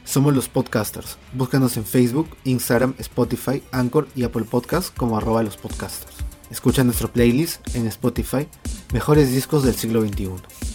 Somos los podcasters. Búscanos en Facebook, Instagram, Spotify, Anchor y Apple Podcast como @lospodcasters. Escucha nuestro playlist en Spotify, Mejores Discos del Siglo XXI.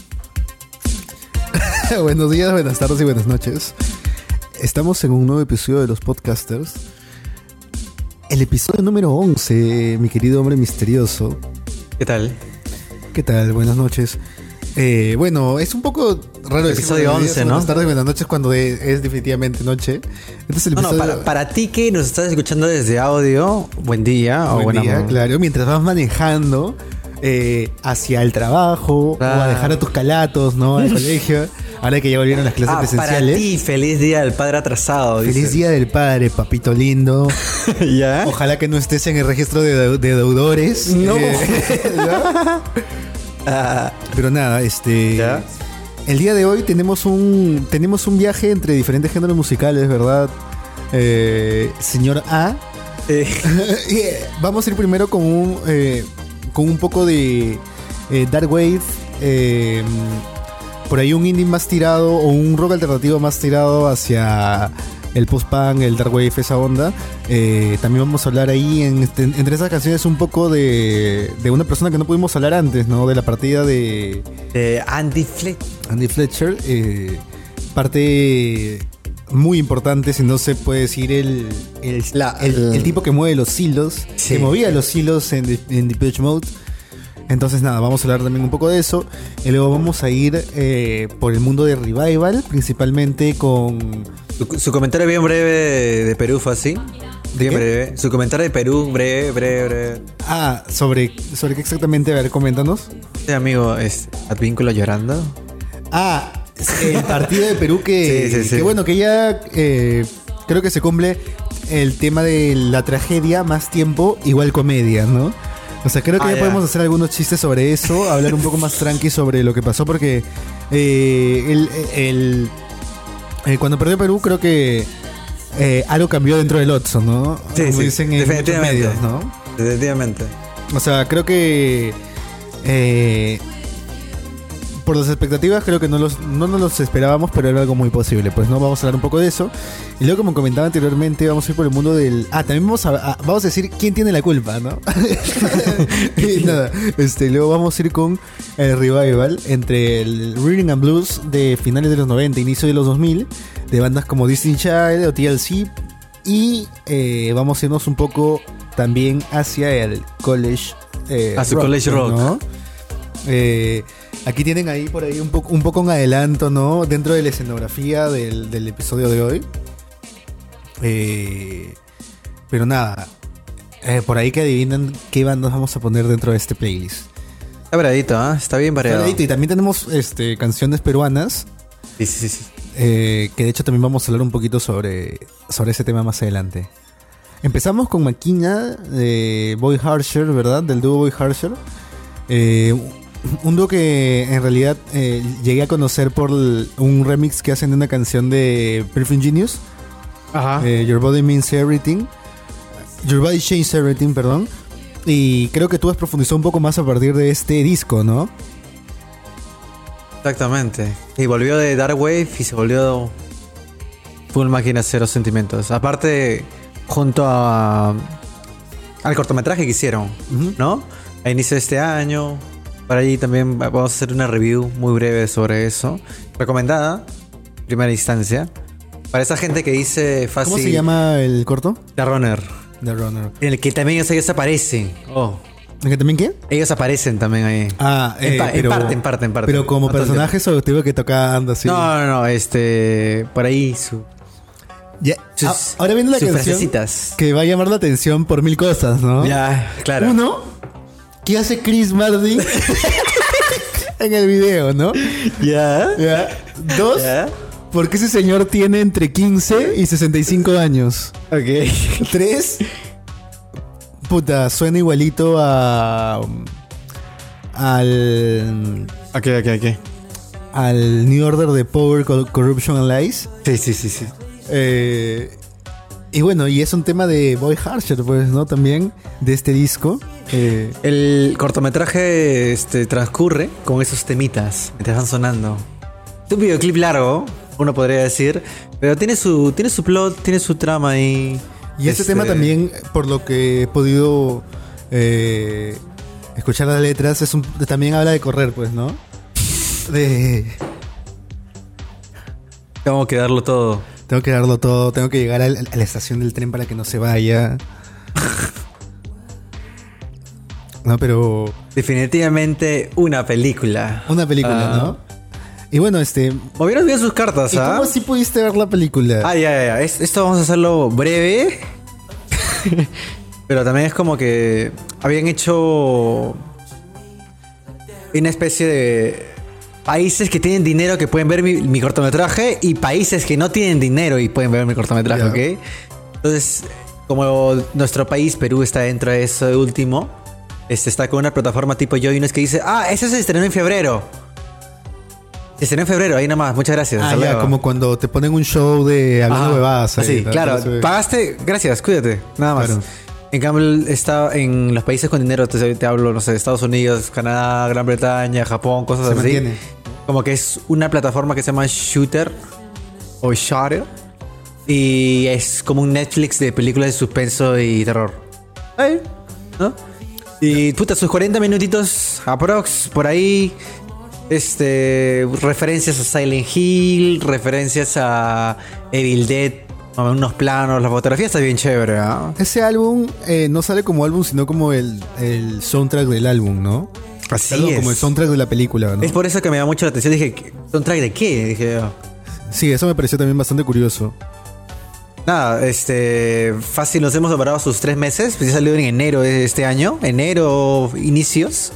Buenos días, buenas tardes y buenas noches. Estamos en un nuevo episodio de los podcasters. El episodio número 11, mi querido hombre misterioso. ¿Qué tal? ¿Qué tal? Buenas noches. Bueno, es un poco raro decir episodio 11, ¿no? Buenas tardes y buenas noches cuando es definitivamente noche. Entonces, el episodio... para ti que nos estás escuchando desde audio, buen día o buen día, claro. Mientras vas manejando hacia el trabajo o a dejar a tus calatos, ¿no? Al colegio. Ahora que ya volvieron las clases presenciales. Para ti, feliz día del padre atrasado. Feliz dice. Día del padre, papito lindo. ¿Ya? Ojalá que no estés en el registro de deudores. No. Pero nada, ¿ya? El día de hoy tenemos un viaje entre diferentes géneros musicales, ¿verdad? Señor A. Vamos a ir primero con un poco de dark wave, por ahí un indie más tirado o un rock alternativo más tirado hacia el post-punk, el dark wave, esa onda. También vamos a hablar ahí entre esas canciones un poco de una persona que no pudimos hablar antes, ¿no? De la partida de Andy Fletcher. Parte muy importante, si no se puede decir el tipo que mueve los hilos, sí, que movía los hilos en Depeche Mode. Entonces nada, vamos a hablar también un poco de eso. Y luego vamos a ir por el mundo de Revival, principalmente con... Su comentario bien breve de Perú fue así. Bien breve. Su comentario de Perú, breve. ¿Sobre qué exactamente? A ver, coméntanos. Sí, amigo, es Advíncula llorando. El partido de Perú que bueno, que ya creo que se cumple el tema de la tragedia más tiempo igual comedia, ¿no? O sea, creo que ya podemos hacer algunos chistes sobre eso, hablar un poco más tranqui sobre lo que pasó, porque cuando perdió Perú creo que algo cambió dentro del Otso, ¿no? Sí, como dicen en muchos medios, ¿no? Definitivamente. O sea, creo que por las expectativas creo que no nos los esperábamos, pero era algo muy posible. Pues no, vamos a hablar un poco de eso. Y luego, como comentaba anteriormente, vamos a ir por el mundo del... también vamos a decir quién tiene la culpa, ¿no? Y nada, luego vamos a ir con el revival entre el Rhythm and Blues de finales de los 90, inicio de los 2000, de bandas como Destiny Child o TLC. Y vamos a irnos un poco también hacia el college rock, college rock, ¿no? Aquí tienen ahí por ahí un poco un adelanto, ¿no? Dentro de la escenografía del episodio de hoy. Pero nada, por ahí que adivinen qué bandas vamos a poner dentro de este playlist. Está variadito, ¿eh? Está bien variado. Y también tenemos canciones peruanas. Sí. Que de hecho también vamos a hablar un poquito sobre ese tema más adelante. Empezamos con Maquina de Boy Harsher, ¿verdad? Del dúo Boy Harsher. Un dúo que en realidad llegué a conocer por un remix que hacen de una canción de Perfume Genius. Ajá. Your Body Means Everything. Your Body Changes Everything, perdón. Y creo que tú has profundizado un poco más a partir de este disco, ¿no? Exactamente. Y volvió de Dark Wave y se volvió Full Máquina Cero Sentimientos. Aparte, junto al cortometraje que hicieron, ¿no? A inicio de este año. Para allí también vamos a hacer una review muy breve sobre eso. Recomendada, en primera instancia. Para esa gente que dice fácil... ¿Cómo se llama el corto? The Runner. The Runner. En el que también ellos aparecen. ¿En que también qué? Ellos aparecen también ahí. En parte. Pero como personajes o tipo que tocando así. No. Por ahí ahora viene la canción frasecitas que va a llamar la atención por mil cosas, ¿no? Ya, claro. Uno, ¿qué hace Chris Martin en el video, no? Ya. Dos, ¿por qué ese señor tiene entre 15 y 65 años? Ok. Tres, puta, suena igualito al New Order de Power, Corruption and Lies. Sí. Y bueno, y es un tema de Boy Harsher, pues, ¿no? También de este disco. El cortometraje transcurre con esos temitas mientras van sonando. Es un videoclip largo, uno podría decir. Pero tiene su plot, tiene su trama ahí. Y este tema también, por lo que he podido escuchar las letras, también habla de correr, pues, ¿no? Tengo que darlo todo. Tengo que darlo todo, tengo que llegar a la estación del tren para que no se vaya. No, pero... Definitivamente una película. Una película, ¿no? Y bueno, movieron bien sus cartas, ¿y cómo así pudiste ver la película? Ya. Esto vamos a hacerlo breve. Pero también es como que habían hecho una especie de países que tienen dinero que pueden ver mi cortometraje y países que no tienen dinero y pueden ver mi cortometraje, ¿ok? Entonces, como nuestro país, Perú, está dentro de eso último, está con una plataforma tipo Joinus que dice, ese se estrenó en febrero. Se estrenó en febrero, ahí nomás, muchas gracias. Ya, como cuando te ponen un show de hablando huevadas. Sí, claro, pagaste, gracias, cuídate, nada más. Claro. En cambio, está en los países con dinero, te hablo, no sé, Estados Unidos, Canadá, Gran Bretaña, Japón, cosas así. Mantiene. Como que es una plataforma que se llama Shooter o Shutter y es como un Netflix de películas de suspenso y terror. ¿No? Y puta, sus 40 minutitos aprox por ahí. Referencias a Silent Hill, referencias a Evil Dead, unos planos, la fotografía está bien chévere, ¿eh? Ese álbum no sale como álbum, sino como el soundtrack del álbum, ¿no? Así es. Como el soundtrack de la película, ¿no? Es por eso que me da mucho la atención. Dije, ¿soundtrack de qué? Dije, Sí, eso me pareció también bastante curioso. Nada, fácil, nos hemos demorado sus 3 meses. Pues ya salió en enero de este año. Enero, inicios.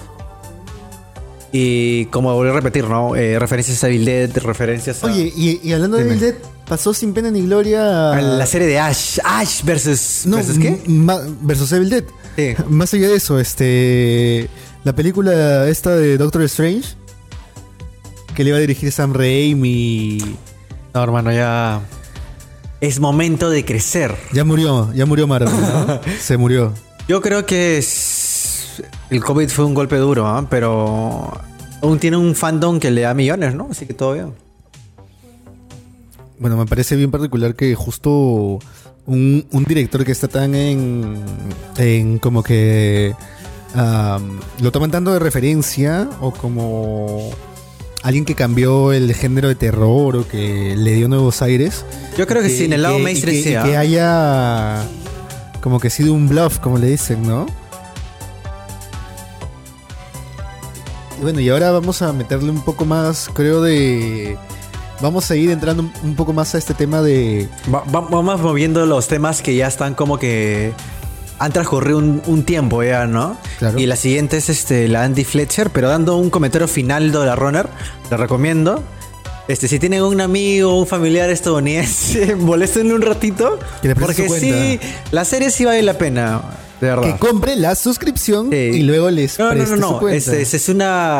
Y como volví a repetir, ¿no? Referencias a Evil Dead, referencias a... Oye, y hablando de Evil Dead, pasó sin pena ni gloria... A la serie de Ash. Ash versus... No, ¿versus qué? Versus Evil Dead. Sí. Más allá de eso, la película esta de Doctor Strange, que le iba a dirigir Sam Raimi... No, hermano, ya... Es momento de crecer. Ya murió Marvel, ¿no? Se murió. Yo creo que el COVID fue un golpe duro, ¿eh? Pero aún tiene un fandom que le da millones, ¿no? Así que todo bien. Bueno, me parece bien particular que justo un director que está tan en como que lo toman tanto de referencia o como alguien que cambió el género de terror o que le dio nuevos aires. Yo creo que sí, en el lado mainstream sí. Que haya como que sido un bluff, como le dicen, ¿no? Y bueno, y ahora vamos a meterle un poco más, creo, vamos a ir entrando un poco más a este tema de... Vamos moviendo los temas que ya están como que... Han transcurrido un tiempo ya, ¿no? Claro. Y la siguiente es la Andy Fletcher, pero dando un comentario final de la runner, le recomiendo. Si tienen un amigo o un familiar estadounidense, moléstenle un ratito. Porque sí, la serie sí vale la pena, de verdad. Que compre la suscripción y luego les preste su cuenta. Es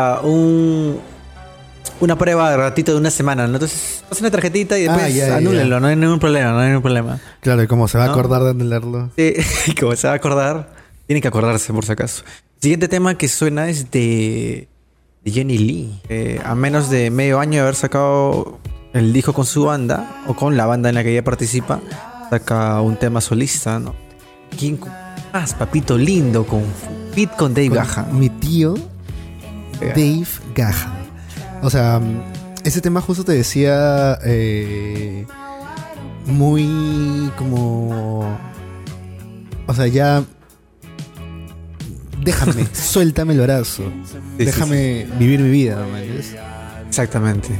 una prueba de ratito de una semana, ¿no? Entonces, pasen una tarjetita y después anúlenlo, no hay ningún problema. Claro, y como se va a acordar de anularlo. Sí, como se va a acordar, tienen que acordarse por si acaso. El siguiente tema que suena es de Jenny Lee. A menos de medio año de haber sacado el disco con su banda, o con la banda en la que ella participa, saca un tema solista, ¿no? ¿Quién más, papito lindo, con feat con Dave Gahan? Mi tío, Dave Gahan. O sea, ese tema justo te decía muy como... O sea, ya... Déjame, suéltame el brazo. Sí, déjame vivir mi vida, ¿no? Exactamente.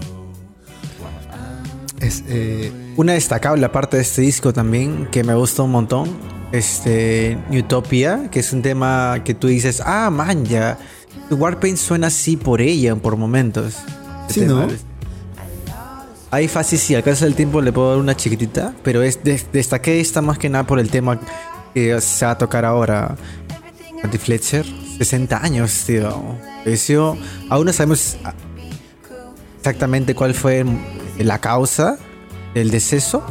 Es, una destacable parte de este disco también, que me gusta un montón, Utopia, que es un tema que tú dices, man, ya... Warpaint suena así por ella por momentos. Sí, ¿no? Ahí fácil, si alcanza el tiempo le puedo dar una chiquitita, pero destaqué esta más que nada por el tema que se va a tocar ahora. Andy Fletcher, 60 años, tío. Aún no sabemos exactamente cuál fue la causa del deceso,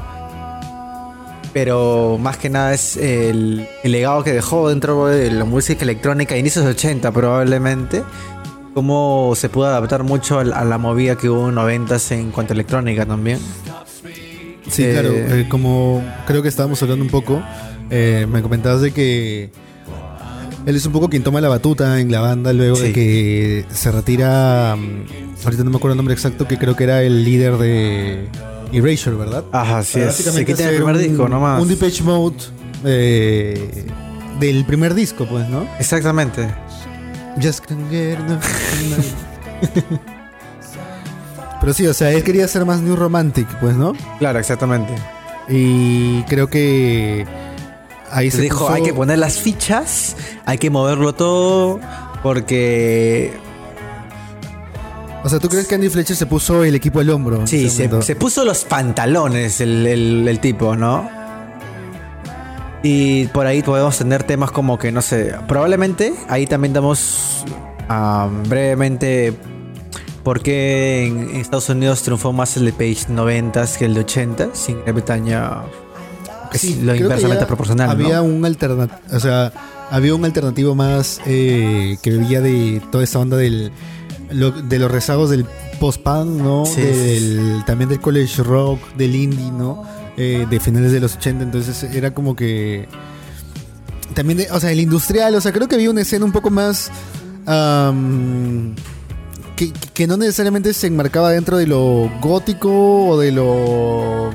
pero más que nada es el legado que dejó dentro de la música electrónica de inicios de 80 probablemente, cómo se pudo adaptar mucho a la movida que hubo en 90s en cuanto a electrónica también. Sí, claro, como creo que estábamos hablando un poco, me comentabas de que él es un poco quien toma la batuta en la banda luego de que se retira. Ahorita no me acuerdo el nombre exacto, que creo que era el líder de Erasure, ¿verdad? Ajá, sí, Básicamente se quita el primer disco nomás. Un Depeche Mode del primer disco, pues, ¿no? Exactamente. Just can't get enough. Pero sí, o sea, él quería ser más New Romantic, pues, ¿no? Claro, exactamente. Y creo que ahí se dijo, puso... hay que poner las fichas, hay que moverlo todo, porque... O sea, ¿tú crees que Andy Fletcher se puso el equipo al hombro? Sí, se puso los pantalones el tipo, ¿no? Y por ahí podemos tener temas como que, no sé, probablemente ahí también damos brevemente por qué en Estados Unidos triunfó más el de Page 90s que el de 80, sin Gran Bretaña es Sí, lo creo inversamente que proporcional, había ¿no? un había un alternativo más que bebía de toda esta onda de los rezagos del post-punk, ¿no? Sí. También del college rock, del indie, ¿no? De finales de los 80, entonces era como que también, o sea, el industrial, o sea, creo que había una escena un poco más que no necesariamente se enmarcaba dentro de lo gótico o de lo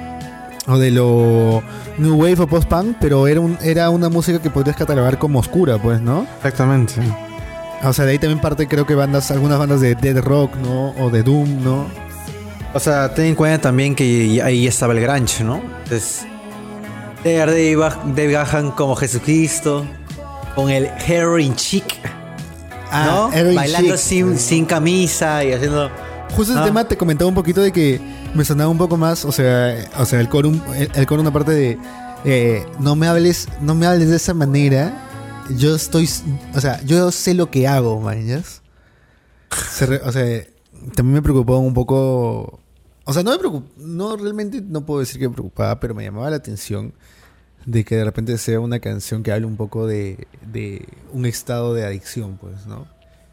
new wave o post-punk, pero era una música que podrías catalogar como oscura, pues, ¿no? Exactamente. O sea, de ahí también parte, creo que algunas bandas de dead rock, ¿no? O de doom, ¿no? O sea, ten en cuenta también que ahí estaba el grunge, ¿no? Entonces, Dave Gahan como Jesucristo, con el heroin chic, ¿no? Bailando sin camisa y haciendo... Justo ese tema te comentaba un poquito de que me sonaba un poco más, o sea, el coro una parte de no me hables de esa manera. Yo sé lo que hago, man, ¿yes? O sea, también me preocupó un poco. O sea, no realmente no puedo decir que me preocupaba, pero me llamaba la atención de que de repente sea una canción que hable un poco de un estado de adicción, pues, ¿no?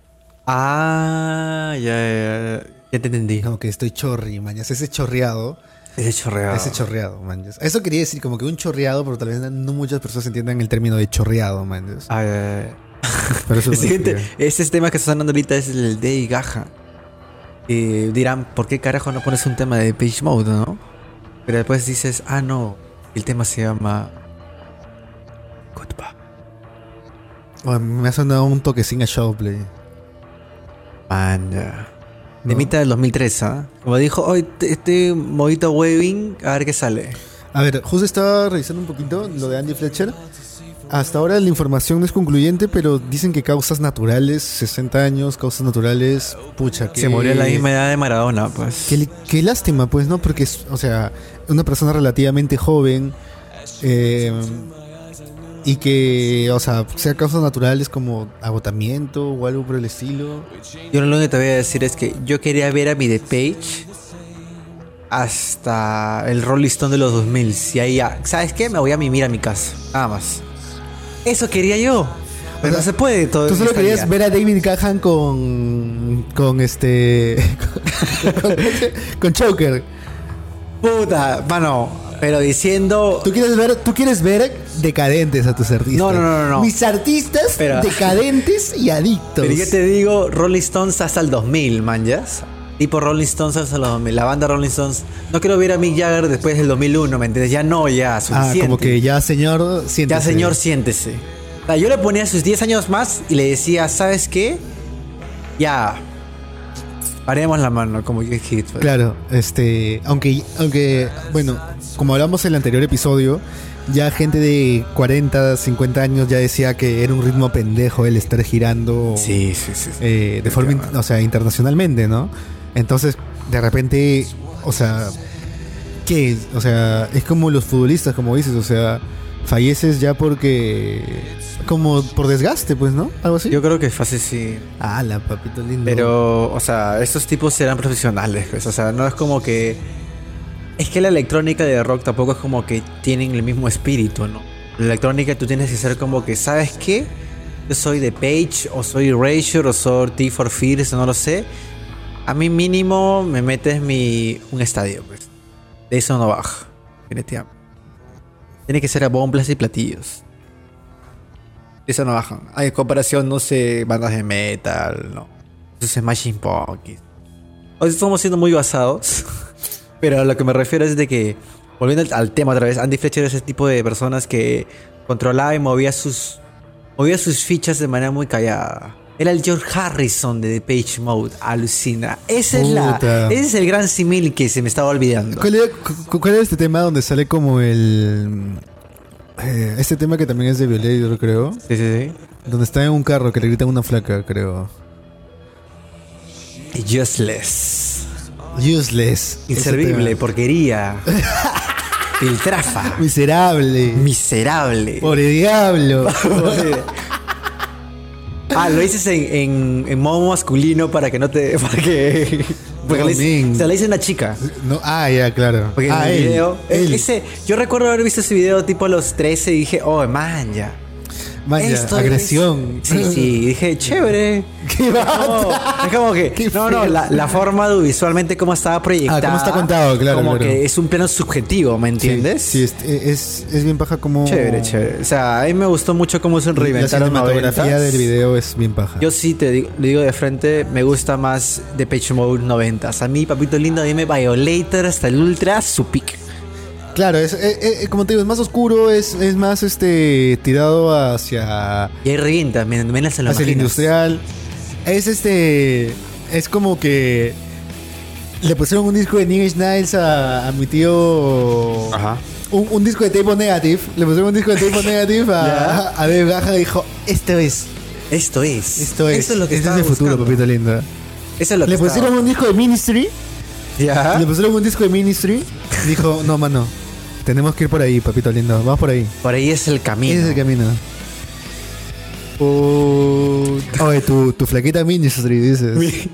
Ah, ya te entendí. Como que estoy chorri, man, ese chorreado. Ese chorreado, man. Eso quería decir como que un chorreado, pero tal vez no muchas personas entiendan el término de chorreado, man. Pero eso ese tema que está sonando ahorita es el de Gaja. Dirán, ¿por qué carajo no pones un tema de Depeche Mode, no? Pero después dices, no, el tema se llama Goodbye. Me ha sonado un toquecín a Showplay. Man, ya. De mitad del 2003, ¿ah? Como dijo, hoy este modito waving, a ver qué sale. A ver, justo estaba revisando un poquito lo de Andy Fletcher. Hasta ahora la información no es concluyente, pero dicen que causas naturales, 60 años, causas naturales, pucha, que... Se murió a la misma edad de Maradona, pues. Qué lástima, pues, ¿no? Porque, o sea, una persona relativamente joven y que, o sea causas naturales como agotamiento o algo por el estilo. Yo lo único que te voy a decir es que yo quería ver a mi Depeche hasta el Rolling Stone de los 2000. Y ahí ya, ¿sabes qué? Me voy a mimir a mi casa, nada más. Eso quería yo. Pero no se puede todo. Tú solo querías ver a David Gahan con Choker. Puta, mano, pero diciendo... Tú quieres ver decadentes a tus artistas. No. Mis artistas decadentes y adictos. Pero yo te digo, Rolling Stones hasta el 2000, man, ¿ya? Tipo Rolling Stones hasta el 2000. La banda Rolling Stones. No quiero ver a Mick Jagger después del 2001, ¿me entiendes? Ya no, ya, suficiente. Como que ya, señor, siéntese. Ya, señor, siéntese. O sea, yo le ponía sus 10 años más y le decía, ¿sabes qué? Ya... Paremos la mano, como yo dije. Claro, aunque, bueno, como hablamos en el anterior episodio, ya gente de 40, 50 años ya decía que era un ritmo pendejo el estar girando sí. de forma, internacionalmente, ¿no? Entonces, de repente, o sea, ¿qué? O sea, es como los futbolistas, como dices, o sea, falleces ya porque... como por desgaste, pues, ¿no? Algo así. Yo creo que es fácil, sí. La papito lindo. Pero, o sea, estos tipos serán profesionales, pues. O sea, no es como que... Es que la electrónica de rock tampoco es como que tienen el mismo espíritu, ¿no? La electrónica tú tienes que ser como que, ¿sabes qué? yo soy de Page, o soy Erasure, o soy T for Fears, no lo sé. A mí mínimo me metes un estadio, pues. De eso no baja, definitivamente. Tiene que ser a bombas y platillos. De eso no bajan. Hay comparación, no sé, bandas de metal, no. Eso es Smashing Pumpkins. Hoy estamos siendo muy basados. Pero a lo que me refiero es de que, volviendo al tema otra vez, Andy Fletcher es ese tipo de personas que controlaba y movía sus fichas de manera muy callada. Era el George Harrison de Depeche Mode, alucina. Ese es el gran simil que se me estaba olvidando. ¿Cuál era este tema donde sale como el... este tema que también es de Violator, creo? Sí. Donde está en un carro que le gritan una flaca, creo. Useless. Inservible, porquería. Piltrafa. Miserable. Pobre diablo. Lo dices en modo masculino para que no te... Porque se le dice una chica. No, ya, claro. Porque en el video... yo recuerdo haber visto ese video tipo a los 13 y dije, oh, man, ya. Agresión. Sí, dije, chévere. ¿Qué es como que... la forma de visualmente cómo estaba proyectada. Cómo está contado, claro. Como que es un plano subjetivo, ¿me entiendes? Sí, es bien paja como... Chévere. O sea, a mí me gustó mucho cómo se reinventaron. La cinematografía del video es bien paja. Yo sí le digo de frente, me gusta más Depeche Mode 90s. A mí, papito lindo, dime Violator hasta el Ultra, su pick. Claro, como te digo, es más oscuro, es más tirado hacia... Y ahí revienta, menos se lo hacia el industrial. Es como que le pusieron un disco de Nine Inch Nails a mi tío. Ajá. Un disco de Tape Negative. Le pusieron un disco de Tape Negative a Dave Gahan y dijo, esto es lo que este es el buscando. futuro, papito lindo. Eso es lo que le pusieron un disco de Ministry. Ya. Le pusieron un disco de Ministry. Dijo, no, mano, tenemos que ir por ahí, papito lindo. Vamos por ahí. Por ahí es el camino. Ese es el camino. Oye, tu flaquita Ministry, dices.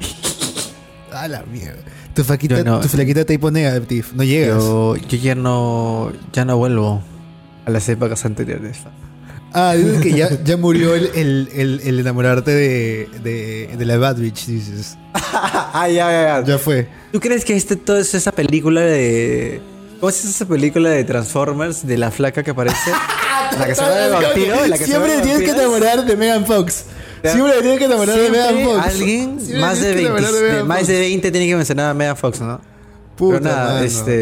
A la mierda. Tu flaquita Tape Negative. No llegas. Yo ya no vuelvo a las épocas anteriores. Dices que ya murió el enamorarte de la Bad Bitch, dices. Ya. Ya fue. ¿Tú crees que todo es esa película de... ¿Cómo es esa película de Transformers de la flaca que aparece? La que se va de vampiro. Siempre tienes que enamorar de Megan Fox. Siempre tienes que enamorar de Megan Fox. Alguien más de 20 tiene que mencionar a Megan Fox, ¿no? Puta, pero nada,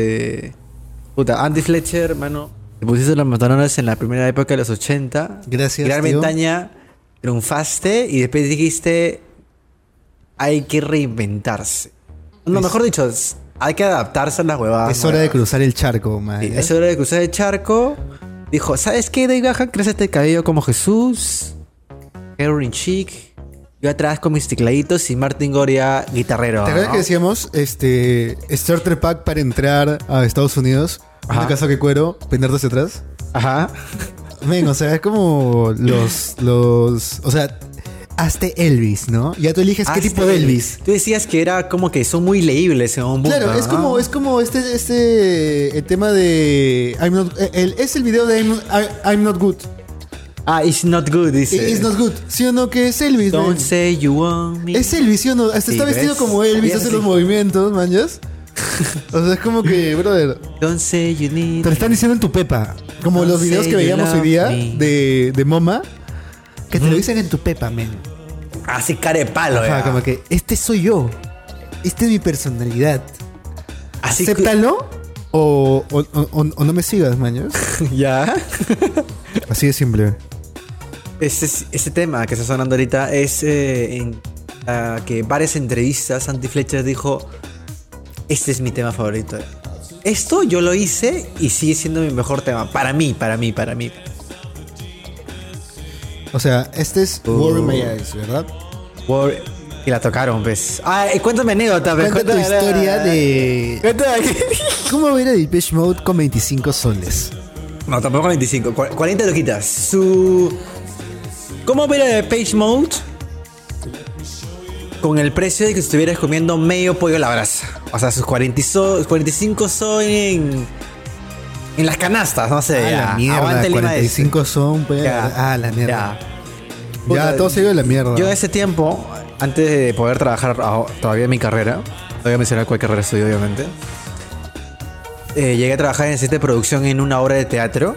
mano. Andy Fletcher, mano, te pusiste los pantalones en la primera época de los 80. Gracias, Gran tío. Bretaña, triunfaste y después dijiste, hay que reinventarse. No, mejor dicho, hay que adaptarse a las huevadas. Es hora de cruzar el charco, man. Sí, es hora de cruzar el charco. Dijo, ¿sabes qué, Dave Gahan? Crece el cabello como Jesús. Heroin chic. Yo atrás con mis tecladitos y Martin Goria guitarrero. ¿Te acuerdas que decíamos Starter Pack para entrar a Estados Unidos? Ajá. En caso que cuero, peinarte hacia atrás. Ajá. Ven, o sea, es como los o sea, hazte Elvis, ¿no? Ya tú eliges qué tipo de Elvis. Tú decías que era como que son muy leíbles en un punto. Claro, es como el tema de es el video de I'm Not Good. It's not good, dice. It's not good. ¿Sí o no? Que es Elvis, Don't man. say you want me. Es Elvis, ¿sí o no? Hasta está vestido como Elvis, hace los movimientos, manjas. O sea, es como que, brother, Don't say you need te lo están diciendo en tu pepa. Como Don't los videos say que you veíamos hoy love día me. de Moma. Que te lo dicen en tu pepa, men. Así cara de palo, Ajá, como que este soy yo. Esta es mi personalidad. Así Acéptalo o no me sigas, maños. Ya. Así de simple. Ese tema que está sonando ahorita es que varias entrevistas Andy Fletcher dijo, este es mi tema favorito. Esto yo lo hice y sigue siendo mi mejor tema. Para mí. O sea, este es War in My Eyes, ¿verdad? Y la tocaron, pues. Cuéntame anécdota, pues. Cuenta tu historia de... Cuéntame. ¿Cómo ver a Depeche Mode con 25 soles? No, tampoco 25. 40 lo quitas. ¿Cómo ver a Depeche Mode con el precio de que estuvieras comiendo medio pollo a la brasa? O sea, sus 45 son en las canastas, no sé. La mierda, Aguanta el 45 son, pues. Ya. La mierda. Ya. Ya, todo se iba de la mierda. Yo en ese tiempo, antes de poder trabajar todavía en mi carrera, no voy a mencionar cuál carrera estudié, obviamente, llegué a trabajar en set de producción en una obra de teatro.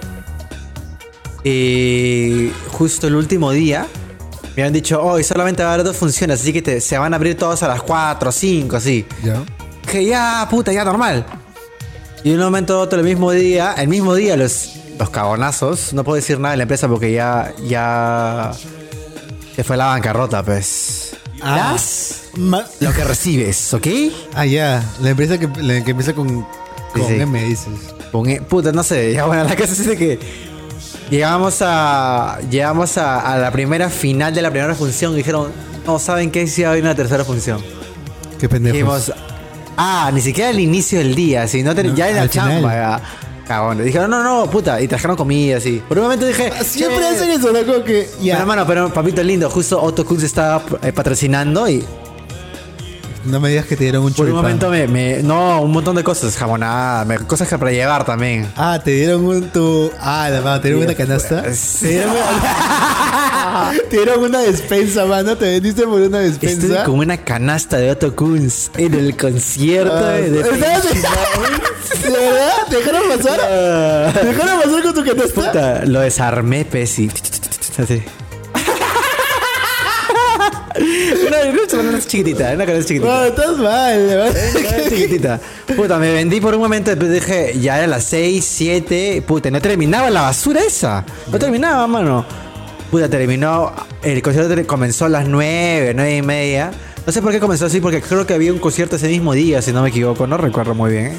Y justo el último día me habían dicho, hoy solamente va a haber 2 funciones, así que se van a abrir todos a las 4 o 5, así. Ya. Que ya, puta, ya normal. Y en un momento otro, el mismo día, los cagonazos, no puedo decir nada de la empresa porque ya se fue a la bancarrota, pues. Das lo que recibes, ¿ok? Ya. La empresa que empieza con Sí. M, dices. Puta, no sé, ya bueno, la cosa es de que llegamos a la primera final de la primera función y dijeron, no, ¿saben qué? Si va a haber una tercera función. Qué pendejo. Dijimos, ni siquiera al inicio del día, sino ya en la al chamba, final. ya. Cagón. Dijeron, no, puta, y trajeron comida, así. Por un momento dije, Siempre "Che". hacen eso, ¿no? Como que. Ya. Pero papito lindo, justo Otto Kunz estaba patrocinando y No me digas que te dieron un por un choripán. momento no, un montón de cosas, jamonada, cosas que para llevar también. Te dieron te dieron una canasta. Sí. Te dieron una despensa, mano. Te vendiste por una Estuve despensa. con una canasta de Otto Kunz en el concierto de ¿Estás- ¿De verdad? ¿Te dejaron pasar? ¿Te dejaron pasar con tu canasta? Puta, lo desarmé, Pesi. Así. Una canasta chiquitita, una canasta chiquitita. Estás mal. Era chiquitita. Puta, me vendí por un momento, después dije, ya era las 6, 7, puta, no terminaba la basura esa. No terminaba, mano. Puta, terminó, el concierto comenzó a las 9, 9 y media. No sé por qué comenzó así, porque creo que había un concierto ese mismo día, si no me equivoco, no recuerdo muy bien.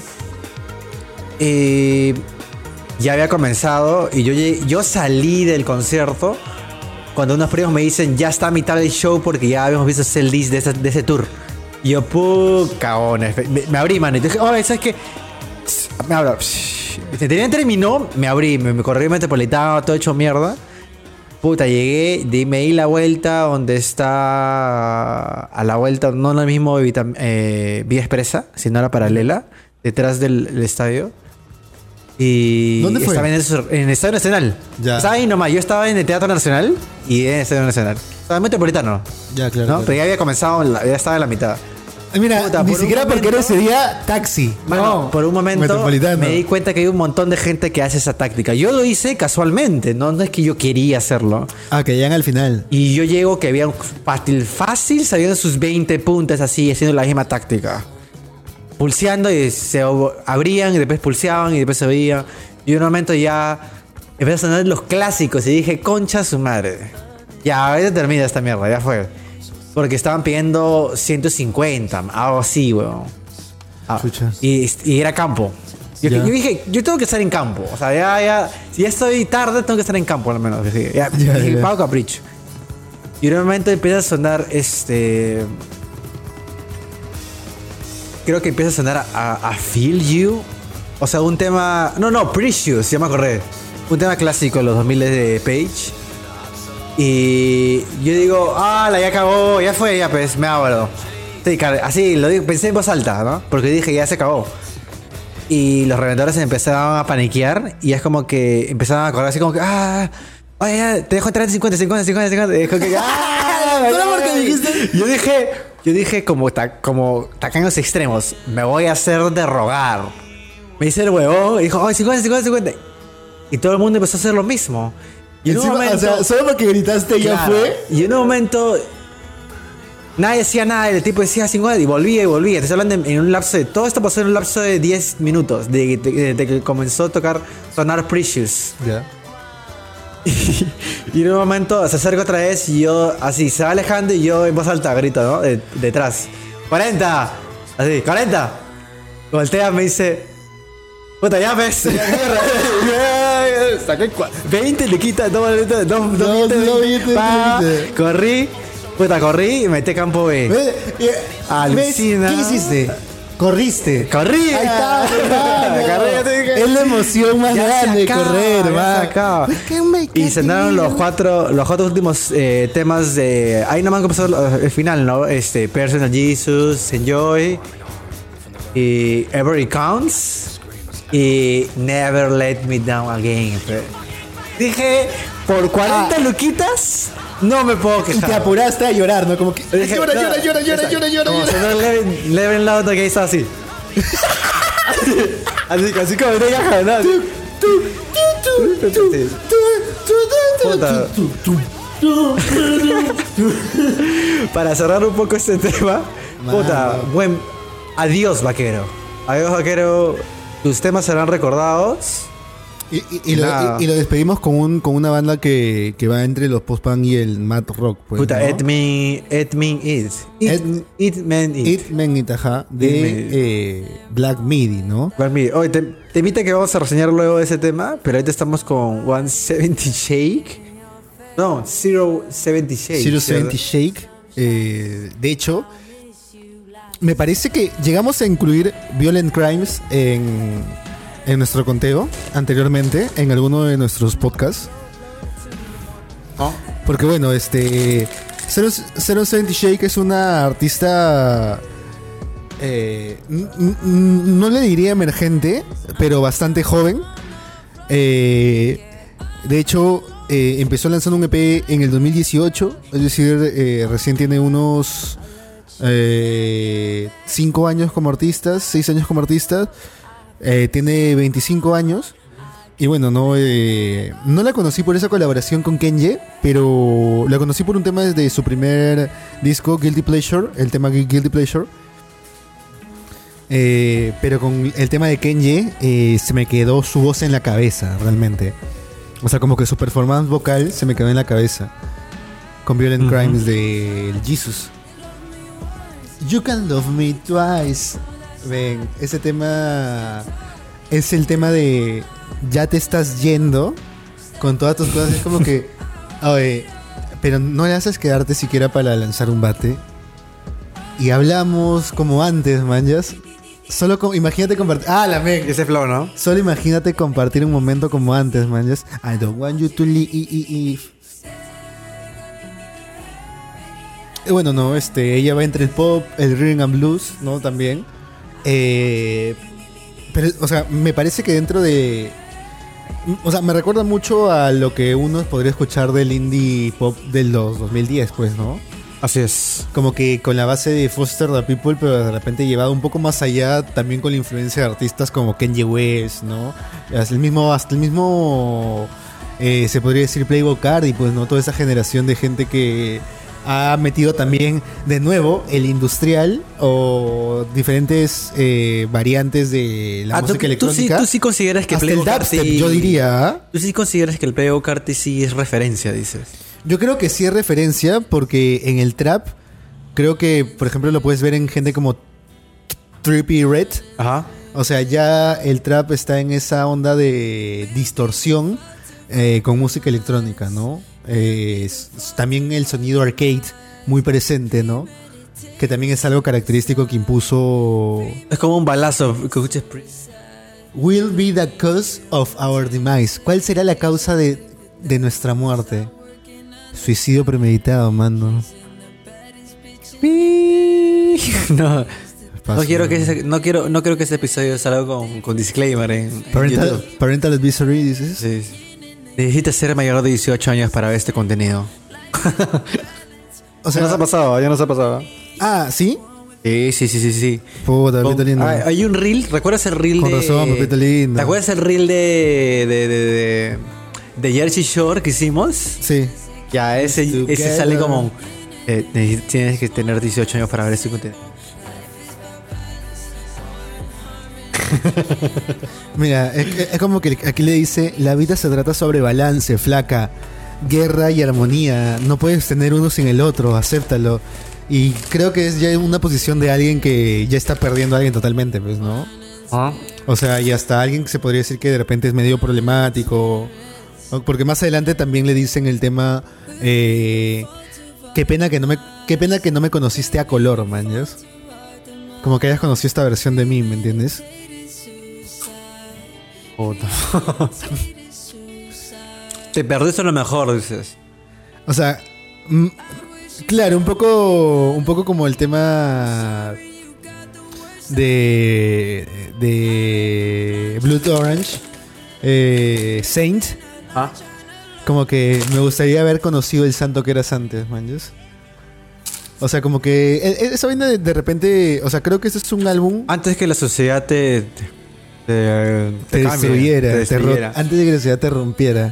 Y ya había comenzado y yo salí del concierto cuando unos primos me dicen, ya está a mitad del show porque ya habíamos visto el list de ese tour. Y yo, cagones. Me abrí, mano. Y dije, ¿sabes qué? Me abro. Terminó, me abrí, me corrí el metropolitano, todo hecho mierda. Puta, llegué, me di la vuelta donde está. A la vuelta, no en el mismo Vía Expresa, sino la paralela, detrás del estadio. Y ¿Dónde fue? estaba en el Estadio Nacional. Ya. Estaba ahí nomás. Yo estaba en el Teatro Nacional y en el Estadio Nacional. Estaba en Metropolitano. Ya, claro. ¿No? claro. Pero ya había comenzado, ya estaba en la mitad. Mira, Puta, ni por un siquiera porque momento- era ese día taxi. Mano, por un momento Metropolitano. me di cuenta que hay un montón de gente que hace esa táctica. Yo lo hice casualmente, no es que yo quería hacerlo. Que llegan al final. Y yo llego que había un fácil saliendo sus 20 puntas así, haciendo la misma táctica. Pulseando y se abrían y después pulseaban y después se veían. Y en un momento ya empezó a sonar los clásicos y dije, concha su madre. Ya, ahorita termina esta mierda, ya fue. Porque estaban pidiendo 150, algo así, weón. Chucha. Y era campo. Yo dije, yo tengo que estar en campo. O sea, si ya estoy tarde, tengo que estar en campo al menos. Dije, dije, ya. pago capricho. Y en un momento empieza a sonar creo que empieza a sonar a Feel You. O sea, un tema. No, Precious, ya me acordé. Un tema clásico de los 2000 de Page. Y yo digo, ya acabó, ya fue, ya pues, me abro. Sí, así lo digo, pensé en voz alta, ¿no? Porque dije, ya se acabó. Y los revendedores empezaron a paniquear y es como que empezaron a correr así como que, oye, ya, te dejo entrar en 50. Y es como que, ¿Solo porque dijiste? Yo dije como tacaños extremos, me voy a hacer de rogar. Me dice el huevón y dijo, 50. Y todo el mundo empezó a hacer lo mismo. Y en un Encima, momento, o sea, solo porque gritaste ya claro, fue. y en un momento nadie decía nada, el tipo decía 50 y volvía. Te estoy hablando en un lapso de. Todo esto pasó en un lapso de 10 minutos, de que comenzó a sonar Precious. Ya. Y en un momento se acerca otra vez y yo así se va alejando y yo en voz alta grito, ¿no? Detrás. 40. Así, 40. Voltea, me dice. Puta, ya ves. Saqué 20, le quita, dos billetes, pa, 20. corrí y metí campo B. Alucina. ¿Qué hiciste? Corriste. Corrí. Ahí está, Corrí, ya te dije. Es la emoción más Ya se grande de acaba, correr, ya va. se acaba. Y sonaron los cuatro últimos temas de. Ahí nomás empezó el final, ¿no? Personal Jesus, Enjoy, y Every Counts, y Never Let Me Down Again. Dije, por 40 luquitas, No me puedo Y te quejar. apuraste a llorar, ¿no? Como que Dije, llora, no, llora, llora, llora, exacto. llora, llora, Como llora. sonó Leven Loud que hizo así. así como de caja, ¿no? Sí. Puta. Para cerrar un poco este tema, puta, buen adiós vaquero. Adiós vaquero, tus temas serán recordados. Y Nada. lo despedimos con una banda que va entre los post-punk y el mad rock, pues, Puta, ¿no? It mean it. It mean it. It Man It, ajá, de Black Midi, ¿no? Black Midi. Oye, te invito a que vamos a reseñar luego ese tema, pero ahorita estamos con 170 Shake. No, 070 Shake. 070 Shake. De hecho, me parece que llegamos a incluir Violent Crimes en nuestro conteo anteriormente, en alguno de nuestros podcasts. ¿No? Porque bueno, 070 Shake es una artista, no le diría emergente, pero bastante joven. De hecho, empezó lanzando un EP en el 2018, es decir, recién tiene unos 5 años como artista, 6 años como artista. Tiene 25 años. Y bueno, no la conocí por esa colaboración con Kenye, pero la conocí por un tema desde su primer disco, Guilty Pleasure, el tema Guilty Pleasure. Pero con el tema de Kenye se me quedó su voz en la cabeza, realmente. O sea, como que su performance vocal se me quedó en la cabeza. Con Violent Crimes de Jesus. You Can Love Me Twice. Ven, ese tema es el tema de ya te estás yendo con todas tus cosas. Es como que, oye, pero no le haces quedarte siquiera para lanzar un bate. Y hablamos como antes, manjas. Solo imagínate compartir. Ah, la men. Ese flow, ¿no? Solo imagínate compartir un momento como antes, manjas. I don't want you to leave. Y bueno, no, ella va entre el pop, el rhythm and blues, ¿no? También. Pero, o sea, me parece que dentro de... O sea, me recuerda mucho a lo que uno podría escuchar del indie pop de los 2010, pues, ¿no? Así es. Como que con la base de Foster the People, pero de repente llevado un poco más allá, también con la influencia de artistas como Kanye West, ¿no? Hasta el mismo se podría decir Playboi Carti, pues, ¿no? Toda esa generación de gente que ha metido también de nuevo el industrial o diferentes variantes de la música electrónica. Tú sí consideras que hasta el Playboi dubstep, Carti... yo diría. Tú sí consideras que el Playboi Carti sí es referencia, dices. Yo creo que sí es referencia porque en el trap creo que, por ejemplo, lo puedes ver en gente como Trippie Redd. Ajá. O sea, ya el trap está en esa onda de distorsión con música electrónica, ¿no? También el sonido arcade muy presente, ¿no? Que también es algo característico que impuso... Es como un balazo que escuches. Will be the cause of our demise. ¿Cuál será la causa de nuestra muerte? Suicidio premeditado, mano. No quiero que ese episodio salga con disclaimer en YouTube. Parental advisory, dices. Sí. Necesitas ser mayor de 18 años para ver este contenido. O sea, ya nos ha pasado. Ah, ¿sí? Sí. Puta, Pepito lindo. Hay un reel, ¿recuerdas el reel Con razón, Pepito lindo. ¿Te acuerdas el reel de Jersey Shore que hicimos? Sí. Ya, ese sale como... tienes que tener 18 años para ver ese contenido. Mira, es como que aquí le dice: la vida se trata sobre balance, flaca, guerra y armonía. No puedes tener uno sin el otro, acéptalo. Y creo que es ya una posición de alguien que ya está perdiendo a alguien totalmente, pues, ¿no? O sea, y hasta alguien que se podría decir que de repente es medio problemático. Porque más adelante también le dicen el tema: qué pena que no me conociste a color, man, ¿yes? Como que hayas conocido esta versión de mí, ¿me entiendes? Te perdiste lo mejor, dices. O sea, claro, un poco como el tema de Blood Orange, Saint. Como que me gustaría haber conocido el santo que eras antes, manches. O sea, como que esa vaina de repente, o sea, creo que este es un álbum Antes que la sociedad te destruyera, te destruyera. antes de que la sociedad te rompiera.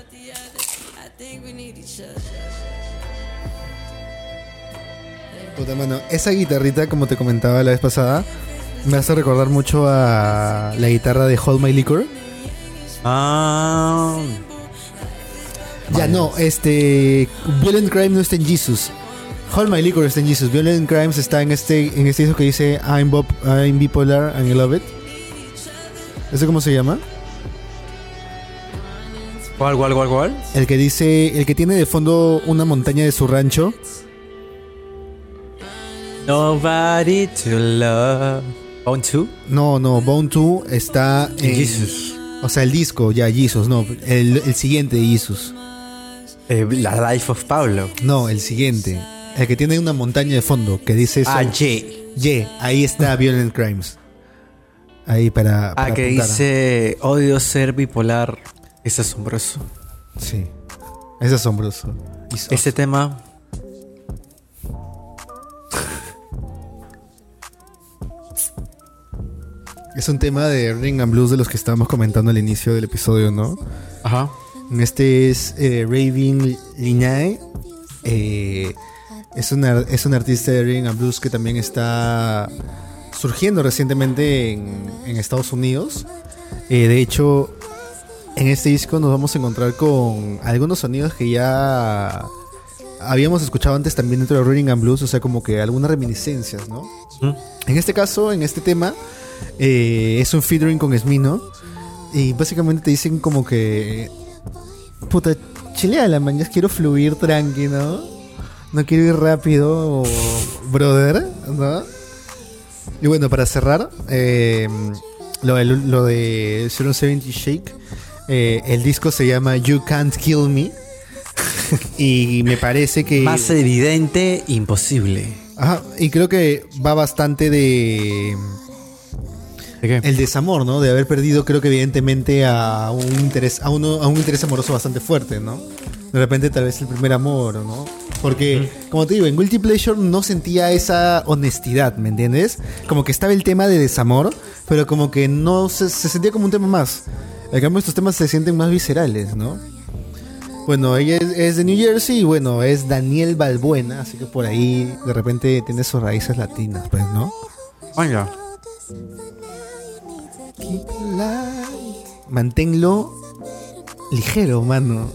Puta mano, esa guitarrita, como te comentaba la vez pasada, me hace recordar mucho a la guitarra de Hold My Liquor. Ah. Ya no, Violent Crime no está en Jesus. Hold My Liquor está en Jesus. Violent Crimes está en este disco que dice I'm bipolar and I love it. ¿Ese cómo se llama? ¿Cuál? El que dice, el que tiene de fondo una montaña de su rancho. Nobody to love. Bone 2. No, Bone 2 está en Jesus. O sea, el disco, ya, Jesus, no. El siguiente de Jesus. La Life of Pablo. No, el siguiente. El que tiene una montaña de fondo, que dice eso. Ahí está Violent Crimes. Ahí para que apuntar. dice odio ser bipolar. Es asombroso. Sí, es asombroso. Ese tema. Es un tema de Rhythm and Blues de los que estábamos comentando al inicio del episodio, ¿no? Ajá. Este es Raving Linae. Es un artista de Rhythm and Blues que también está surgiendo recientemente en Estados Unidos. De hecho, en este disco nos vamos a encontrar con algunos sonidos que ya habíamos escuchado antes también dentro de Rhythm and Blues, o sea, como que algunas reminiscencias, ¿no? En este caso, en este tema, es un featuring con Smino y básicamente te dicen como que puta, chileala, man, ya quiero fluir tranqui, ¿no? No quiero ir rápido, brother, ¿no? Y bueno, para cerrar, lo de 070 Shake, el disco se llama You Can't Kill Me. Y me parece que más evidente, imposible. Ajá, y creo que va bastante de ¿De qué? el desamor, ¿no? De haber perdido, creo que evidentemente a un interés amoroso bastante fuerte, ¿no? De repente tal vez el primer amor, ¿no? Porque, como te digo, en Guilty Pleasure no sentía esa honestidad, ¿me entiendes? Como que estaba el tema de desamor, pero como que no se sentía como un tema más. En cambio, estos temas se sienten más viscerales, ¿no? Bueno, ella es de New Jersey y bueno, es Daniel Balbuena, así que por ahí de repente tiene sus raíces latinas, pues, ¿no? Oiga. Manténlo ligero, mano.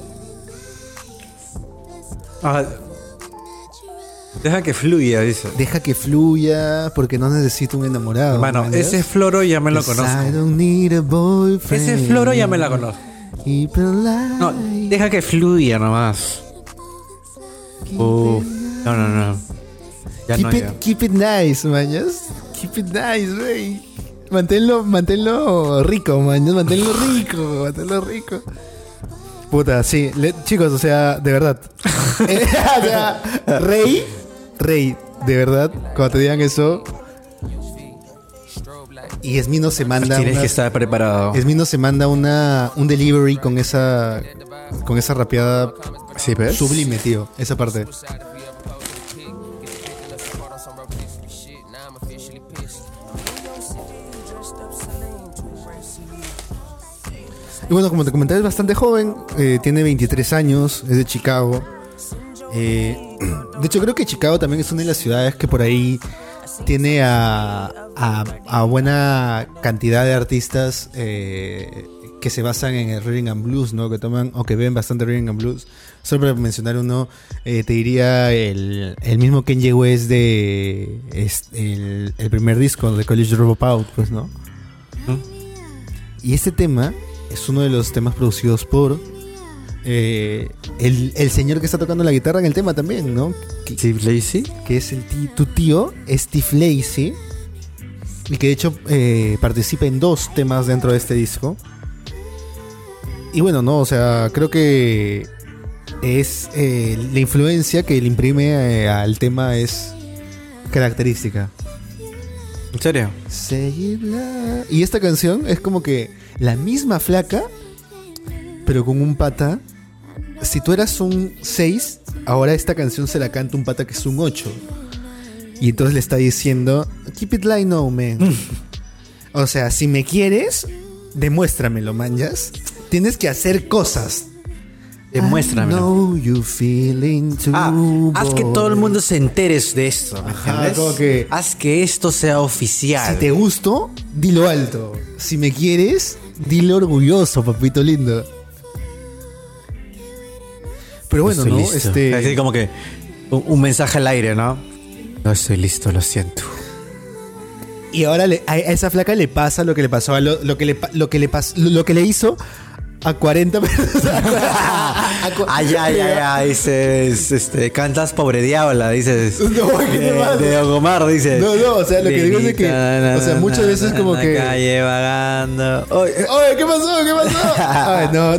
Deja que fluya, dice. Deja que fluya porque no necesito un enamorado. Bueno, ¿no? ese Floro ya me lo conozco. I don't need a boyfriend. Ese Floro ya me la conozco. No, deja que fluya nomás. No. Ya no, ya. Keep it nice, mañas. Keep it nice, wey. Manténlo rico, mañas. Manténlo rico. Puta, sí. Chicos, o sea, de verdad. O sea, Rey, de verdad, cuando te digan eso. Y Esmino se manda. Tienes que estar preparado. Esmino se manda un delivery con esa rapeada. Sí, ¿ves? Sublime, tío. Esa parte. Y bueno, como te comentaba, es bastante joven. Tiene 23 años. Es de Chicago. De hecho, creo que Chicago también es una de las ciudades que por ahí tiene a buena cantidad de artistas que se basan en el Rhythm and Blues, ¿no? Que toman o que ven bastante Rhythm and Blues. Solo para mencionar uno, te diría el mismo Kanye West de el primer disco de College Dropout, pues, ¿no? Y este tema es uno de los temas producidos por el señor que está tocando la guitarra en el tema también, ¿no? Steve Lacy. Que es tu tío, Steve Lacy. Y que de hecho participa en 2 temas dentro de este disco. Y bueno, no, o sea, creo que es la influencia que le imprime al tema es característica. ¿En serio? Y esta canción es como que la misma flaca, pero con un pata si tú eras un 6, ahora esta canción se la canta un pata que es un 8. Y entonces le está diciendo, keep it like no, man. O sea, si me quieres, demuéstramelo, manjas. Tienes que hacer cosas. Demuéstramelo. I know you feeling too haz que todo el mundo se entere de esto, ¿me entiendes? como que- Haz que esto sea oficial. Si te gusto, dilo alto. Si me quieres, dilo orgulloso, papito lindo. Pero bueno, Estoy ¿no? listo. Así como que un mensaje al aire, ¿no? No estoy listo, lo siento. Y ahora a esa flaca le pasa lo que le pasó a lo que le hizo a 40 personas. Ya. Dices, cantas Pobre Diabla, dices. No, ¿qué te pasa? De Ogomar, dices. No, o sea, lo que digo es de que, o sea, muchas veces como que... La calle vagando. Oye, Oye, ¿qué pasó? Ay, no,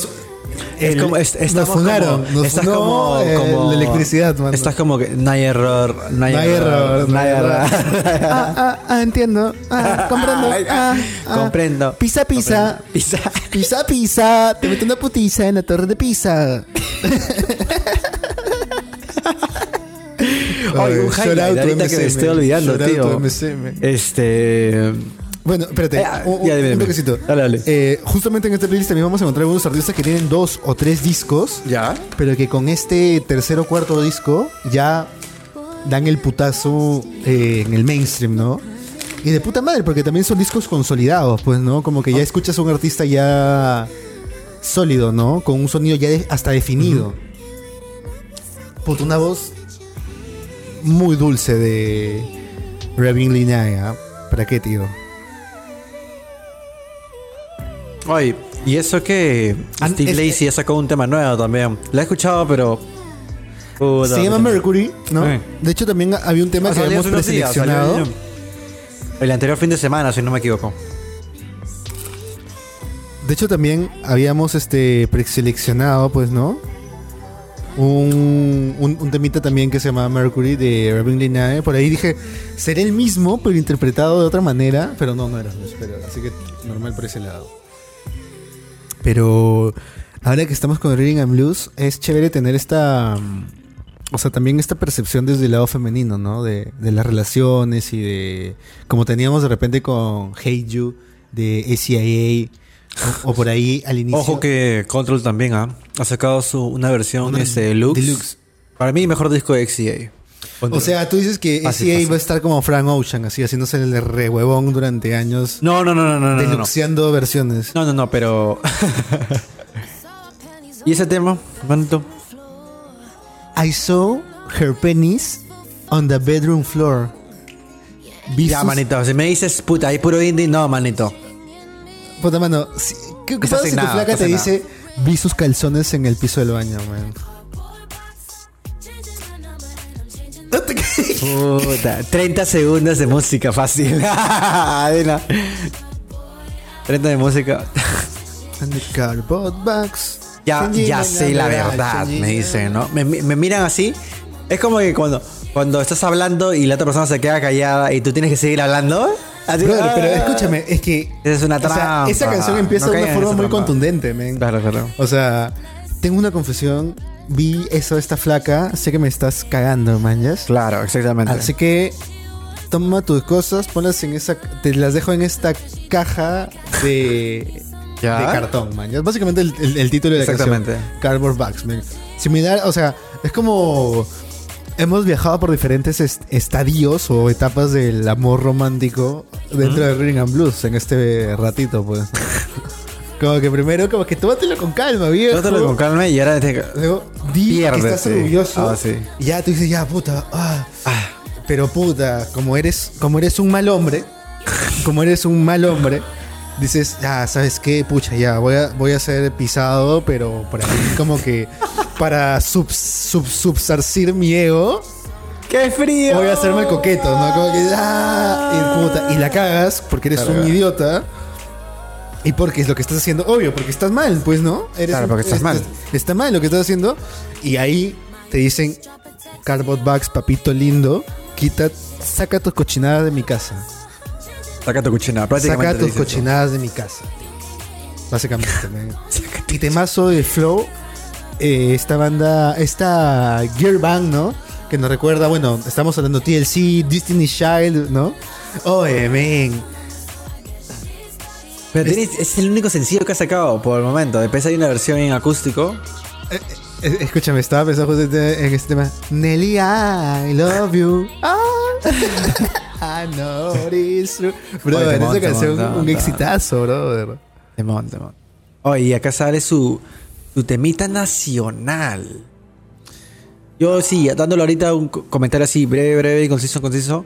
nos funaron. Estás como la electricidad, mano. Estás como que no hay error. No hay error. Entiendo. Comprendo. Comprendo. Pisa. Pisa. Te meto una putiza en la torre de Pisa. Oye, un highlight ahorita que me estoy olvidando, tío. Bueno, espérate, un toquecito. Dale. Justamente en este playlist también vamos a encontrar algunos artistas que tienen 2 o 3 discos, Ya. pero que con este tercer o cuarto disco ya dan el putazo en el mainstream, ¿no? Y de puta madre, porque también son discos consolidados, pues, ¿no? Como que ya escuchas a un artista ya sólido, ¿no? Con un sonido ya hasta definido. Puta, una voz muy dulce de Rabin Linaya. ¿Para qué, tío? Oye, y eso que Steve Lacy ya sacó un tema nuevo también. Lo he escuchado, pero... Se llama Mercury, ¿no? Sí. De hecho, también había un tema que Salió habíamos hace unos días, preseleccionado. salió el anterior fin de semana, si no me equivoco. De hecho, también habíamos preseleccionado, pues, ¿no? Un temita también que se llama Mercury de Rabin Linaya. Por ahí dije, será el mismo, pero interpretado de otra manera. Pero no era. Así que normal por ese lado. Pero ahora que estamos con Reading and Blues, es chévere tener esta... O sea, también esta percepción desde el lado femenino, ¿no? De las relaciones y de... Como teníamos de repente con Hate You, de ACIA, o por ahí al inicio... Ojo que Control también ha sacado una versión deluxe. Para mí, mejor disco de XCA. O sea, tú dices que ACA va a estar como Frank Ocean, así haciéndose el re huevón durante años. No. Deluxeando versiones. No, pero... ¿Y ese tema, manito? I saw her penis on the bedroom floor. Ya, manito, si me dices, puta, hay puro indie, no, manito. Puta, mano, ¿qué pasa si tu flaca te dice, vi sus calzones en el piso del baño, man? Puta, 30 segundos de música fácil. 30 de música. And the cardboard box. Ya sé la verdad, me dicen, ¿no? Me miran así. Es como que cuando estás hablando y la otra persona se queda callada y tú tienes que seguir hablando. Así, Brother, pero escúchame, es que... Esa es una trampa. Esa canción empieza de una forma muy contundente, man. Claro. O sea, tengo una confesión. Vi esta flaca. Sé que me estás cagando, manjas. Claro, exactamente. Así que toma tus cosas, ponlas en esa... Te las dejo en esta caja de cartón, man. Básicamente el título de la canción. Cardboard Box, man. Similar, o sea, es como... Hemos viajado por diferentes estadios o etapas del amor romántico dentro de Reading and Blues en este ratito, pues. Como que primero, como que tómatelo con calma, viejo. Tómatelo con calma y ahora... Luego, di que estás orgulloso. Sí. Y ya tú dices, ya, puta. Pero puta, como eres un mal hombre, dices, ya, ¿sabes qué? Pucha, ya, voy a ser pisado, pero por ahí como que para subsarcir mi ego. ¡Qué frío! Voy a hacerme el coqueto, ¿no? Como que, y la cagas porque eres un idiota. Y porque es lo que estás haciendo, obvio, porque estás mal, pues, ¿no? Porque estás mal. Está mal lo que estás haciendo. Y ahí te dicen, Cardboard Box, papito lindo, saca tus cochinadas de mi casa. Saca tu cochinada, prácticamente. Saca tus cochinadas de mi casa. Básicamente, man. Y temazo de flow esta banda, esta Gear Band, ¿no? Que nos recuerda, bueno, estamos hablando TLC, Destiny's Child, ¿no? Oye, men. Pero es el único sencillo que ha sacado por el momento. Después hay una versión en acústico. Escúchame, estaba pensando justo en este tema. Nelly, I love you. I know it's true. Brother, esa canción un exitazo, brother. Temón. Oye, y acá sale su temita nacional. Yo sí, dándole ahorita un comentario así breve y conciso.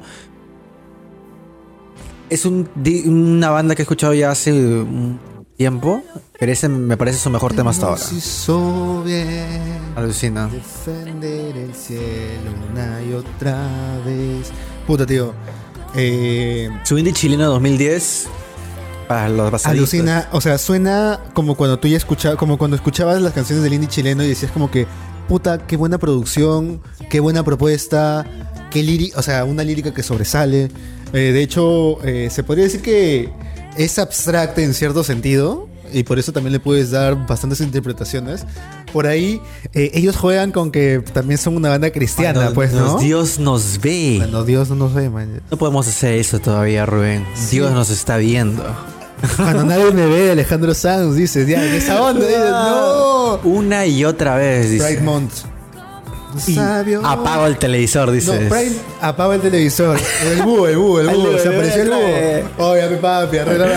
Es una banda que he escuchado ya hace un tiempo, pero ese me parece su mejor tema hasta ahora. Hizo bien. Alucina. Defender el cielo una y otra vez. Puta, tío. Su indie chileno 2010 para los basadistas. Alucina, o sea, suena como cuando tú ya escuchabas las canciones del indie chileno y decías como que, puta, qué buena producción, qué buena propuesta, qué lírica, o sea, una lírica que sobresale. De hecho, se podría decir que es abstracta en cierto sentido y por eso también le puedes dar bastantes interpretaciones. Por ahí, ellos juegan con que también son una banda cristiana, cuando pues, ¿no? Dios nos ve. Cuando Dios no nos ve, man. No podemos hacer eso todavía, Rubén. Sí. Dios nos está viendo. Cuando nadie me ve, Alejandro Sanz, dices, ya, en esa onda, dices, no. Una y otra vez, dice. Pride Month. Sabio. Apago el televisor, dices. No, Pride, apago el televisor. El búho. Se apareció el búho. Oye, mi papi, arregla.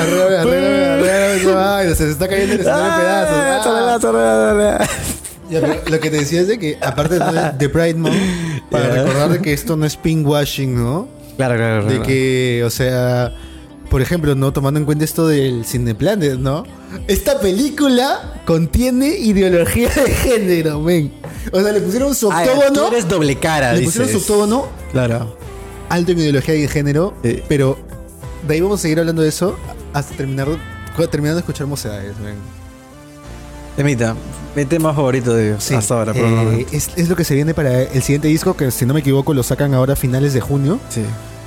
Se está cayendo el escenario en pedazos. Ya, pero lo que te decía es de que, aparte de Pride Month, para recordar de que esto no es pinkwashing, ¿no? Claro. De que, o sea, por ejemplo, ¿no? Tomando en cuenta esto del Cineplanet, ¿no? Esta película contiene ideología de género, men. O sea, le pusieron su octógono. Tú eres doble cara, le pusieron su octógono. Claro. Alto en ideología de género. Sí. Pero de ahí vamos a seguir hablando de eso hasta terminando de escuchar Mocedades, men. Temita, mi tema favorito de ellos, sí, hasta ahora. Es lo que se viene para el siguiente disco, que si no me equivoco lo sacan ahora a finales de junio. Sí.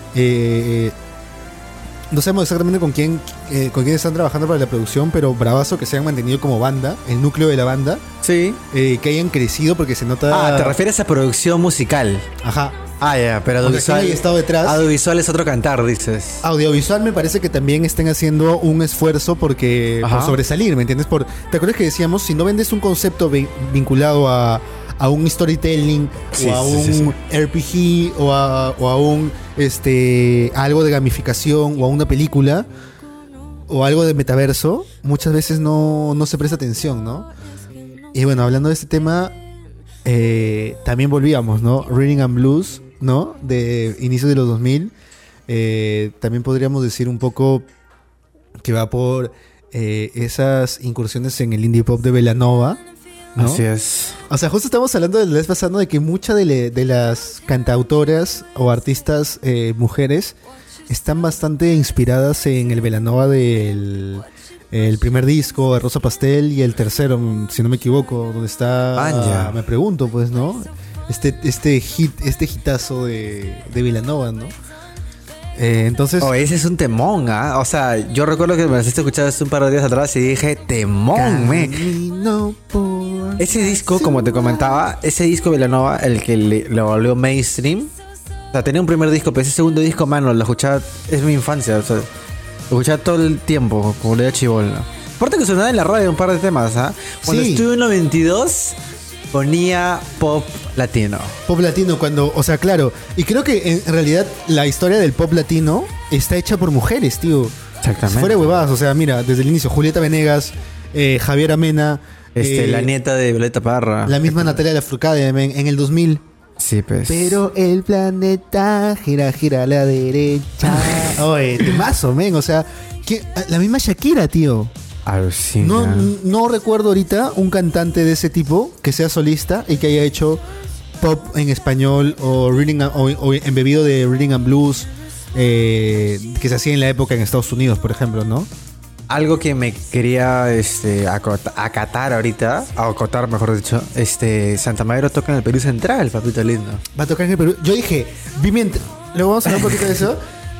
No sabemos exactamente con quién están trabajando para la producción, pero bravazo que se hayan mantenido como banda, el núcleo de la banda. Sí. Que hayan crecido porque se nota... ¿te refieres a producción musical? Ajá. Ya, pero audiovisual. Estado detrás. Audiovisual es otro cantar, dices. Audiovisual me parece que también estén haciendo un esfuerzo por sobresalir, ¿me entiendes? ¿Te acuerdas que decíamos, si no vendes un concepto vinculado a un storytelling, o a un RPG, o a un algo de gamificación, o a una película, o algo de metaverso, muchas veces no se presta atención, ¿no? Y bueno, hablando de este tema, también volvíamos, ¿no? Rhythm and Blues, ¿no? De inicio de los 2000. También podríamos decir un poco que va por esas incursiones en el indie pop de Belanova, ¿no? Así es. O sea, justo estamos hablando de la vez pasada de que muchas de las cantautoras o artistas mujeres están bastante inspiradas en el Belanova del primer disco, Rosa Pastel, y el tercero, si no me equivoco, donde está... Me pregunto, pues, ¿no? Este hitazo de Belanova, ¿no? Entonces... ese es un temón, ¿ah? O sea, yo recuerdo que me hiciste escuchar hace un par de días atrás y dije, temón, Ese disco, como te comentaba, ese disco Belanova, el que lo volvió mainstream. O sea, tenía un primer disco, pero ese segundo disco, mano, lo escuchaba, es mi infancia, o sea, lo escuchaba todo el tiempo, como le da chibol, ¿no? Aparte que sonaba en la radio un par de temas, ¿ah? Cuando estuve en 92... ponía pop latino. Pop latino o sea, claro. Y creo que en realidad la historia del pop latino está hecha por mujeres, tío. Exactamente. Fuera de huevadas, o sea, mira, desde el inicio, Julieta Venegas, Javiera Mena. La nieta de Violeta Parra. La misma Natalia Lafourcade en el 2000. Sí, pues. Pero el planeta gira a la derecha. Oye, temazo, men. O sea, la misma Shakira, tío. No recuerdo ahorita un cantante de ese tipo que sea solista y que haya hecho pop en español o embebido de rhythm and blues que se hacía en la época en Estados Unidos, por ejemplo, ¿no? Algo que me quería acotar ahorita, acotar mejor dicho, Santa Madero toca en el Perú Central, papito lindo. Va a tocar en el Perú. Yo dije, luego vamos a hablar un poquito de eso.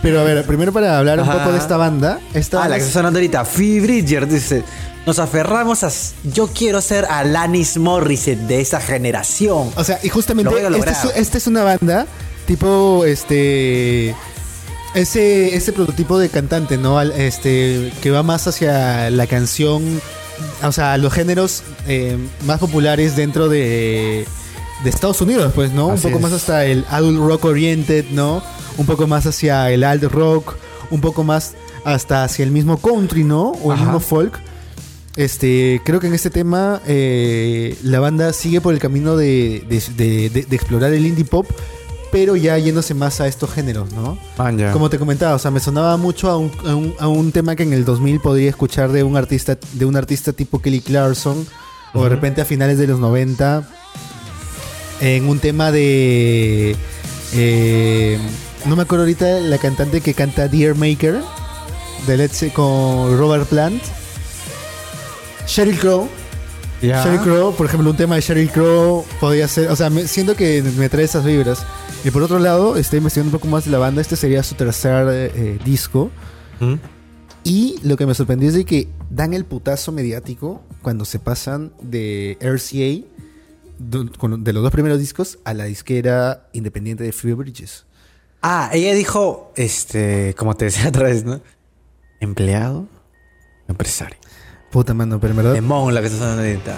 Pero a ver, primero para hablar un poco de esta banda. La que está sonando ahorita, Phoebe Bridgers, dice: nos aferramos a... Yo quiero ser Alanis Morissette de esa generación. O sea, y justamente Lo voy a lograr. esta es una banda tipo ese prototipo de cantante, ¿no? Que va más hacia la canción, o sea, los géneros más populares dentro de Estados Unidos, pues, ¿no? Así un poco es. más hasta el adult rock oriented, ¿no? Un poco más hacia el alt rock, un poco más hasta hacia el mismo country, ¿no? O el Ajá. mismo folk. Creo que en este tema la banda sigue por el camino de explorar el indie pop, pero ya yéndose más a estos géneros, ¿no? Como te comentaba, o sea, me sonaba mucho a un tema que en el 2000 podría escuchar de un artista tipo Kelly Clarkson, o de repente a finales de los 90, en un tema de... no me acuerdo ahorita la cantante que canta Dear Maker, de Let's Say, con Robert Plant. Sheryl Crow. Sheryl Crow, por ejemplo, un tema de Sheryl Crow podría ser, o sea, siento que me trae esas vibras. Y por otro lado, estoy investigando un poco más de la banda. Este sería su tercer disco. Y lo que me sorprendió es de que dan el putazo mediático cuando se pasan de RCA, de los dos primeros discos, a la disquera independiente de Phoebe Bridgers. Ella dijo, como te decía otra vez, ¿no? Empleado, empresario. Puta, mano, pero en verdad... Demon, la que está sonando ahorita.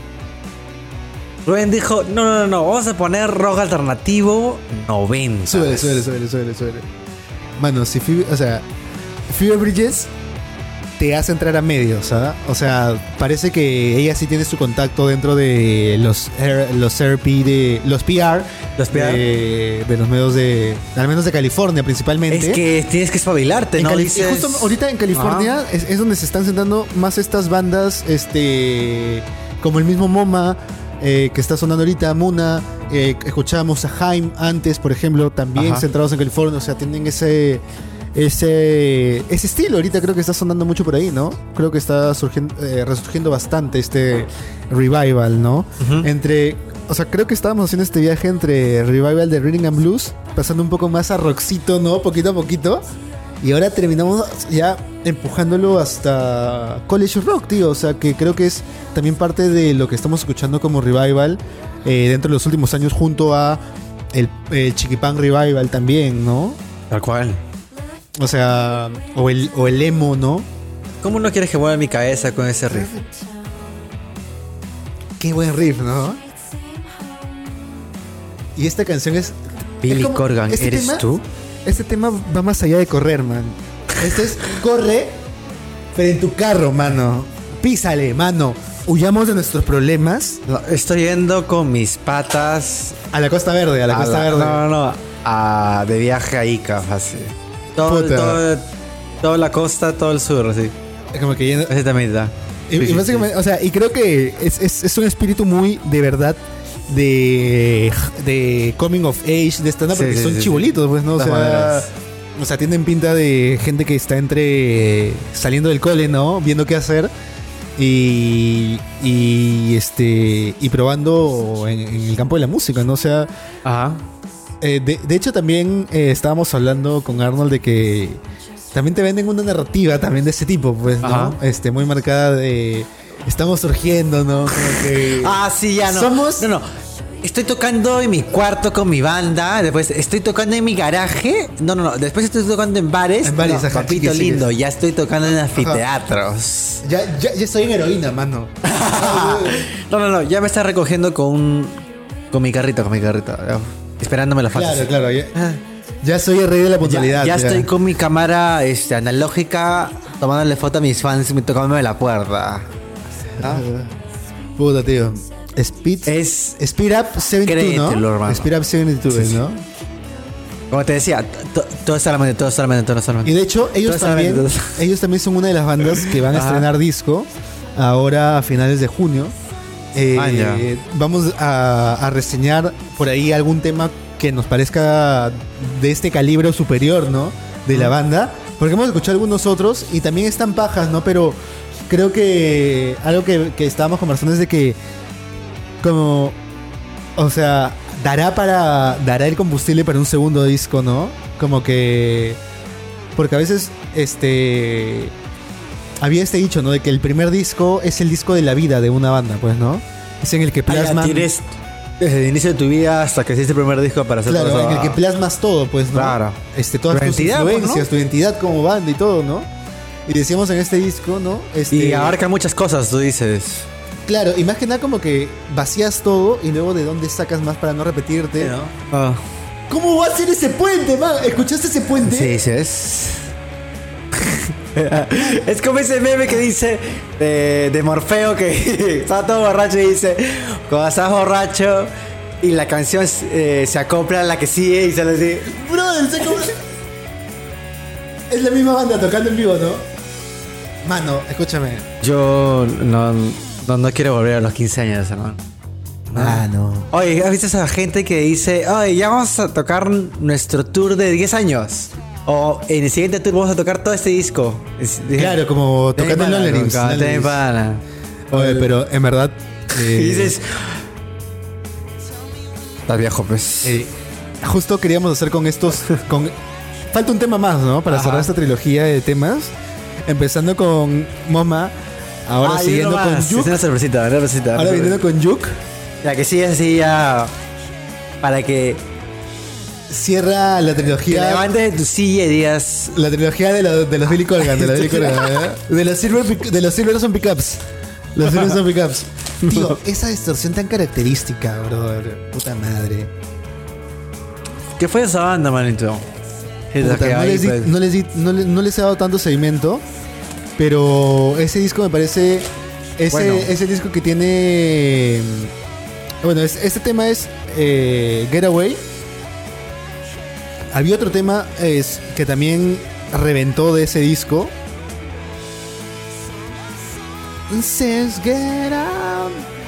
Rubén dijo, no, vamos a poner rock alternativo 90. Súbele. Mano, si Phoebe Bridgers te hace entrar a medios, ¿sabes? O sea, parece que ella sí tiene su contacto dentro de los RP, de los PR, de los medios al menos de California principalmente. Es que tienes que espabilarte, ¿no? Y justo ahorita en California es donde se están sentando más estas bandas, como el mismo MoMA, que está sonando ahorita, Muna, escuchábamos a Haim antes, por ejemplo, también centrados en California, o sea, tienen ese estilo. Ahorita creo que está sonando mucho por ahí, ¿no? Creo que está resurgiendo bastante este revival, ¿no? O sea, creo que estábamos haciendo este viaje entre revival de Rhythm and Blues, pasando un poco más a rockcito, ¿no? Poquito a poquito. Y ahora terminamos ya empujándolo hasta college rock, tío. O sea, que creo que es también parte de lo que estamos escuchando como revival dentro de los últimos años, junto a el Chiquipán Revival también, ¿no? Tal cual. O sea, o el emo, ¿no? ¿Cómo no quieres que mueva mi cabeza con ese riff? Qué buen riff, ¿no? Y esta canción es... Billy Corgan, ¿eres tú? Este tema va más allá de correr, man. Este es corre, pero en tu carro, mano. Písale, mano. Huyamos de nuestros problemas. No, estoy yendo con mis patas... A la Costa Verde, a la Costa Verde. No. De viaje a Ica, fácil. Toda la costa, todo el sur, sí. Es como que yendo... Ese también está. Y básicamente, o sea, y creo que es un espíritu muy de verdad de coming of age de stand-up, porque son chibolitos, pues, ¿no? O sea, tienen pinta de gente que está saliendo del cole, ¿no? Viendo qué hacer y probando en el campo de la música, ¿no? O sea, de hecho también estábamos hablando con Arnold de que también te venden una narrativa también de ese tipo, pues, ¿no? Muy marcada de... Estamos surgiendo, ¿no? Como que... sí, ya no. No. Estoy tocando en mi cuarto con mi banda. Después estoy tocando en mi garaje. No. Después estoy tocando en bares. Papito lindo, ya estoy tocando en anfiteatros. Ya estoy en heroína, mano. No. Ya me está recogiendo con mi carrito. Esperándome la fase. Claro. Ya soy el rey de la puntualidad. Ya estoy con mi cámara analógica tomándole foto a mis fans y tocándome la puerta. Puta, tío. Speed Up 72, ¿no? Hermano. Speed Up 72, sí. ¿no? Como te decía, todo está todo. Y de hecho, ellos también son una de las bandas que van a estrenar disco ahora a finales de junio. Vamos a reseñar por ahí algún tema que nos parezca de este calibre o superior, ¿no? De la banda. Porque hemos escuchado algunos otros y también están pajas, ¿no? Pero creo que algo que estábamos conversando es de que como, o sea, dará el combustible para un segundo disco, ¿no? Como que Porque a veces, había este dicho, ¿no? De que el primer disco es el disco de la vida de una banda, pues, ¿no? Es en el que plasman... Tienes desde el inicio de tu vida hasta que hiciste el primer disco para hacer Claro, todo eso. en el que plasmas todo, pues, ¿no? Claro. Todas Tu tus identidad, influencias, pues, ¿no? tu identidad como banda y todo, ¿no? Y decíamos en este disco, ¿no? Y abarca muchas cosas, tú dices. Claro, y más que nada como que vacías todo y luego de dónde sacas más para no repetirte. ¿No? Ah. ¿Cómo va a ser ese puente, man? ¿Escuchaste ese puente? Sí, sí, es. Es como ese meme que dice de Morfeo que está todo borracho y dice: cuando estás borracho y la canción se acopla a la que sigue y sale así. Brother, es la misma banda tocando en vivo, ¿no? Mano, escúchame. Yo no quiero volver a los 15 años, hermano. Mano. Oye, ¿has visto esa gente que dice: oye, ya vamos a tocar nuestro tour de 10 años? O en el siguiente tour vamos a tocar todo este disco. Claro, como tocando en Lollerings. Oye, pero en verdad... Y dices... Estás viejo, pues. Justo queríamos hacer con estos... Falta un tema más, ¿no? Para cerrar esta trilogía de temas. Empezando con Moma. Ahora siguiendo con Yuk. Es una sorpresita, Ahora viniendo con Yuk. La que sigue así ya... Para que... Cierra la Te trilogía. levantes de tu silla y digas... La trilogía de los Billy Corgan. De los Billy Corgan, ¿verdad? De los Silverson Pickups. Los Silverson Pickups. Tío, esa distorsión tan característica, brother. Puta madre. ¿Qué fue esa banda, manito? Puta, no les he dado tanto seguimiento. Pero ese disco me parece... Ese disco que tiene... Bueno, este tema es Getaway. Había otro tema que también reventó de ese disco. Says get out.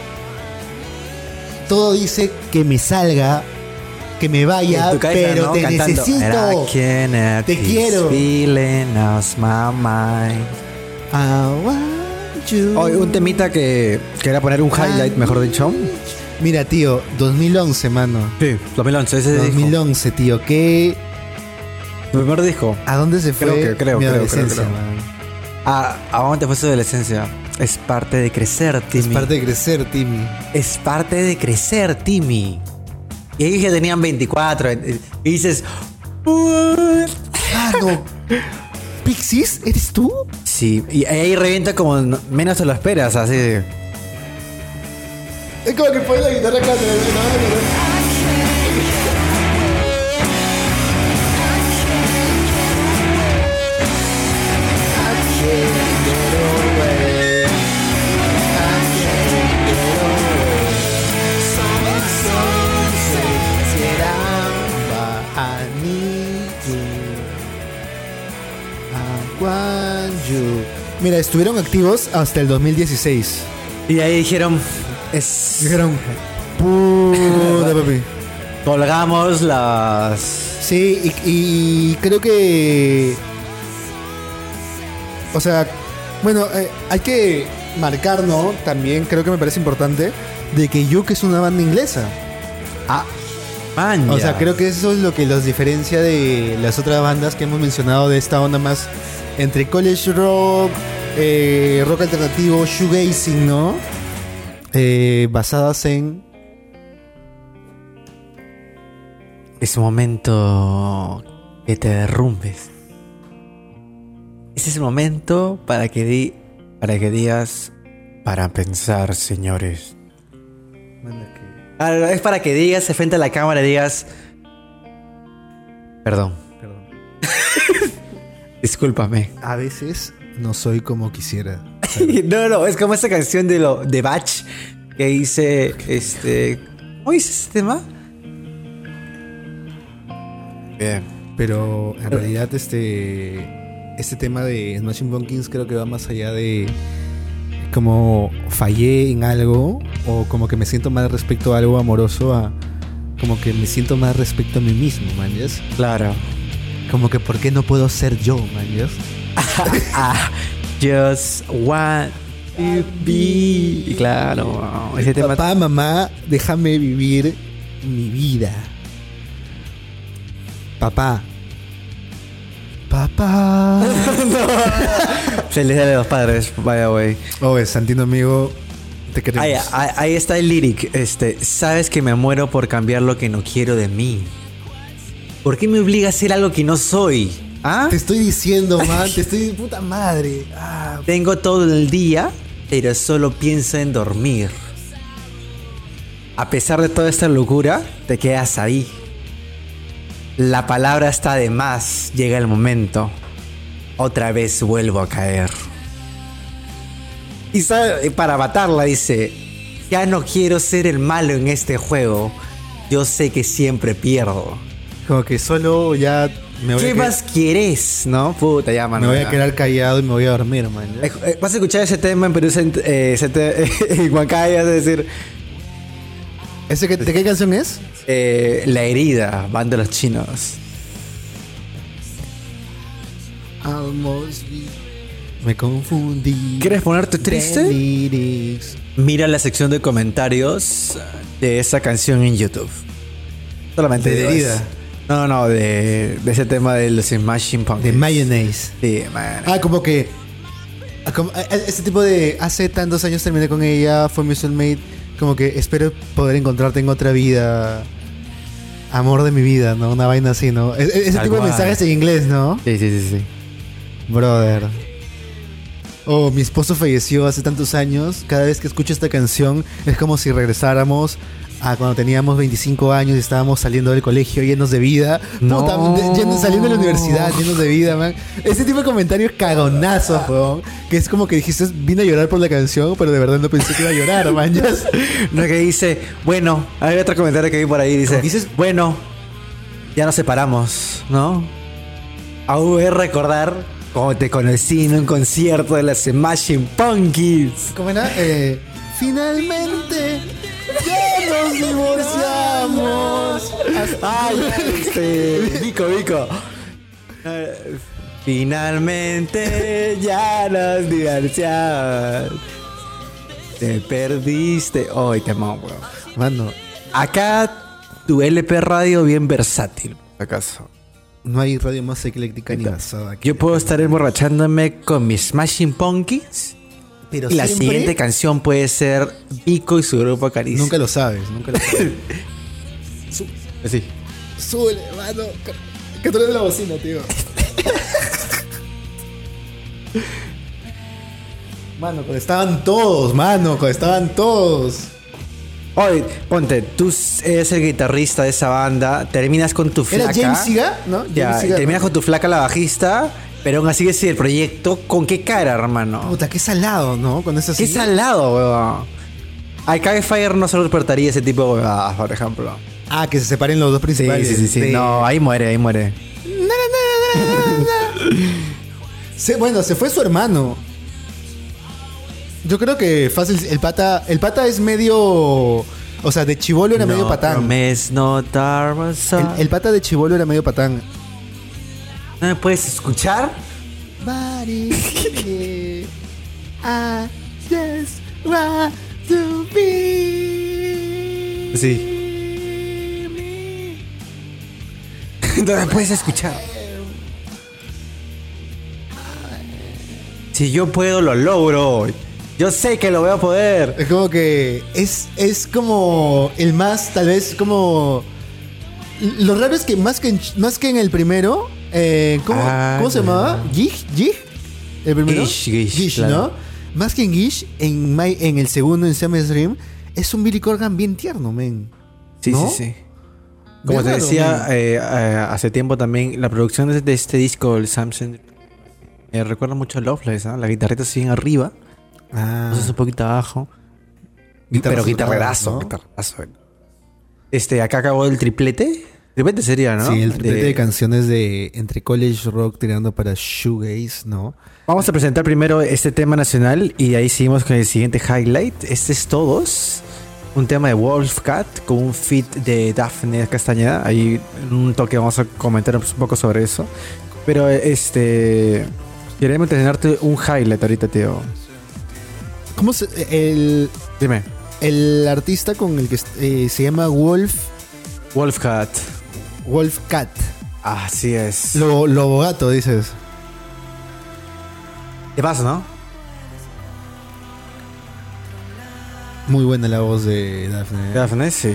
Todo dice que me salga, que me vaya, cabeza, pero ¿no? te Cantando. necesito. Te quiero. I want you. Hoy un temita que quería poner un highlight, mejor dicho. Mira, tío, 2011, mano. Sí, 2011, ese 2011, tío, ¿qué? Tu primer disco. ¿A dónde se fue Creo. mi adolescencia, man? ¿A dónde fue su adolescencia? Es parte de crecer, Timmy. Es parte de crecer, Timmy. Es parte de crecer, Timmy. Y ellos ya tenían 24. Y dices... "What?". Mano, ¿Pixies? ¿Eres tú? Sí, y ahí revienta como menos te lo esperas, así. Es como que pone la guitarra acá. Mira, estuvieron activos hasta el 2016. Y ahí dijeron... Dijeron, puta papi. Colgamos las... Sí, y creo que... O sea, bueno, hay que marcar, ¿no? También creo que me parece importante de que Yuk es una banda inglesa. Man, o sea, creo que eso es lo que los diferencia de las otras bandas que hemos mencionado de esta onda más entre college rock, rock alternativo, shoegazing, ¿no? Basadas en... Es un momento que te derrumbes. Ese es el momento para que digas, para pensar, señores. Es para que digas frente a la cámara y digas, perdón. Discúlpame. A veces no soy como quisiera. No, es como esa canción de Bach que dice, ¿cómo dice ese tema? Bien. Pero en realidad este tema de Smashing Pumpkins creo que va más allá de como fallé en algo o como que me siento mal respecto a algo amoroso a como que me siento mal respecto a mí mismo, man, ¿yes? Claro. Como que ¿por qué no puedo ser yo, man, ¿yes? Just want to be. Claro, ese tema. Papá, mamá, déjame vivir mi vida. Papá, Papá. Feliz Día de los Padres, vaya güey. Oye, Santino amigo, te queremos. Ahí está el lyric. Sabes que me muero por cambiar lo que no quiero de mí. ¿Por qué me obliga a hacer algo que no soy? ¿Ah? Te estoy diciendo, man, puta madre. Tengo todo el día, pero solo pienso en dormir. A pesar de toda esta locura, te quedas ahí. La palabra está de más, llega el momento. Otra vez vuelvo a caer. Y para matarla dice, ya no quiero ser el malo en este juego. Yo sé que siempre pierdo. Como que solo ya me voy ¿Qué más quieres? ¿No? Puta, ya, mano. Me voy a quedar callado y me voy a dormir, man. Vas a escuchar ese tema en Perú, en Huancayo, es decir... ¿De qué canción es? La herida, banda de los chinos. Me confundí. ¿Quieres ponerte triste? Mira la sección de comentarios de esa canción en YouTube. Solamente de herida. No, de ese tema de los Smashing Pumpkins. De Mayonnaise. Sí, man. Como que... Ese tipo de... Hace tantos años terminé con ella, fue mi soulmate. Como que espero poder encontrarte en otra vida. Amor de mi vida, ¿no? Una vaina así, ¿no? Ese tipo de mensajes en inglés, ¿no? Sí. Brother. Mi esposo falleció hace tantos años. Cada vez que escucho esta canción es como si regresáramos a cuando teníamos 25 años y estábamos saliendo del colegio llenos de vida. No. Saliendo de la universidad llenos de vida, man. Ese tipo de comentarios cagonazos, weón. Que es como que dijiste, vine a llorar por la canción, pero de verdad no pensé que iba a llorar, man. No, que dice, bueno, hay otro comentario que vi por ahí, dice, bueno, ya nos separamos, ¿no? Aún voy a recordar cómo te conocí en un concierto de las Smashing Pumpkins. ¿Cómo era? Finalmente ya nos divorciamos. Vico. Finalmente ya nos divorciamos. Te perdiste. Hoy te amo, weón. Mano, acá tu LP radio bien versátil, ¿acaso? No hay radio más ecléctica ni basada aquí. Yo puedo estar emborrachándome con mis Smashing Pumpkins. Pero y la siguiente canción puede ser Vico y su grupo Caricia. Nunca lo sabes. Sí. Súbele, mano. Que tú eres de la bocina, tío. Mano, cuando estaban todos. Oye, ponte, tú eres el guitarrista de esa banda, terminas con tu flaca. ¿Era James Siga? ¿No? Ya, terminas con tu flaca la bajista, pero aún así que sí, el proyecto, ¿con qué cara, hermano? Puta, qué salado, ¿no? Con eso Qué salado, weón. Al Fire no se lo despertaría ese tipo de huevadas, por ejemplo. Que se separen los dos principales. Sí. No, ahí muere. Bueno, se fue su hermano. Yo creo que fácil. El pata es medio. O sea, de chibolo era medio patán. El pata de chibolo era medio patán. ¿No me puedes escuchar? I just want to be. Sí. No me puedes escuchar. Si yo puedo, lo logro. Yo sé que lo voy a poder. Es como que es como el más, tal vez como... Lo raro es que más que en el primero, ¿cómo se llamaba? ¿Gish? ¿El primero? Gish, claro. ¿no? Más que en Gish, en el segundo, en Summer's Dream, es un Billy Corgan bien tierno, men. Sí, ¿no? sí. Como te decía hace tiempo también, la producción de este disco, el Samson, recuerda mucho a Loveless, ¿no? La guitarrita así en arriba. Entonces un poquito abajo. Pero guitarrazo, ¿no? Acá acabó el triplete. Triplete sería, ¿no? Sí, el triplete de canciones de entre college rock tirando para shoegaze, ¿no? Vamos a presentar primero este tema nacional y ahí seguimos con el siguiente highlight. Este es Todos. Un tema de Wolfcat con un feat de Dafne Castañeda. Ahí en un toque vamos a comentar un poco sobre eso. Pero queremos enseñarte un highlight ahorita, tío. ¿Cómo se...? Dime. El artista con el que se llama Wolfcat. Así es. Lobo Gato, dices. ¿Qué pasa, no? Muy buena la voz de Daphne. Daphne, sí.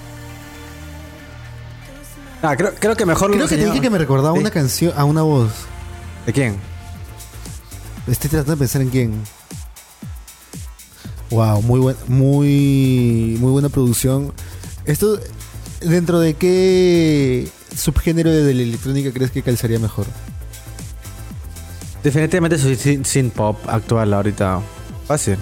Creo que mejor Creo que te dije que me recordaba una canción, a una voz. ¿De quién? Estoy tratando de pensar en quién. Wow, muy buena producción. Esto, ¿dentro de qué subgénero de la electrónica crees que calzaría mejor? Definitivamente soy synth pop actual ahorita. Fácil.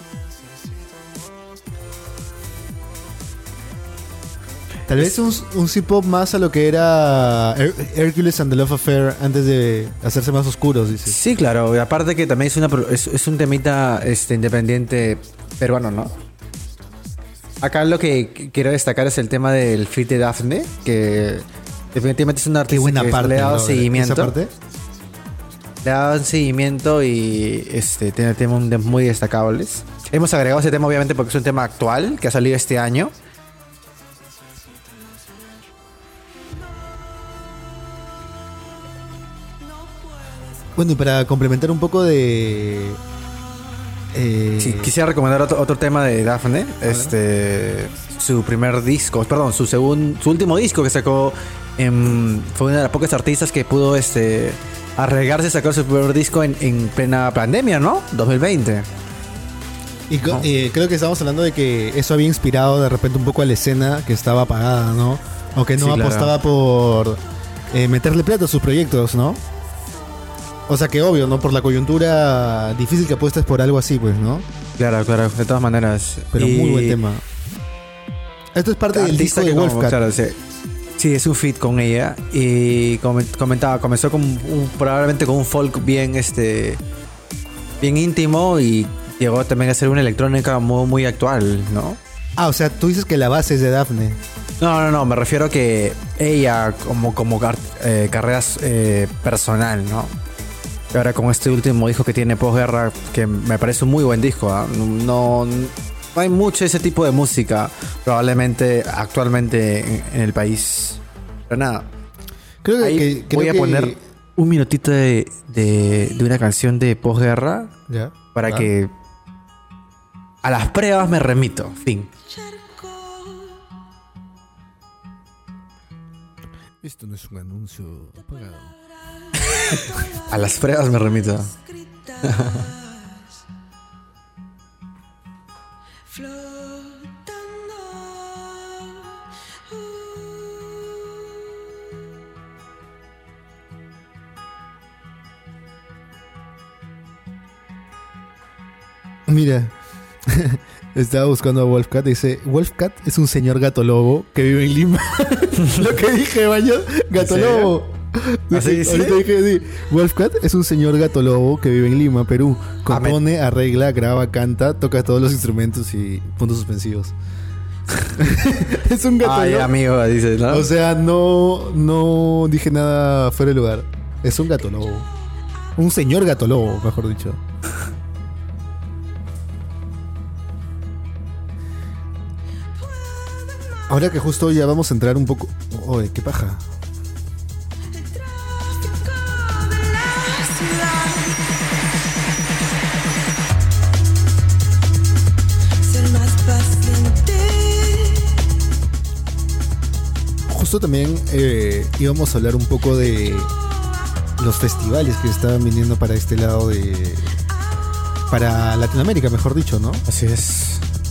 Tal vez un synth pop más a lo que era Hercules and the Love Affair antes de hacerse más oscuros, dices. Sí, claro. Y aparte que también es un temita independiente peruano, ¿no? Acá lo que quiero destacar es el tema del feat de Daphne, que definitivamente es un artista Qué buena que parte, le ha dado ¿no? seguimiento. ¿Esa parte? Le ha dado seguimiento y tiene temas muy destacables. Hemos agregado ese tema obviamente porque es un tema actual que ha salido este año. Bueno, y para complementar un poco de... Sí, quisiera recomendar otro tema de Daphne. Su primer disco, perdón, su último disco que sacó. Fue una de las pocas artistas que pudo arriesgarse a sacar su primer disco en plena pandemia, ¿no? 2020. Y creo que estábamos hablando de que eso había inspirado de repente un poco a la escena que estaba apagada, ¿no? O que no Sí, apostaba por meterle plata a sus proyectos, ¿no? O sea que obvio, ¿no? Por la coyuntura difícil que apuestes por algo así, pues, ¿no? Claro, de todas maneras. Pero muy buen tema. Esto es parte del disco de Wolfcat. Claro, sí, es un feat con ella. Y comentaba, comenzó probablemente con un folk bien íntimo y llegó también a ser una electrónica muy, muy actual, ¿no? Ah, o sea, tú dices que la base es de Daphne. No, me refiero a que ella como carrera personal, ¿no? Y ahora con este último disco que tiene Posguerra, que me parece un muy buen disco, ¿eh? No hay mucho ese tipo de música probablemente actualmente en el país. Pero nada. Creo Voy a poner un minutito de una canción de Posguerra para que a las pruebas me remito. Fin. Esto no es un anuncio pagado. A las pruebas me remito. Mira, estaba buscando a Wolfcat. Dice: Wolfcat es un señor gato lobo que vive en Lima. Lo que dije, baño, gato lobo. ¿Así dice? Ahorita dije, sí. Wolfcat es un señor gato lobo que vive en Lima, Perú. Compone, arregla, graba, canta, toca todos los instrumentos y puntos suspensivos. Es un gato lobo. Amigo, dices, ¿no? O sea, no dije nada fuera de lugar. Es un gato lobo. Un señor gato lobo, mejor dicho. Ahora que justo ya vamos a entrar un poco... Oye, qué paja. Justo también íbamos a hablar un poco de los festivales que estaban viniendo para este lado de... Para Latinoamérica, mejor dicho, ¿no? Así es.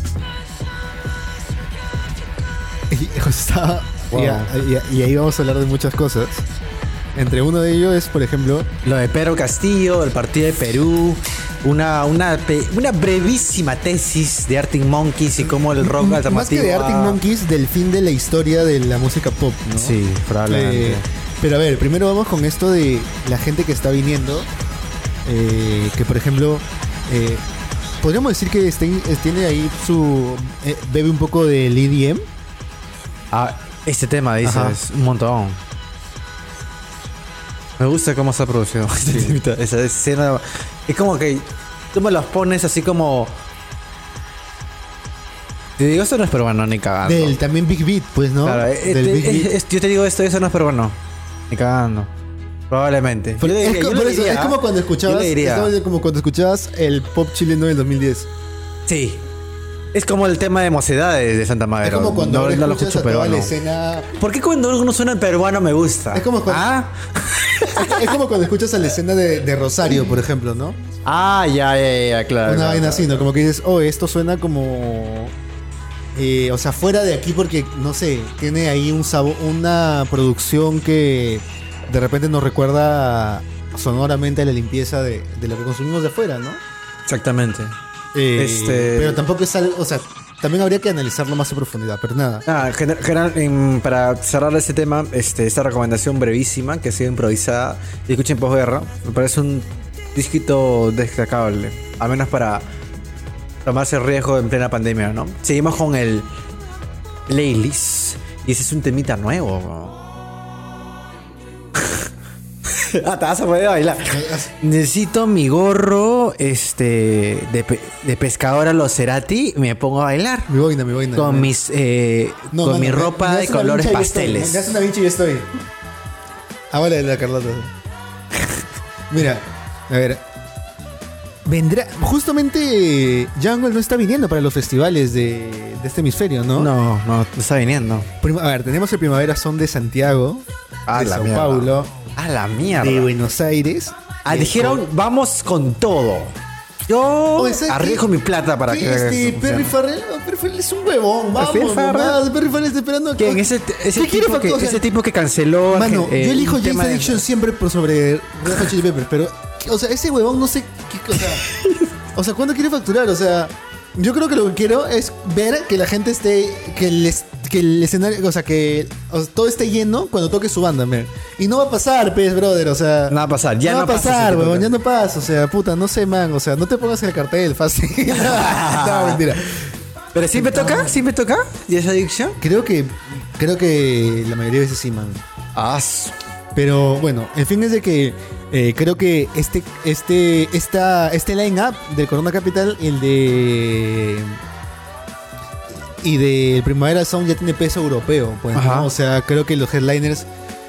Wow. Y ahí vamos a hablar de muchas cosas. Entre uno de ellos es, por ejemplo, lo de Pedro Castillo, el partido de Perú, una brevísima tesis de Arctic Monkeys y cómo el rock alternativo. Más que de Arctic Monkeys, del fin de la historia de la música pop, ¿no? Sí, probablemente. Pero a ver, primero vamos con esto de la gente que está viniendo. Que por ejemplo, podríamos decir que tiene ahí su... bebe un poco del EDM. Este tema, dices, ajá, un montón. Me gusta cómo se ha producido esa escena. Es como que tú me los pones así como... Te digo, esto no es peruano ni cagando. Del también Big Beat, pues, ¿no? Claro, del Big Beat. Yo te digo esto, eso no es peruano. Ni cagando. Probablemente. Por eso, es como cuando escuchabas. Es como cuando escuchabas el pop chileno del 2010. Sí. Es como el tema de Mocedades de Santa Madero. Es como cuando no lo escucho peruano. La escena... ¿Por qué cuando uno suena en peruano me gusta? Es como cuando, es como cuando escuchas a la escena de Rosario, por ejemplo, ¿no? Ah, ya, claro. Una vaina así, ¿no? Como que dices, esto suena como... o sea, fuera de aquí porque, no sé, tiene ahí un sabor, una producción que de repente nos recuerda sonoramente a la limpieza de lo que consumimos de afuera, ¿no? Exactamente. Pero tampoco es algo, o sea, también habría que analizarlo más en profundidad, pero nada. Para cerrar este tema, esta recomendación brevísima que ha sido improvisada y escuchen posguerra, me parece un disquito destacable, al menos para tomarse el riesgo en plena pandemia, ¿no? Seguimos con el playlist y ese es un temita nuevo. Te vas a poder bailar. Necesito mi gorro de pescador a los Cerati. Me pongo a bailar. Mi boina. Con mi ropa de colores pasteles. Me das una vincha y yo estoy. Vale, la Carlota. Mira, a ver. Vendrá. Justamente Jungle no está viniendo para los festivales de este hemisferio, ¿no? No está viniendo. A ver, tenemos el Primavera Sound de Santiago, de Sao Paulo. A la mierda. De Buenos Aires. Dijeron, vamos con todo. Yo arriesgo mi plata para que... Perry Farrell es un huevón. Vamos, Perry Farrell está esperando. ¿Quién? Ese tipo que canceló... Mano, yo elijo James Addiction siempre por sobre Red Hot Chili Peppers. Pero, o sea, ese huevón no sé... O sea, ¿cuándo quiere facturar? O sea... Yo creo que lo que quiero es ver que la gente esté... Que el escenario... O sea, todo esté lleno cuando toque su banda, man. Y no va a pasar, pues, brother. O sea... No va a pasar. Ya no va a pasar, weón. Ya no pasa. O sea, puta, no sé, man. O sea, no te pongas en el cartel fácil. No, mentira. ¿Pero sí me toca? ¿Sí me toca? ¿Y esa adicción? Creo que la mayoría de veces sí, man. Pero bueno, el fin es de que creo que este line-up del Corona Capital y del Primavera Sound ya tiene peso europeo, pues, ¿no? O sea, creo que los headliners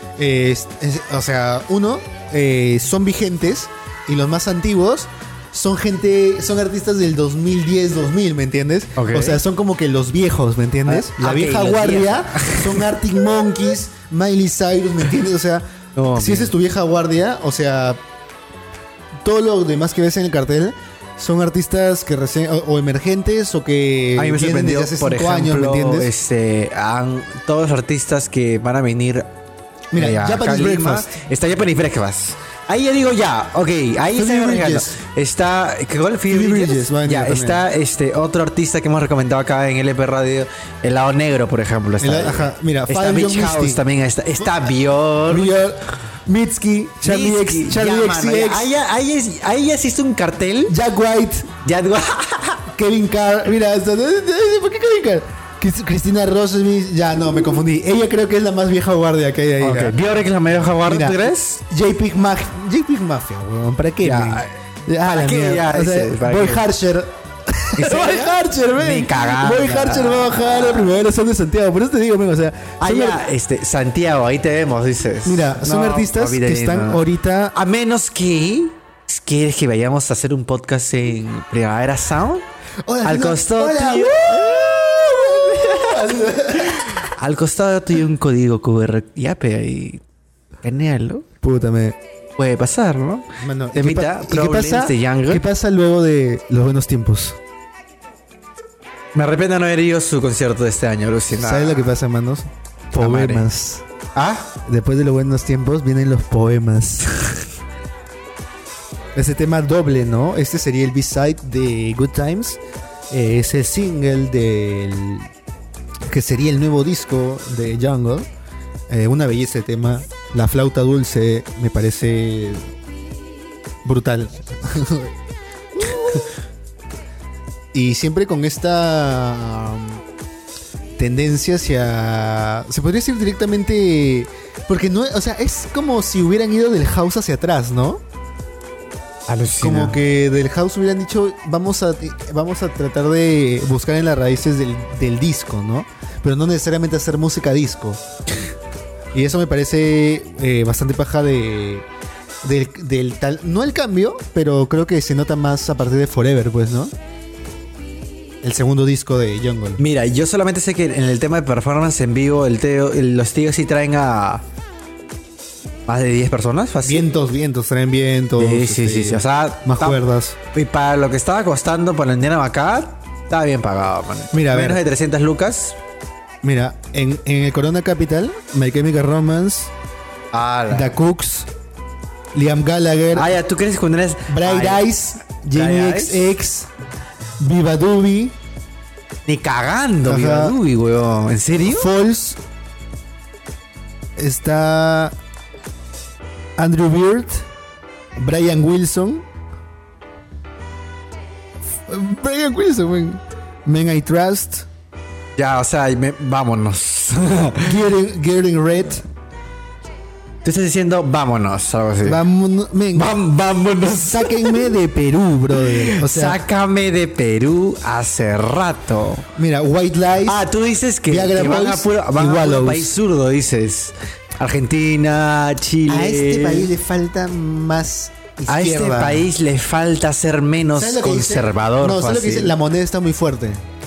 son vigentes y los más antiguos son artistas del 2010-2000, ¿me entiendes? Okay. O sea, son como que los viejos, ¿me entiendes? La vieja guardia son Arctic Monkeys, Miley Cyrus, ¿me entiendes? O sea, si esa es tu vieja guardia, o sea, todo lo demás que ves en el cartel son artistas que recién o emergentes o que vienen desde hace 5 años, ¿me entiendes? Todos los artistas que van a venir. Mira, Japanese Breakfast. Está Japanese Breakfast. Ahí ya digo ahí está Phoebe Bridges. Ya está otro artista que hemos recomendado acá en LP Radio, El Lado Negro, por ejemplo. Mira, está Beach House también, está Björk, Mitski, Charlie XCX. Ahí ya se hizo un cartel. Jack White, Kevin Carr. Mira, ¿por qué Kevin Carr? Cristina Rosasmith, ya no, me confundí. Ella creo que es la más vieja guardia que hay ahí. Okay. ¿Björk es la más vieja guardia, tú crees? JPEG Mafia, weón. ¿Para qué? ¿Para qué? Boy Harsher. Boy Harsher, ven. Ni cagando. Boy Harsher va a bajar la Primavera Sound de Santiago. Por eso te digo, o sea. Santiago, ahí te vemos, dices. Mira, son artistas que están ahorita. A menos que quieres que vayamos a hacer un podcast en Primavera Sound. Al costado tuyo. Al costado tuyo un código QR. Ya, pero ahí. Ganéalo. Puta, puede pasar, ¿no? Mano, ¿qué pasa luego de los buenos tiempos? Me arrepiento de no haber ido a su concierto de este año, alucinado. ¿Sabes lo que pasa, manos? Poemas. Después de los buenos tiempos vienen los poemas. Ese tema doble, ¿no? Este sería el B-side de Good Times. Es el single que sería el nuevo disco de Jungle. Una belleza de tema. La flauta dulce me parece brutal. Y siempre con esta tendencia hacia... Se podría decir directamente... Porque no... O sea, es como si hubieran ido del house hacia atrás, ¿no? Alucina. Como que del house hubieran dicho, vamos a tratar de buscar en las raíces del disco, ¿no? Pero no necesariamente hacer música disco. Y eso me parece bastante paja del tal. No el cambio, pero creo que se nota más a partir de Forever, pues, ¿no? El segundo disco de Jungle. Mira, yo solamente sé que en el tema de performance en vivo, los tíos sí traen a más de 10 personas, fácil. Vientos, traen vientos. Sí. O sea, más cuerdas. Y para lo que estaba costando por la Indiana Bacard, estaba bien pagado, man. Mira, a menos ver. de 300 lucas. Mira, en el Corona Capital, My Chemical Romance, The Cooks, Liam Gallagher, Ah, ya, ¿tú crees que cuando eres Bright Eyes, Jamie Bright XX, Viva Doobie, Ni cagando, Ajá. Viva Dubi, weón. ¿En serio? Falls, está Andrew Beard, Brian Wilson, Man I Trust, Ya, o sea, vámonos. Getting Red. Tú estás diciendo vámonos, algo así. Vámonos. Sáquenme de Perú, brother. O sea, Sácame de Perú hace rato. mira, White Lies. Ah, tú dices que Viagra van a Boys puro, y van a puro Wallows. país zurdo, dices. Argentina, Chile. A este país le falta más izquierda. A este país le falta ser menos ¿Sabes lo que dice? conservador. No, ¿sabes lo que dice? fácil. La moneda está muy fuerte.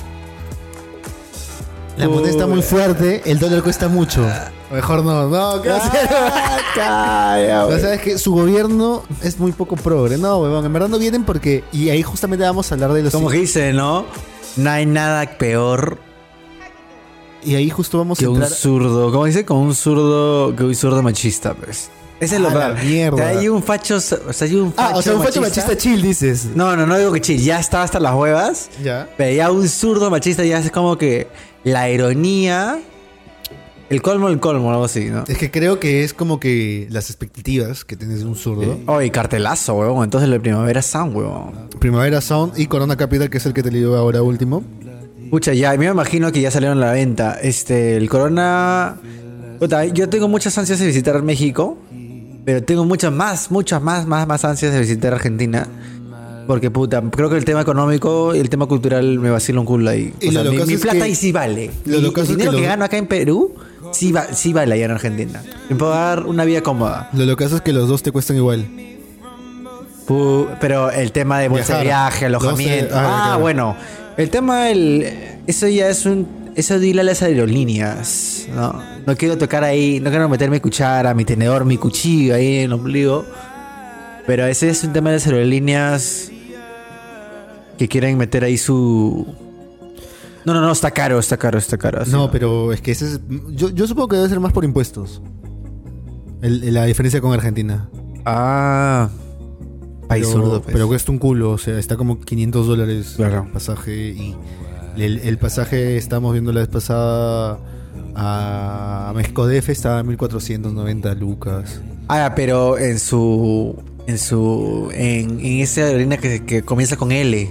La moneda está muy fuerte, el dólar cuesta mucho. Mejor no, ¿qué hacer? Calla, O sea, es que su gobierno es muy poco progre. No, huevón, en verdad no vienen porque... Y ahí justamente vamos a hablar de los... Como que dice, ¿no? No hay nada peor Y ahí justo vamos a que un entrar... zurdo. ¿Cómo dice? Como un zurdo machista, pues. Ese es lo Ah, la peor. mierda. Hay un facho. O sea, hay un facho. o sea, un facho machista chill, dices. No digo que chill. Ya estaba hasta las huevas. Ya. Pero ya un zurdo machista ya es como que la ironía. El colmo, algo así, ¿no? Es que creo que es como que las expectativas que tienes de un zurdo. Oh, y cartelazo, huevón. Entonces la Primavera Sound, huevón. Primavera Sound y Corona Capital, que es el que te digo ahora último. Pucha, ya, me imagino que ya salieron a la venta. El Corona. Puta, yo tengo muchas ansias de visitar México. Pero tengo muchas más ansias de visitar Argentina. Porque, puta, creo que el tema económico y el tema cultural me vacila un culo ahí. Y O sea, lo mi locazo es plata que- ahí sí vale. lo Y locazo el es que dinero que, lo- gano acá en Perú sí vale allá en Argentina. Me puedo dar una vida cómoda. Lo caso es que los dos te cuestan igual. Pero el tema de bolsa de Viajar. viaje, alojamiento. 12, claro. Bueno. El tema eso ya es eso dile a las aerolíneas, ¿no? No quiero tocar ahí, no quiero meter mi cuchara, mi tenedor, mi cuchillo ahí en el ombligo. Pero ese es un tema de las aerolíneas que quieren meter ahí su... No, está caro. así, No, pero es que ese es... Yo supongo que debe ser más por impuestos. La diferencia con Argentina. Ah... País Pero, zurdo, pues. pero cuesta un culo, o sea, está como $500 Claro. el pasaje. Y el pasaje, estábamos viendo la vez pasada a México DF, estaba a 1490 lucas. Pero en esa aerolínea que comienza con L.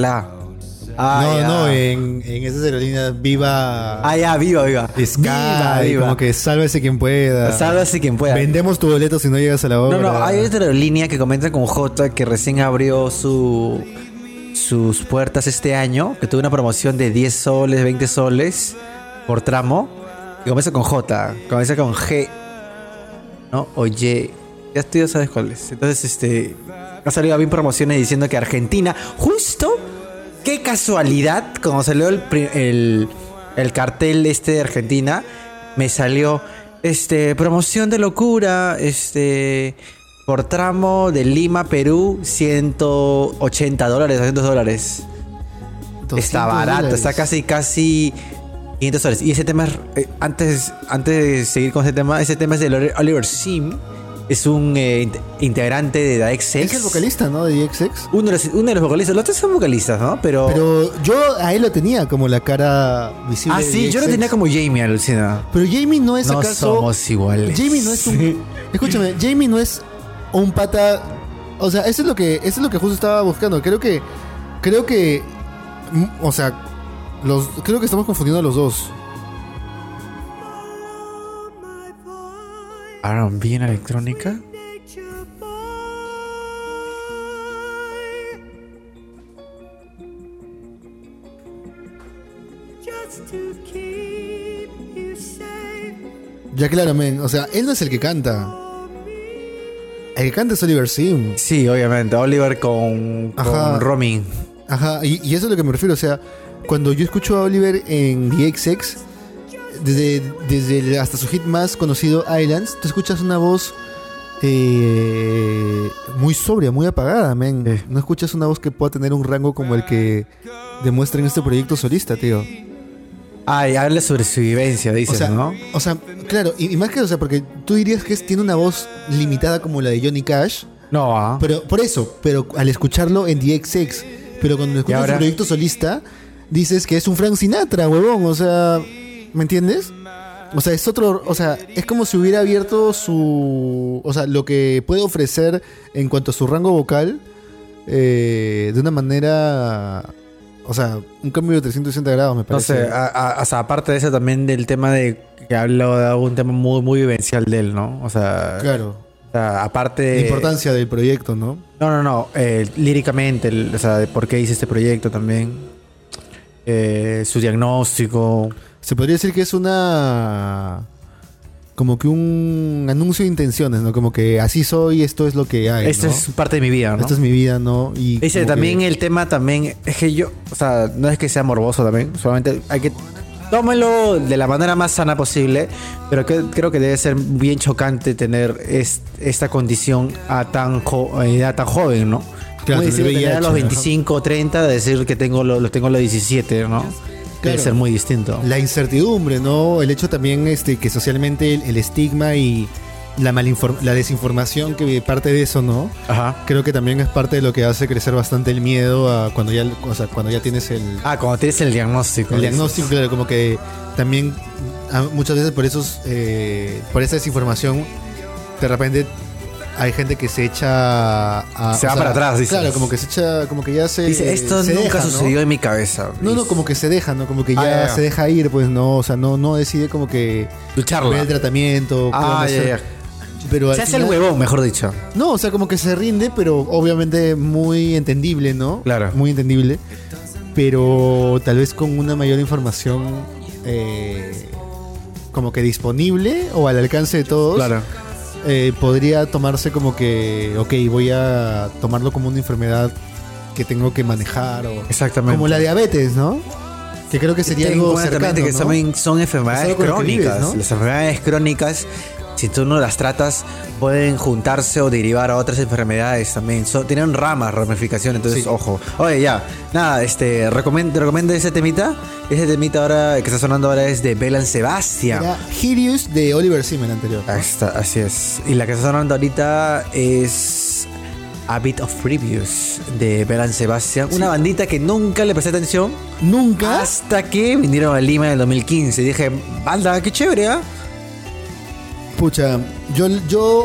En esas aerolíneas viva Viva. Sky, Viva. como que sálvese quien pueda. Sálvase quien pueda. Vendemos tu boleto si no llegas a la hora. No, hay otra aerolínea que comienza con J que recién abrió sus puertas este año, que tuvo una promoción de 10 soles, 20 soles por tramo, que comienza con J, comienza con G, ¿no? O Y. Ya tú ya sabes cuál es. Entonces, ha salido bien promociones diciendo que Argentina, justo, qué casualidad, cuando salió el cartel de Argentina, me salió promoción de locura, por tramo de Lima, Perú, $180, $200. Está barato, está casi $500. Y ese tema es, antes de seguir con ese tema es de Oliver Sim. Es un integrante de DXX. Es el vocalista, ¿no? De DXX. Uno de los vocalistas. Los otros son vocalistas, ¿no? Pero yo a él lo tenía como la cara visible. Ah, de sí, yo lo DXX. tenía como Jamie, alucina. Pero Jamie no es No acaso. somos iguales. Jamie no es un. Escúchame, Jamie no es un pata. O sea, eso es lo que justo estaba buscando. Creo que. O sea, creo que estamos confundiendo a los dos. R&B en electrónica. Just to keep you safe Ya claro, men. O sea, él no es el que canta. El que canta es Oliver Sim. Sí, obviamente. Oliver con Romy. Ajá, y eso es a lo que me refiero. O sea, cuando yo escucho a Oliver en The XX, hasta su hit más conocido, Islands, tú escuchas una voz muy sobria, muy apagada, men. Sí. No escuchas una voz que pueda tener un rango como el que demuestra en este proyecto solista, tío. Y habla sobre su vivencia, dices, O sea, ¿no? O sea, claro, y más que, o sea, porque tú dirías que tiene una voz limitada como la de Johnny Cash, No, pero por eso, pero al escucharlo en The XX, pero cuando escuchas su proyecto solista, dices que es un Frank Sinatra, huevón, o sea, ¿me entiendes? O sea, es otro, o sea, es como si hubiera abierto o sea, lo que puede ofrecer en cuanto a su rango vocal, de una manera, o sea, un cambio de 360 grados, me no parece. sé, o sea, aparte de eso también del tema de que hablo de un tema muy, muy vivencial de él, ¿no? O sea, Claro, o sea, aparte de... la importancia del proyecto, ¿no? No, líricamente, o sea, de por qué hice este proyecto también. Su diagnóstico. Se podría decir que es como que un anuncio de intenciones, ¿no? Como que así soy, esto es lo que hay, Esto ¿no? es parte de mi vida, ¿no? Esto es mi vida, ¿no? Y Dice como también que- el tema también, es que yo, o sea, no es que sea morboso también, solamente hay que tómelo de la manera más sana posible, pero creo que debe ser bien chocante tener esta condición a tan joven, ¿no? Claro, Como decir, el tener a VIH, los ¿no? 25 o 30, decir que tengo los 17, ¿no? Debe Claro. ser muy distinto. La incertidumbre, ¿no? El hecho también que socialmente el estigma y la desinformación que parte de eso, ¿no? Ajá. Creo que también es parte de lo que hace crecer bastante el miedo a cuando ya, o sea, cuando ya tienes Cuando tienes el diagnóstico. el diagnóstico, claro, como que también muchas veces por esa desinformación, de repente hay gente que se echa Se va para atrás, dices. Claro, como que se echa, como que ya se Dice, esto se nunca deja, ¿no? sucedió en mi cabeza. No, como que se deja, ¿no? Como que ya Ya. se deja ir, pues no, o sea, no decide como que Lucharla. ver el tratamiento, qué van a hacer. Ya. Pero al Se hace el final- huevón, mejor dicho. No, o sea, como que se rinde, pero obviamente muy entendible, ¿no? Claro. Muy entendible. Pero tal vez con una mayor información como que disponible o al alcance de todos. Claro. Podría tomarse como que, ok, voy a tomarlo como una enfermedad que tengo que manejar o Exactamente. como la diabetes, ¿no? Que creo que sería Ten en algo cuenta cercano, también que ¿no? son enfermedades Es algo con lo que crónicas. vives, ¿no? Las enfermedades crónicas, si tú no las tratas, pueden juntarse o derivar a otras enfermedades también. Tienen ramificaciones, entonces Sí. ojo. Oye, ya, nada, te recomiendo ese temita. Ese temita ahora que está sonando ahora es de Belle Sebastian. Era Hideous de Oliver Sim el anterior, ¿no? Ahí está, así es. Y la que está sonando ahorita es A Bit of Previews de Belle Sebastian. Una bandita que nunca le presté atención Nunca. hasta que vinieron a Lima en el 2015. Dije, banda, qué chévere, ¿ah? Pucha, yo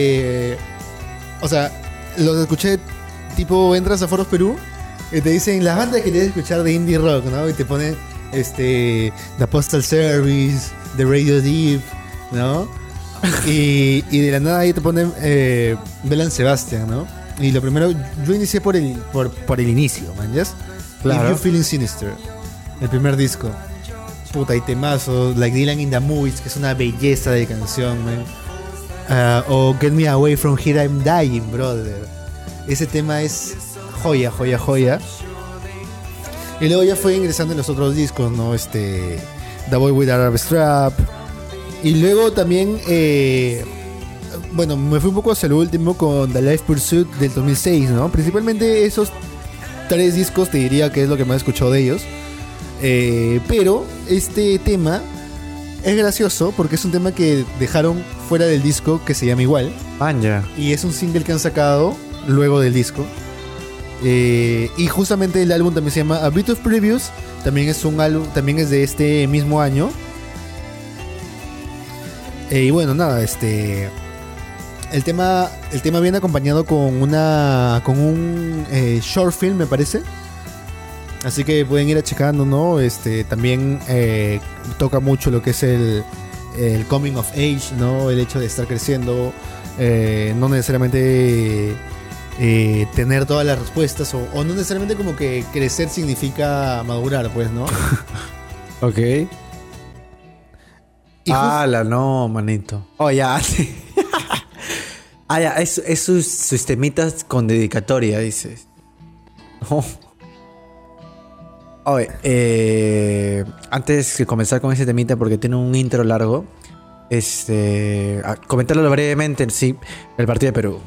o sea, los escuché tipo entras a Foros Perú y te dicen las bandas que debes escuchar de indie rock, ¿no? Y te ponen The Postal Service, The Radio Deep, ¿no? y de la nada ahí te ponen Belle Sebastian, ¿no? Y lo primero, yo inicié por el inicio, man, ¿ya? Claro. If You Feeling Sinister, el primer disco. Puta, y temazos, like Dylan in the Movies, que es una belleza de canción, man. O Get Me Away From Here I'm Dying, brother. Ese tema es joya, joya, joya. Y luego ya fue ingresando en los otros discos, ¿no? The Boy with Arab Strap. Y luego también, bueno, me fui un poco hacia lo último con The Life Pursuit del 2006, ¿no? Principalmente esos 3 discos te diría que es lo que más he escuchado de ellos. Pero este tema es gracioso porque es un tema que dejaron fuera del disco que se llama igual. Manja. Y es un single que han sacado luego del disco. Y justamente el álbum también se llama A Bit of Previews. También es un álbum, también es de este mismo año. Y bueno, nada, el tema viene acompañado con un short film, me parece. Así que pueden ir a checando, ¿no? También toca mucho lo que es el coming of age, ¿no? El hecho de estar creciendo, no necesariamente tener todas las respuestas o no necesariamente como que crecer significa madurar, pues, ¿no? Ok. No, manito. Oh, ya. Ya, es sus temitas con dedicatoria, dices. No. Oye, antes de comenzar con ese temita, porque tiene un intro largo, comentarlo brevemente, sí, el partido de Perú.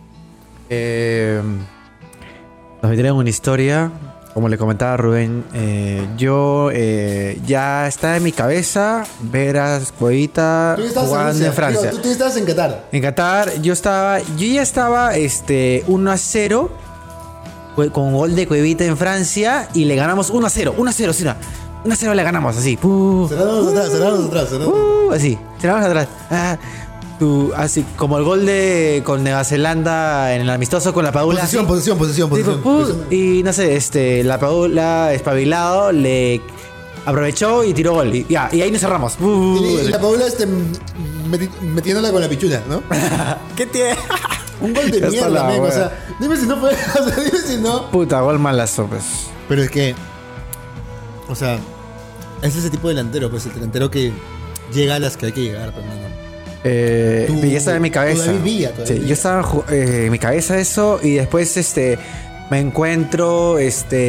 Nos metieron una historia, como le comentaba Rubén, yo ya está en mi cabeza ver a Cuevita jugando en Francia. Tú estabas en Qatar. En Qatar, yo ya estaba 1-0 con gol de Cuevita en Francia y le ganamos 1-0, 1-0 le ganamos así. Cerramos atrás. Así, cerramos atrás. Así como el gol con Nueva Zelanda en el amistoso con la Padula. Posición. Y no sé, la Padula espabilado le aprovechó y tiró gol. Y ahí nos cerramos. Y la Padula metiéndola con la pichula, ¿no? ¿Qué tiene? Un gol de mierda, men. O sea, dime si no fue. O sea, dime si no. Puta, gol malazo, pues. Pero es que. O sea, es ese tipo de delantero, pues el delantero que llega a las que hay que llegar, pues, mano. Ya estaba en mi cabeza. Todavía. Sí, yo estaba en mi cabeza eso. Y después me encuentro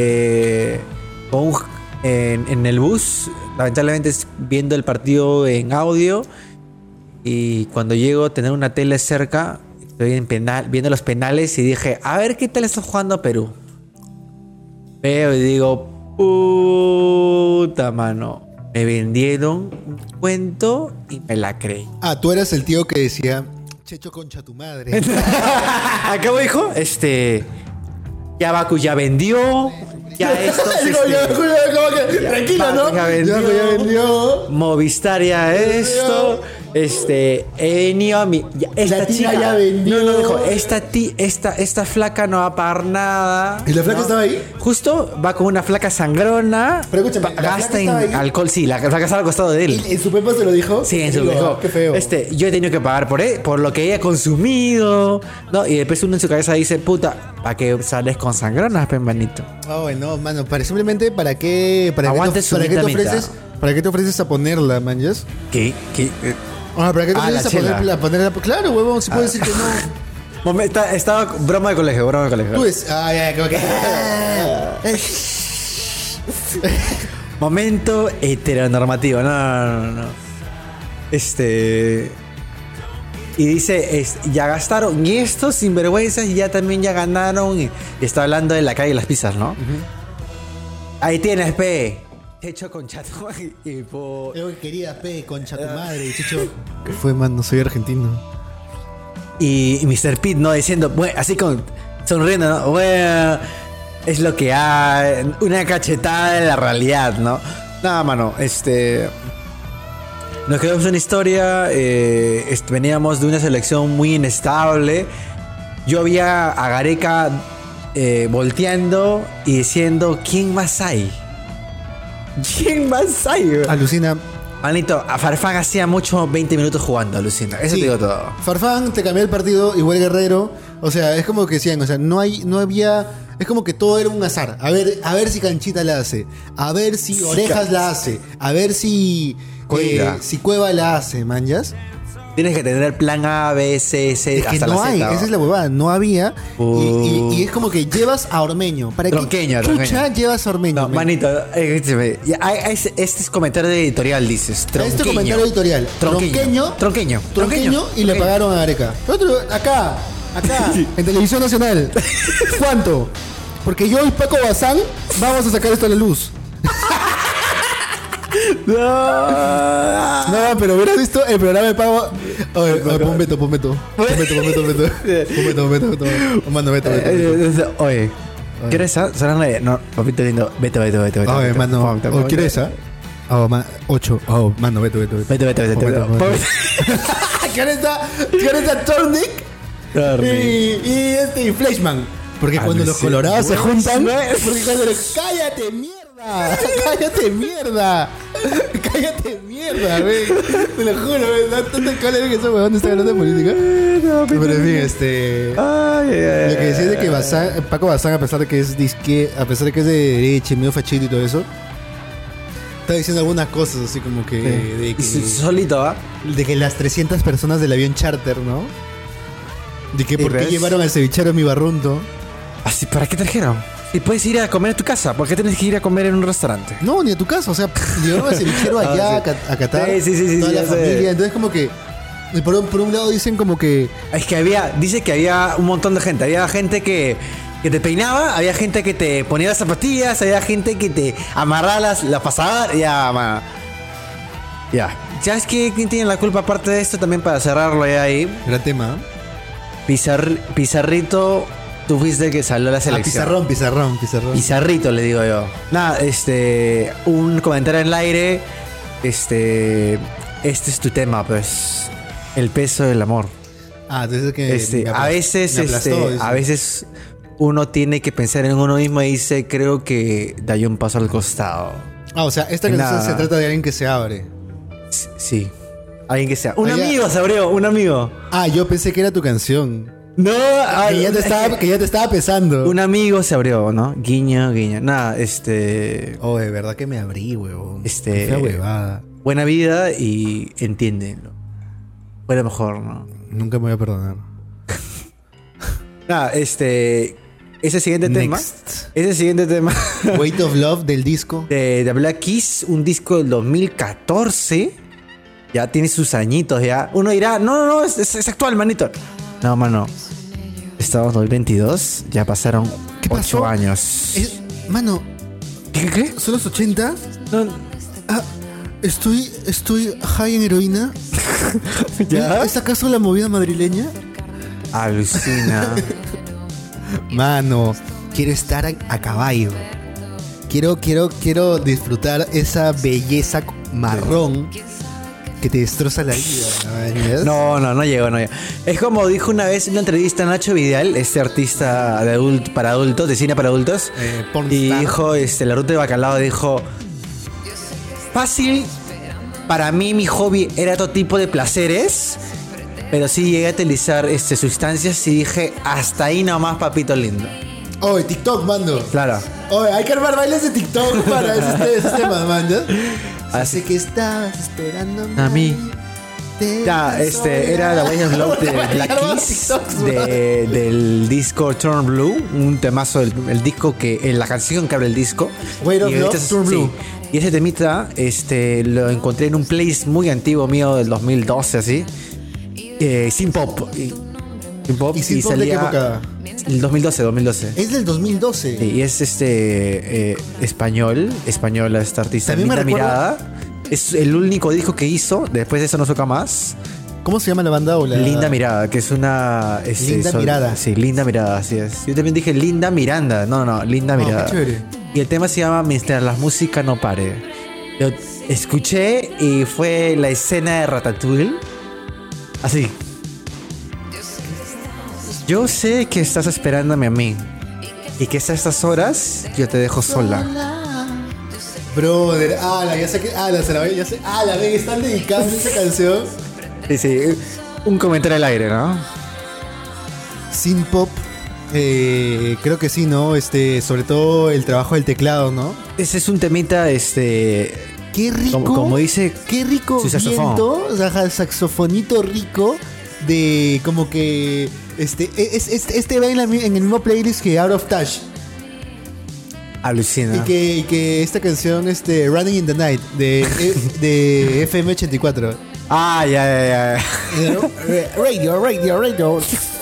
en el bus. Lamentablemente viendo el partido en audio. Y cuando llego a tener una tele cerca, estoy viendo los penales y dije, a ver qué tal está jugando Perú. Veo y digo, puta mano. Me vendieron un cuento y me la creí. Tú eras el tío que decía, Checho concha tu madre. Acabo, hijo, ya Baku ya vendió. Ya esto tranquilo, ¿no? Ya vendió. Movistar ya esto. He venido a mi. Esta chica ya vendió. No, dijo, esta flaca no va a pagar nada. ¿Y la flaca estaba ahí? Justo va con una flaca sangrona. Pero escúchame, gasta en alcohol, sí, la flaca estaba al costado de él. ¿En su pepa se lo dijo? Sí, en su pepa. Qué feo. Yo he tenido que pagar por lo que ella ha consumido, ¿no? Y después uno en su cabeza dice, puta, ¿para qué sales con sangronas, penbanito? No, mano, simplemente ¿para qué te ofreces a ponerla, manjas? ¿Qué? ¿Para qué te ofreces a ponerla? Claro, huevón, si puedes decir que no. Estaba broma de colegio. Tú es. Como que. Momento heteronormativo. No. Y dice, ya gastaron. Y estos sinvergüenzas ya también ya ganaron. Y está hablando de la calle de las pizzas, ¿no? Ahí tienes, pe. Checho concha tu madre. Yo quería, pe, concha tu madre. Checho. ¿Qué fue, man? No soy argentino. Y Mr. Pete, ¿no? Diciendo, bueno, así con sonriendo, ¿no? Bueno, es lo que hay. Una cachetada de la realidad, ¿no? Nada, mano, nos quedamos en una historia. Veníamos de una selección muy inestable. Yo veía a Gareca volteando y diciendo, ¿quién más hay? Alucina. Manito, a Farfán hacía mucho 20 minutos jugando, alucina. Eso sí, te digo todo. Farfán te cambió el partido, igual Guerrero. O sea, es como que decían, o sea, no había. Es como que todo era un azar. A ver si Canchita la hace. A ver si Orejas la hace. A ver si Cueva la hace, manjas. Tienes que tener plan A, B, C, es hasta que no la Z. Esa es la huevada, no había. Y es como que llevas a Ormeño. ¿Para Tronqueño, qué chucha llevas a Ormeño? No, manito, este es comentario editorial, dices. Tronqueño. Este comentario editorial. Tronqueño y le pagaron a Gareca. Acá, en Televisión Nacional. ¿Cuánto? Porque yo y Paco Bazán vamos a sacar esto a la luz. No, pero hubieras visto el programa de Pago. Pon Beto. Mando, Beto. Oye, ¿quieres esa? No, papito lindo. Beto. Oye, mano, ¿quieres esa? 8. Mando, Beto. Beto. ¿Quieres esa Tornik? Y Fleischmann. Porque cuando los colorados se juntan. Porque cuando los. ¡Cállate, mierda! ¡Cállate, güey! Te lo juro, güey. Da tanta cólera que ese huevón está hablando de política. Pero en fin, lo que decía es de que Paco Bazán, a pesar de que es de derecha, medio fachito y todo eso, Estaba diciendo algunas cosas así como que... Sí. Solito, ¿va? De que las 300 personas del avión charter, ¿no? De que por qué ves? llevaron al cevichero mi barrunto. Así, ¿para qué trajeron? Y puedes ir a comer a tu casa. ¿Por qué tienes que ir a comer en un restaurante? No, ni a tu casa. O sea, llevaron al cevichero allá sí. a Qatar. Sí, toda la ya sé. familia. Entonces como que... Por un lado dicen como que... Es que dice que había un montón de gente. Había gente que te peinaba, había gente que te ponía las zapatillas, había gente que te amarraba la pasada. Ya, mano. Ya. ¿Sabes quién tiene la culpa aparte de esto también para cerrarlo ya ahí? Gran tema. Pizarrito, tú fuiste el que salió a la selección. Pizarrón. Pizarrito, le digo yo. Nada, un comentario en el aire. Este es tu tema, pues. El peso del amor. Entonces que... A veces uno tiene que pensar en uno mismo y dice, creo que da un paso al costado. O sea, esta canción se trata de alguien que se abre. Sí. Alguien que sea. Un amigo se abrió, un amigo. Yo pensé que era tu canción. No, que ya te estaba pesando. Un amigo se abrió, ¿no? Guiño. Nada, Oh, de verdad que me abrí, huevón. Fea huevada. Buena vida y entiéndelo. Fue lo mejor, ¿no? Nunca me voy a perdonar. Nada, ese siguiente tema. Weight of Love del disco. De Black Keys, un disco del 2014. Ya tiene sus añitos, ya. Uno dirá, no, es actual, manito. No, mano. Estamos en 2022, ya pasaron 8 años. Mano, ¿Qué? ¿son los 80? No. Estoy high en heroína. ¿Ya? ¿Es acaso la movida madrileña? Alucina. Mano, quiero estar a caballo. Quiero disfrutar esa belleza marrón que te destroza la vida. No llegó. Es como dijo una vez en una entrevista a Nacho Vidal, este artista para adultos, de cine para adultos, y dijo, la ruta de bacalao, dijo, fácil, para mí mi hobby era todo tipo de placeres, pero sí llegué a utilizar sustancias y dije, hasta ahí nomás, papito lindo. Oh, TikTok, mando. Claro. Oh, hay que armar bailes de TikTok para esos temas, mando. Así que estabas esperando a mí. Ya, era la Way of Love de Black Keys del disco Turn Blue, un temazo el disco la canción que abre el disco. Way of Love, Turn Blue. Y ese temita, lo encontré en un playlist muy antiguo mío del 2012 así, sin pop. ¿Y sin pop de qué época? El 2012. Es del 2012. Sí, y es española esta artista. También Linda Mirada. Es el único disco que hizo. Después de eso no toca más. ¿Cómo se llama la banda? Linda Mirada, que es una... Linda Mirada. Sí, Linda Mirada, así es. Yo también dije Linda Miranda. No, Linda Mirada. Qué chévere. Y el tema se llama Mientras la música no pare. Yo escuché y fue la escena de Ratatouille. Así. Yo sé que estás esperándome a mí y que a estas horas yo te dejo sola. Brother, ya sé que... ya sé... la ven, están dedicados a esa canción. Sí, un comentario al aire, ¿no? Sin pop, creo que sí, ¿no? Sobre todo el trabajo del teclado, ¿no? Ese es un temita, Qué rico. Como dice... Qué rico su saxofón. viento, o sea, saxofonito rico de como que... va en el mismo playlist que Out of Touch. Alucina. Y que esta canción, Running in the Night, de FM 84. Ya. Radio.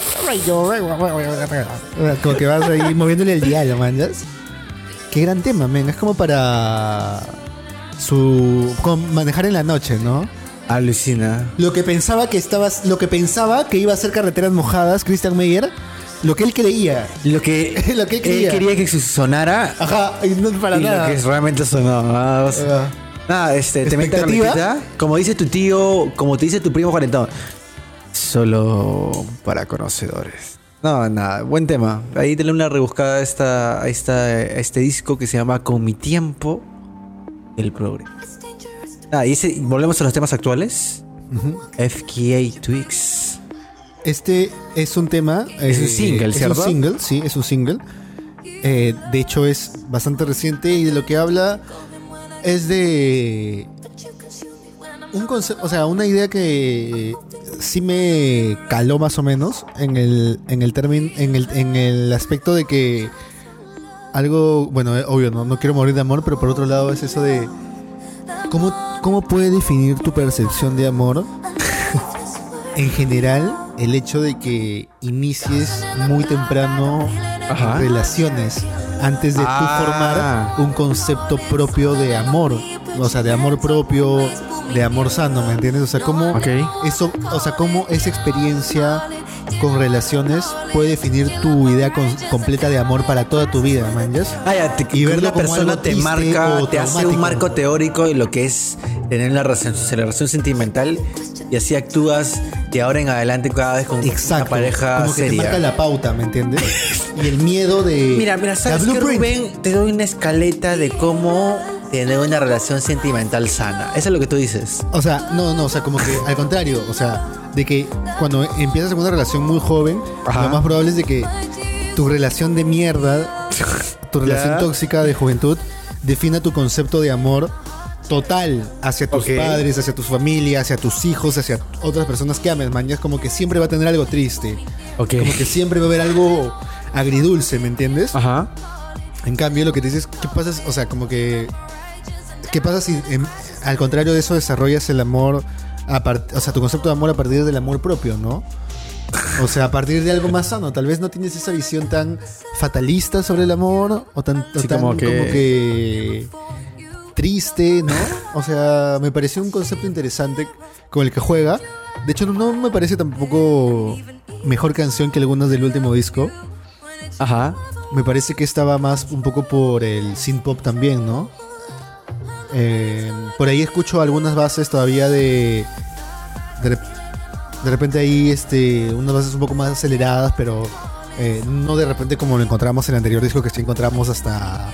Como que vas ahí moviéndole el dial, manjas. Qué gran tema, men. Es como para manejar en la noche, ¿no? Alucina. Lo que pensaba que iba a ser Carreteras Mojadas, Christian Meyer, lo que él creía. Lo que él quería que sonara. Ajá, y no para y nada. Lo que realmente sonó. Nada, te metes carnetita. Como dice tu tío, como te dice tu primo cuarentón. Solo para conocedores. No, nada, buen tema. Ahí tenle una rebuscada a este disco que se llama Con mi tiempo, el progreso. Y volvemos a los temas actuales. FKA Twigs. Este es un tema. Es un single, ¿cierto? Es un single, sí, es un single. De hecho, es bastante reciente y de lo que habla es de un concepto, o sea, una idea que sí me caló más o menos en el término, en el aspecto de que algo, bueno, obvio, no quiero morir de amor, pero por otro lado es eso de cómo puede definir tu percepción de amor en general el hecho de que inicies muy temprano relaciones antes de tú formar un concepto propio de amor, o sea, de amor propio, de amor sano, ¿me entiendes? O sea, cómo eso, o sea, cómo esa experiencia con relaciones puede definir tu idea completa de amor para toda tu vida, ¿me entiendes? Y verlo una persona te marca, te hace un marco teórico de lo que es tener la relación sentimental, y así actúas de ahora en adelante cada vez con una pareja como que seria. te marca la pauta, ¿me entiendes? Y el miedo de... Mira, ¿sabes qué, Rubén? Te doy una escaleta de cómo tener una relación sentimental sana. Eso es lo que tú dices. O sea, no, o sea, como que al contrario, o sea, de que cuando empiezas una relación muy joven, lo más probable es de que tu relación de mierda, tu relación tóxica de juventud, defina tu concepto de amor total hacia tus padres, hacia tu familia, hacia tus hijos, hacia otras personas que ames, man. Ya es como que siempre va a tener algo triste. Como que siempre va a haber algo agridulce, ¿me entiendes? En cambio, lo que te dices, ¿qué pasa? O sea, como que... ¿Qué pasa si al contrario de eso desarrollas el amor, o sea, tu concepto de amor a partir del amor propio, ¿no? O sea, a partir de algo más sano. Tal vez no tienes esa visión tan fatalista sobre el amor, o tan como que triste, ¿no? O sea, me pareció un concepto interesante con el que juega. De hecho, no me parece tampoco mejor canción que algunas del último disco. Me parece que estaba más un poco por el synth pop también, ¿no? Por ahí escucho algunas bases todavía de repente ahí unas bases un poco más aceleradas, pero no de repente como lo encontramos en el anterior disco, que sí encontramos hasta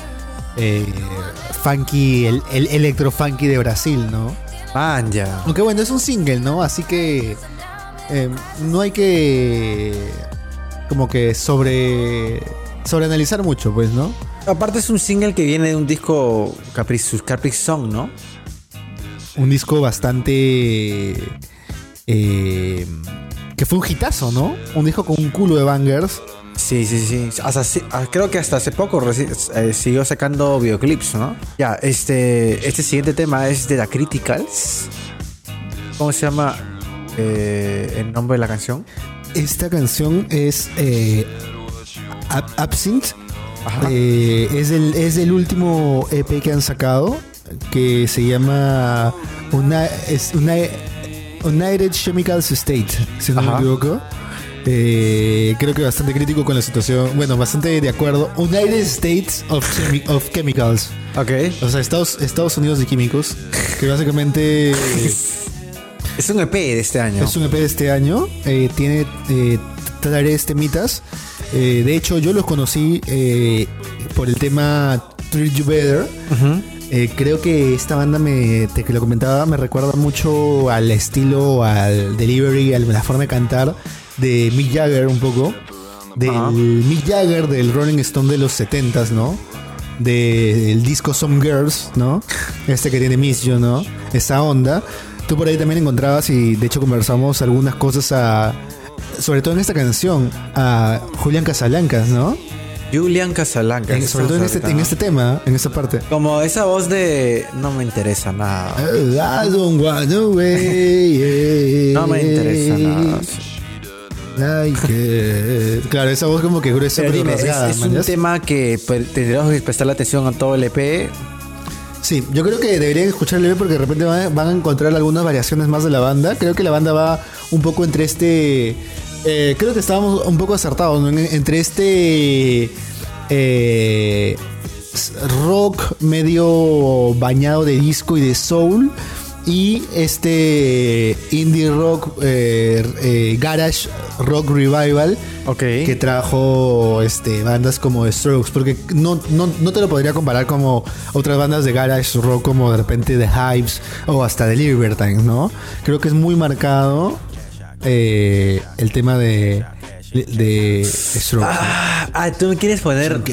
funky, el electro funky de Brasil, ¿no? Aunque bueno, es un single, ¿no? Así que no hay que como que sobreanalizar mucho, pues, ¿no? Aparte es un single que viene de un disco Caprice Song, ¿no? Un disco bastante... que fue un hitazo, ¿no? Un disco con un culo de bangers. Sí. Creo que hasta hace poco siguió sacando videoclips, ¿no? Ya, este siguiente tema es de The Criticals. ¿Cómo se llama el nombre de la canción? Esta canción es Absinthe. Es el último EP que han sacado, que se llama United Chemicals State, si no me equivoco. Creo que bastante crítico con la situación. Bueno, bastante de acuerdo. United States of Chemicals. O sea, Estados Unidos de químicos. Que básicamente es un EP de este año. Es un EP de este año. Tiene 3 temitas. De hecho, yo los conocí por el tema Treat You Better. Creo que esta banda, que lo comentaba, me recuerda mucho al estilo, al delivery, a la forma de cantar de Mick Jagger un poco. Del Mick Jagger del Rolling Stone de los 70s, ¿no? Del disco Some Girls, ¿no? Que tiene Miss You, ¿no? Esa onda. Tú por ahí también encontrabas, y de hecho conversamos algunas cosas sobre todo en esta canción, a Julián Casablancas, ¿no? Julián Casablancas. Sobre todo en este tema, en esta parte. Como esa voz de... No me interesa nada. I don't wanna wait. No me interesa nada. Like it. Claro, esa voz como que gruesa, pero rasgada. Es un tema que tendríamos que prestarle atención a todo el EP. Sí, yo creo que deberían escuchar el EP porque de repente van a encontrar algunas variaciones más de la banda. Creo que la banda va un poco entre creo que estábamos un poco acertados, ¿no? Entre rock medio bañado de disco y de soul, y indie rock, garage rock revival, que trajo bandas como The Strokes, porque no te lo podría comparar como otras bandas de garage rock como de repente The Hives o hasta The Libertines, ¿no? Creo que es muy marcado el tema de de Strokes. Tú me quieres poner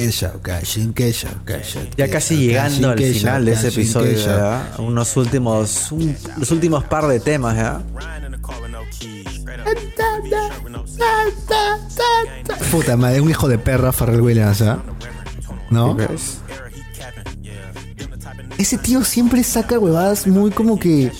ya casi llegando al final de ese episodio, ¿verdad? Los últimos par de temas, ¿ya? Puta madre, un hijo de perra Pharrell Williams, ¿ah? ¿No? Ese tío siempre saca huevadas muy como que...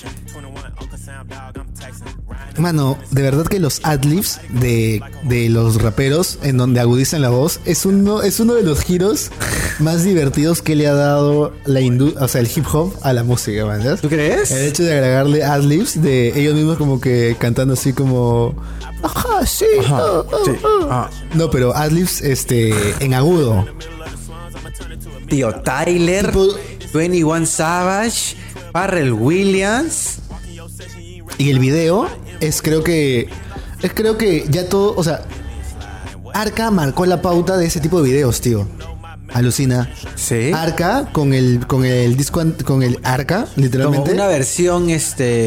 Mano, de verdad que los adlibs de los raperos en donde agudizan la voz es uno de los giros más divertidos que le ha dado el hip hop a la música, ¿verdad? ¿Tú crees? El hecho de agregarle adlibs de ellos mismos como que cantando así como... Ajá, sí. Sí. No, pero adlibs en agudo. Tío, Tyler, Tipo- 21 Savage, Pharrell Williams. Y el video creo que ya todo, o sea, Arca marcó la pauta de ese tipo de videos, tío. Alucina. Sí. Arca con el disco, con el Arca, literalmente. Como una versión, ¿cómo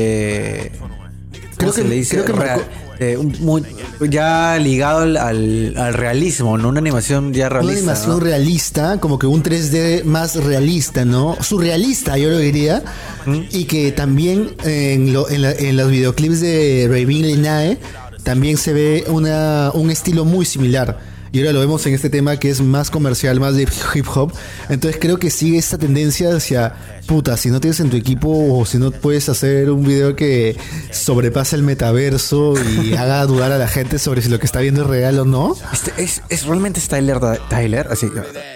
Creo se que- le dice? creo que marcó- ya ligado al realismo, ¿no? Una animación ya Una realista. animación ¿no? realista, como que un 3D más realista, ¿no? Surrealista, yo lo diría. Y que también en los videoclips de Ravin Linae también se ve un estilo muy similar. Y ahora lo vemos en este tema que es más comercial, más de hip hop. Entonces creo que sigue esta tendencia hacia, puta, si no tienes en tu equipo o si no puedes hacer un video que sobrepase el metaverso y haga dudar a la gente sobre si lo que está viendo es real o no. Es realmente Tyler, así.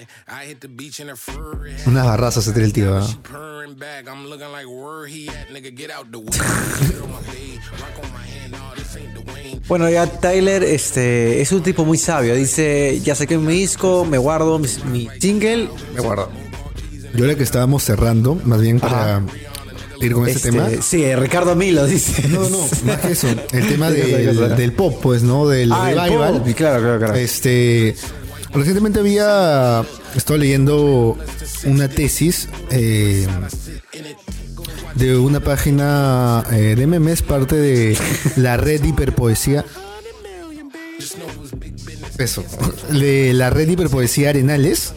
Unas barrazas se tira el tío, ¿no? Bueno, ya Tyler es un tipo muy sabio. Dice, ya saqué mi disco, me guardo mi single, me guardo. Yo ahora que estábamos cerrando, más bien para ir con este tema. Sí, Ricardo Milo dice. No, más que eso. El tema ¿Qué cosa? del pop, pues, ¿no? Del el revival. pop. Claro. Recientemente había estado leyendo una tesis de una página de memes, parte de la red Hiperpoesía. Eso. De la red Hiperpoesía Arenales.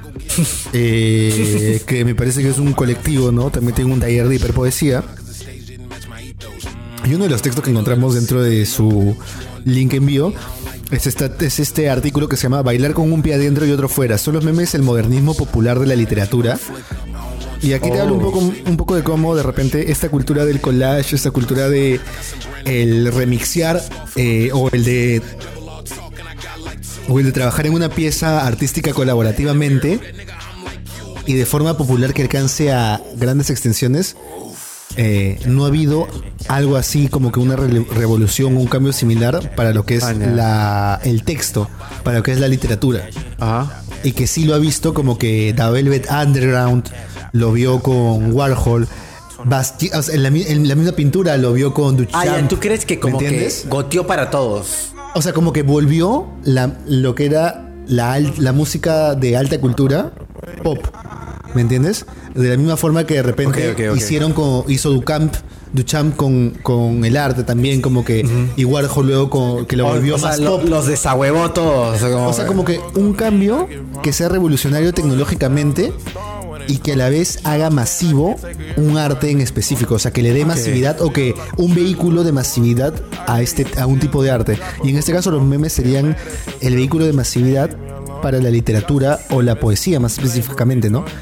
Que me parece que es un colectivo, ¿no? También tiene un taller de hiperpoesía. Y uno de los textos que encontramos dentro de su link en bio es este artículo que se llama Bailar con un pie adentro y otro fuera. Son los memes, el modernismo popular de la literatura. Y aquí te hablo un poco de cómo de repente esta cultura del collage, esta cultura de el remixear o el de trabajar en una pieza artística colaborativamente y de forma popular que alcance a grandes extensiones. No ha habido algo así como que una revolución o un cambio similar para lo que es el texto, para lo que es la literatura. Ajá. Y que sí lo ha visto como que The Velvet Underground lo vio con Warhol. O sea, en la misma pintura lo vio con Duchamp. ¿Tú crees que como ¿me que entiendes? goteó para todos? O sea, como que volvió lo que era la música de alta cultura pop. ¿Me entiendes? De la misma forma que de repente Ok. hizo Duchamp con el arte también, como que y Warhol luego que lo volvió más pop. Los desahuevó todos. O sea, como que un cambio que sea revolucionario tecnológicamente y que a la vez haga masivo un arte en específico, o sea, que le dé masividad o que un vehículo de masividad a un tipo de arte. Y en este caso los memes serían el vehículo de masividad para la literatura o la poesía más específicamente, ¿no?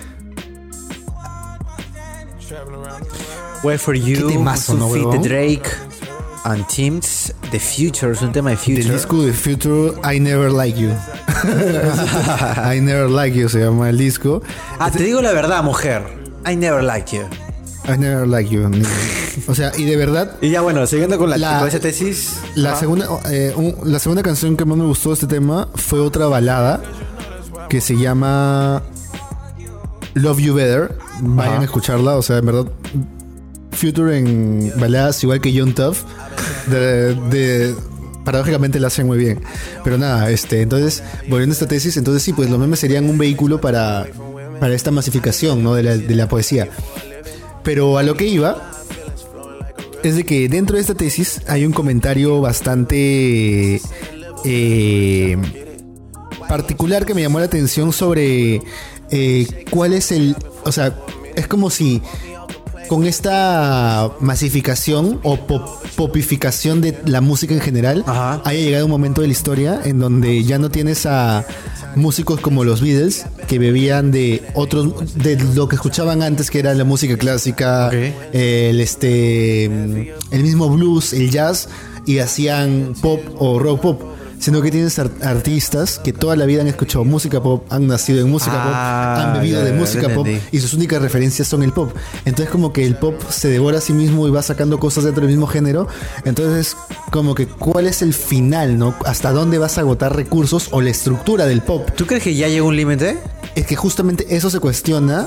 Wait for You, Qué temazo, ¿no, Feed huevón? the Drake and Teams, The Future, es un tema de Future. Del disco de Future, I Never Like You. I Never Like You se llama el disco. Te digo la verdad, mujer. I never liked you. I Never Like You. O sea, y de verdad, Y ya bueno, siguiendo con con esa tesis. la segunda canción que más me gustó de este tema fue otra balada que se llama Love You Better. Vayan a escucharla, o sea, en verdad Future en baladas igual que Young Tough paradójicamente la hacen muy bien. Pero nada, entonces, volviendo a esta tesis, entonces sí, pues los memes serían un vehículo para esta masificación, ¿no? de la poesía. Pero a lo que iba es de que dentro de esta tesis hay un comentario bastante particular que me llamó la atención sobre cuál es el... O sea, es como si con esta masificación o popificación de la música en general, Ajá. haya llegado un momento de la historia en donde ya no tienes a músicos como los Beatles que bebían de lo que escuchaban antes, que era la música clásica, Ok. el mismo blues, el jazz, y hacían pop o rock pop, sino que tienes artistas que toda la vida han escuchado música pop, han nacido en música pop, han bebido de música pop, y sus únicas referencias son el pop. Entonces como que el pop se devora a sí mismo y va sacando cosas dentro del mismo género. Entonces como que cuál es el final, ¿no? Hasta dónde vas a agotar recursos o la estructura del pop. ¿Tú crees que ya llegó un límite? Es que justamente eso se cuestiona.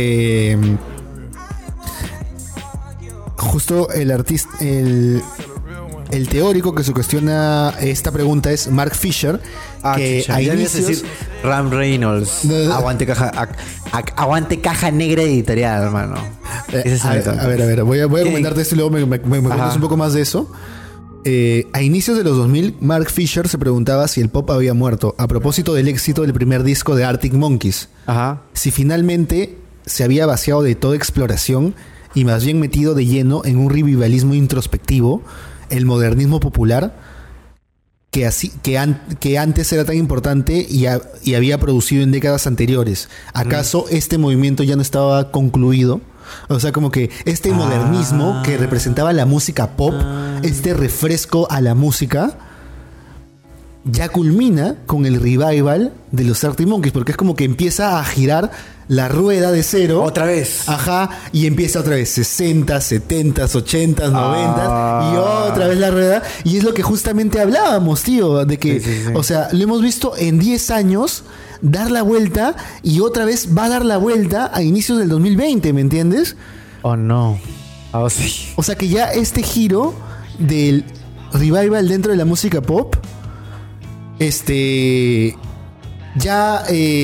Justo el artista, el teórico que se cuestiona esta pregunta es Mark Fisher, que chucha, a ya ibas a inicios... decir Ram Reynolds. No. Aguante caja negra editorial, hermano. Ese es el a ver, voy a comentarte esto y luego me cuentas un poco más de eso. A inicios de los 2000, Mark Fisher se preguntaba si el pop había muerto, a propósito del éxito del primer disco de Arctic Monkeys. Ajá. Si finalmente se había vaciado de toda exploración y más bien metido de lleno en un revivalismo introspectivo, el modernismo popular, que antes era tan importante y había producido en décadas anteriores. ¿Acaso este movimiento ya no estaba concluido? O sea, como que este modernismo que representaba la música pop, este refresco a la música, ya culmina con el revival de los Arctic Monkeys, porque es como que empieza a girar la rueda de cero. Otra vez. Ajá, y empieza otra vez 60, 70, 80, 90 y otra vez la rueda. Y es lo que justamente hablábamos, tío, de que, Sí. o sea, lo hemos visto en 10 años dar la vuelta y otra vez va a dar la vuelta a inicios del 2020, ¿me entiendes? Oh, no. Oh, sí. O sea que ya este giro del revival dentro de la música pop, ya,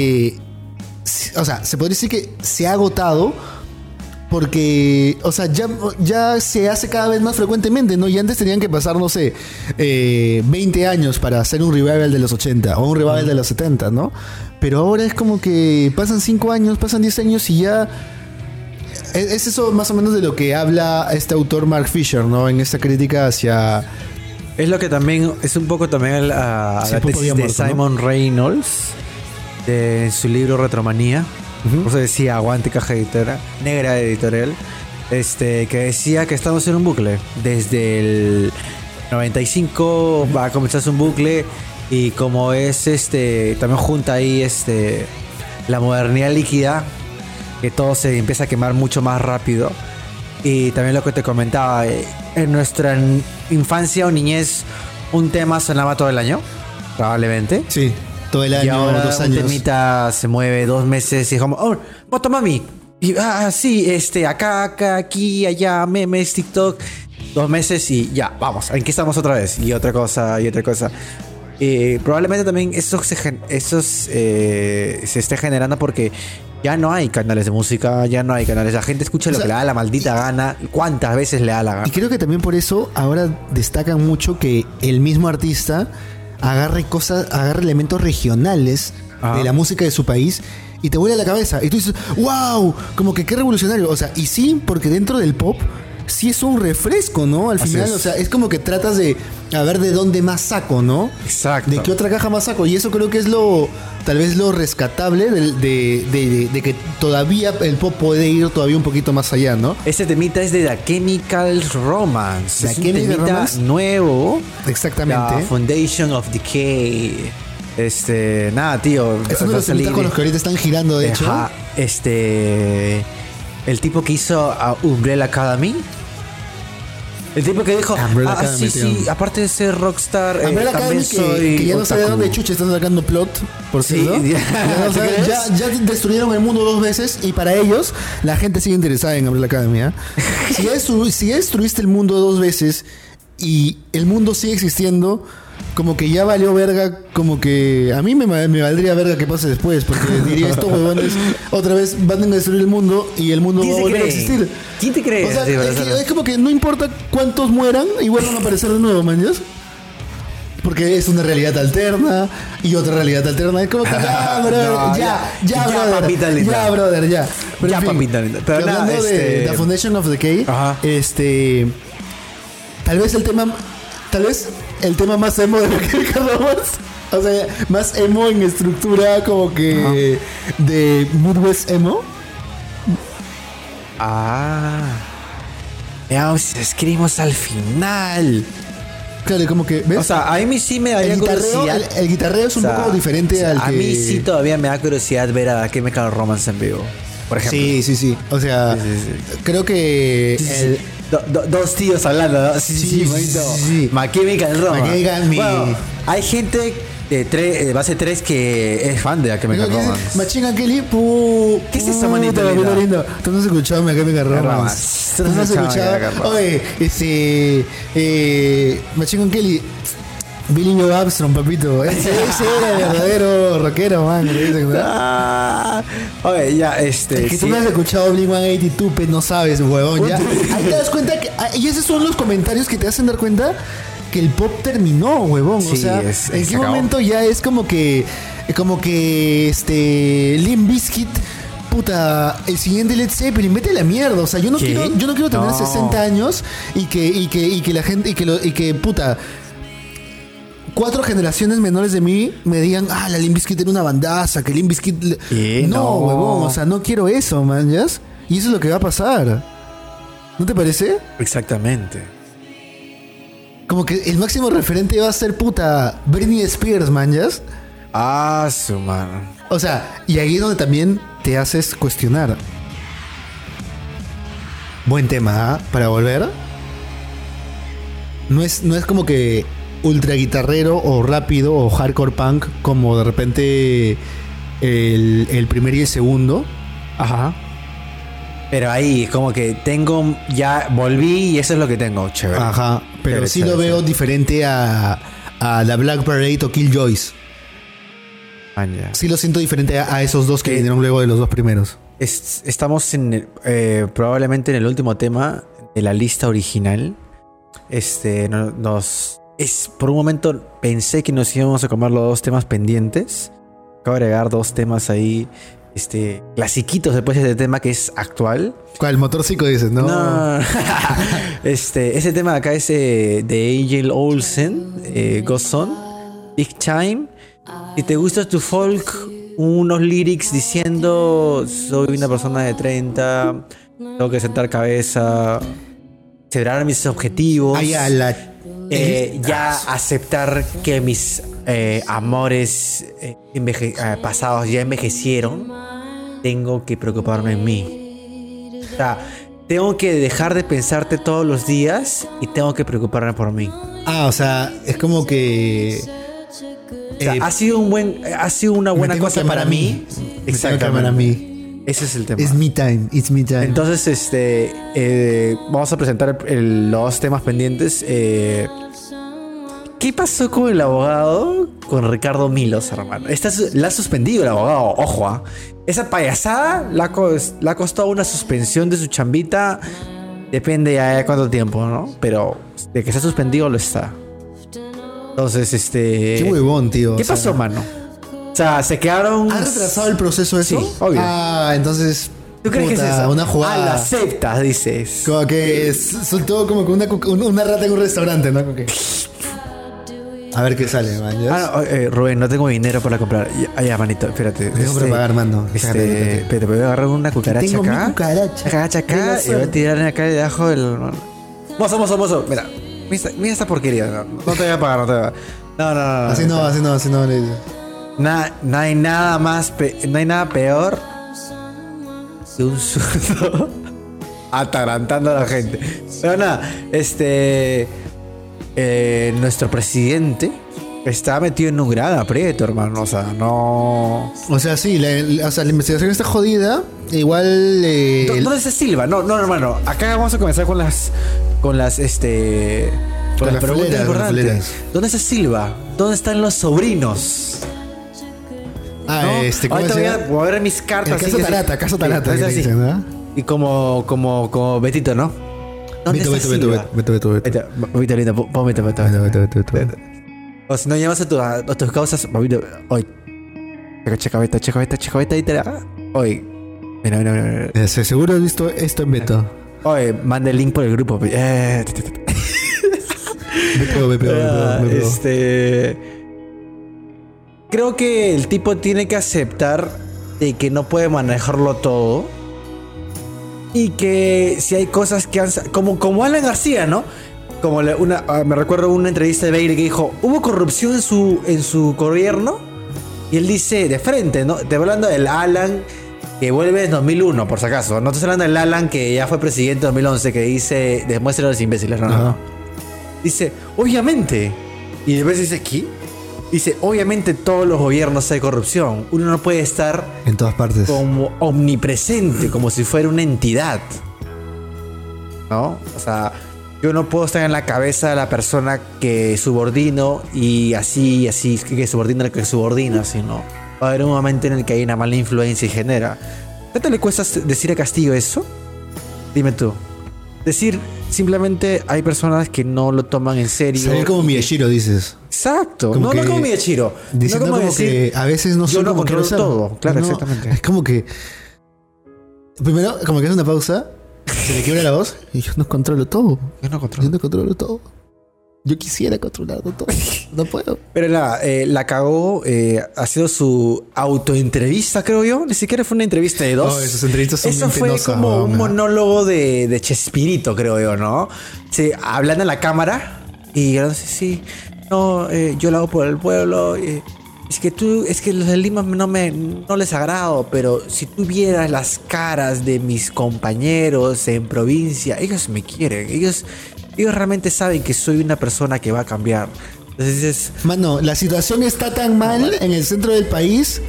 o sea, se podría decir que se ha agotado porque, o sea, ya se hace cada vez más frecuentemente, ¿no? Y antes tenían que pasar, no sé, 20 años para hacer un revival de los 80 o un revival de los 70, ¿no? Pero ahora es como que pasan 5 años, pasan 10 años y ya... Es eso más o menos de lo que habla este autor Mark Fisher, ¿no? En esta crítica hacia... Es lo que también, es un poco también la Sí, Pop tesis había de muerto, ¿no? Simon Reynolds, en su libro Retromanía. Por eso decía aguante caja negra editorial, que decía que estamos en un bucle. Desde el 95 va a comenzarse un bucle y como es también junta ahí la modernidad líquida, que todo se empieza a quemar mucho más rápido. Y también lo que te comentaba, en nuestra infancia o niñez un tema sonaba todo el año, probablemente. Sí, todo el Y año, ahora 2 un años. temita se mueve 2 meses y es como, oh, Motomami. Y sí, acá, aquí, allá, memes, TikTok. 2 meses y ya, vamos, ¿en qué estamos otra vez? Y otra cosa. Probablemente también eso se esté generando porque ya no hay canales de música, ya no hay canales. La gente escucha lo que le da la maldita gana, cuántas veces le da la gana. Y creo que también por eso ahora destacan mucho que el mismo artista agarre elementos regionales de la música de su país y te vuela la cabeza. Y tú dices, wow, como que qué revolucionario. O sea, y sí, porque dentro del pop sí es un refresco, ¿no? Al Así final, es. o sea, es como que tratas de a ver de dónde más saco, ¿no? Exacto. De qué otra caja más saco. Y eso creo que es tal vez lo rescatable de que todavía el pop puede ir todavía un poquito más allá, ¿no? Ese temita es de The Chemical Romance. The Es un Chemical temita Romance. nuevo. Exactamente. La Foundation of Decay. Nada, tío. Es uno de los temitas con los que ahorita están girando, de hecho. Ajá, el tipo que hizo a Umbrella Academy. El tipo que dijo, Umbrella Academy, sí, tío. sí, aparte de ser rockstar, Umbrella también Academy soy que ya no sabe otaku. dónde chucha están sacando plot, por Sí, cierto. ya. Ya no ¿Tú sabe- crees? ya destruyeron el mundo 2 veces y para ellos la gente sigue interesada en Umbrella Academy, ¿eh? Si ya destruiste el mundo 2 veces y el mundo sigue existiendo, como que ya valió verga, como que a mí me valdría verga que pase después, porque diría estos huevones otra vez van a destruir el mundo y el mundo va ¿Quién a se volver a cree? existir. ¿Quién te cree? O sea, Sí, es como que no importa cuántos mueran y vuelvan a aparecer de nuevo, man. Porque es una realidad alterna y otra realidad alterna. Es como que ya, brother, No, ya, brother. papita linda. Ya, brother, ya. Pero Ya, en fin, papita linda. Pero que nada, hablando de The Foundation of Decay, Ajá. tal vez el tema más emo de Chemical Romance. O sea, más emo en estructura como que de Midwest emo. Veamos si escribimos al final. Claro, como que, ¿ves? O sea, a mí sí me daría curiosidad. El guitarreo es un poco diferente al que... A mí sí todavía me da curiosidad ver a Chemical Romance en vivo, por ejemplo. Sí. O sea, creo que... Sí. Dos tíos hablando, ¿no? Sí. My Chemical Romance. Bueno, hay gente de base 3 que es fan de Chemical Romance. Machine Gun Kelly, ¿Qué es esa manita lindo? linda? Lindo. Tú no has escuchado mi Chemical Romance. Tú no has escuchado. Oye, Machine Gun Kelly, Billy Joe Armstrong, papito. Ese era el verdadero rockero, man. Oye, ya, Es que tú no has escuchado Blink-182, pues no sabes, huevón. Ya. Ahí te das cuenta que... Y esos son los comentarios que te hacen dar cuenta que el pop terminó, huevón. O Sí, sea, ¿en qué acabó. momento ya es como que Limp Bizkit, puta, el siguiente Led Zeppelin, vete a la mierda? O sea, yo no quiero tener No. 60 años y que la gente, y que puta, 4 generaciones menores de mí me digan, la Limp Bizkit era una bandaza, que Limp Bizkit... No, huevón, o sea, no quiero eso, man, ¿ya? Y eso es lo que va a pasar. ¿No te parece? Exactamente. Como que el máximo referente va a ser, puta, Britney Spears, man, ¿ya? Su mano. O sea, y ahí es donde también te haces cuestionar. Buen tema, para volver. No es como que ultra guitarrero o rápido o hardcore punk como de repente el primer y el segundo. Ajá. Pero ahí, como que ya volví y eso es lo que tengo, chévere. Ajá, pero Chévere, sí chévere, lo veo chévere. diferente a la Black Parade o Killjoys. Ya. Sí lo siento diferente a esos dos que ¿Qué? vinieron luego de los dos primeros. Estamos probablemente en el último tema de la lista original. Por un momento pensé que nos íbamos a comer los 2 temas pendientes. Acabo de agregar 2 temas ahí, clasiquitos después de este tema que es actual. ¿Cuál? Motorcico dices, ¿no? No. Ese tema de acá es de Angel Olsen, Goes On, Big Time. Si te gusta tu folk, unos lyrics diciendo: soy una persona de 30, tengo que sentar cabeza, celebrar mis objetivos, ya aceptar que mis amores pasados ya envejecieron, tengo que preocuparme en mí. O sea, tengo que dejar de pensarte todos los días y tengo que preocuparme por mí. O sea, es como que... O sea, ha sido una buena cosa para mí. Exactamente. Para mí. Ese es el tema. It's me time. It's me time. Entonces, vamos a presentar los temas pendientes. ¿Qué pasó con el abogado? Con Ricardo Milos, hermano. La ha suspendido el abogado, ojo. Esa payasada la ha costado una suspensión de su chambita. Depende ya de cuánto tiempo, ¿no? Pero de que está suspendido lo está. Entonces, Qué huevón, tío. ¿Qué pasó, mano? O sea, se quedaron... ¿Ha retrasado el proceso eso? Sí, obvio. Entonces... ¿Tú crees que es eso? Una jugada. Lo aceptas, dices. Como que soltó como que una rata en un restaurante, ¿no? Como que... A ver qué sale, man. Rubén, no tengo dinero para comprar. Ya, manito, espérate. Tengo que pagar, mano. Pero voy a agarrar una cucaracha Tengo acá. mi cucaracha. Acá y voy a tirar acá debajo del... Mozo. Mira esta porquería. No te voy a pagar, no te voy a pagar. No. Así no. Le dice. No hay nada más... no hay nada peor que un zurdo atarantando a la gente. Pero nada, nuestro presidente está metido en un gran aprieto, hermano. O sea, no... O sea, sí, la investigación está jodida. Igual... ¿Dónde está Silva? No, hermano. Acá vamos a comenzar con las preguntas importantes. ¿Dónde está Silva? ¿Dónde están los sobrinos? ¿No? ¿Cómo Ahorita se llama? voy a ver mis cartas. El caso Tarata. Es así. Dicen, ¿no? Y como Betito, ¿no? ¿Dónde está Silva? Beto. Betito lindo, póngame. O si no llamas a tus causas, papito, hoy. Checa esta, y te la. Hoy. Mira. Seguro has visto esto en Beto. Oye, manda el link por el grupo. Me pegó. Creo que el tipo tiene que aceptar de que no puede manejarlo todo. Y que si hay cosas que han... Como Alan García, ¿no? Me recuerdo una entrevista de Beire que dijo, ¿hubo corrupción en su gobierno? Y él dice, de frente, ¿no? Te hablando del Alan que vuelve en 2001, por si acaso. No estoy hablando del Alan que ya fue presidente en 2011, que dice, demuestren a los imbéciles, no. Dice, obviamente. Y después dice, ¿qué? Dice, obviamente todos los gobiernos hay corrupción. Uno no puede estar en todas partes como omnipresente, como si fuera una entidad, ¿no? O sea, yo no puedo estar en la cabeza de la persona que subordino y así, que subordina al que subordina, sino va a haber un momento en el que hay una mala influencia y genera. ¿Cuánto le cuesta decir a Castillo eso? Dime tú. Decir, simplemente hay personas que no lo toman en serio. Salir como Miyashiro, dices. Exacto. No como Miyashiro. Diciendo no como decir, que a veces no yo no controlo todo. Claro, no, exactamente. Es como que... Primero, como que hace una pausa, se le quiebra la voz y yo no controlo todo. Yo no controlo todo. Yo quisiera controlarlo todo. No puedo. Pero la cagó haciendo su autoentrevista, creo yo. Ni siquiera fue una entrevista de dos. No, esas entrevistas son eso fue penosas, como un monólogo de Chespirito, creo yo, ¿no? Sí, hablando en la cámara. Y yo no sé si... No, yo lo hago por el pueblo. Es que los de Lima no les agrado. Pero si tú vieras las caras de mis compañeros en provincia, ellos me quieren. Ellos realmente saben que soy una persona que va a cambiar. Entonces dices... Mano, la situación está tan mal en el centro del país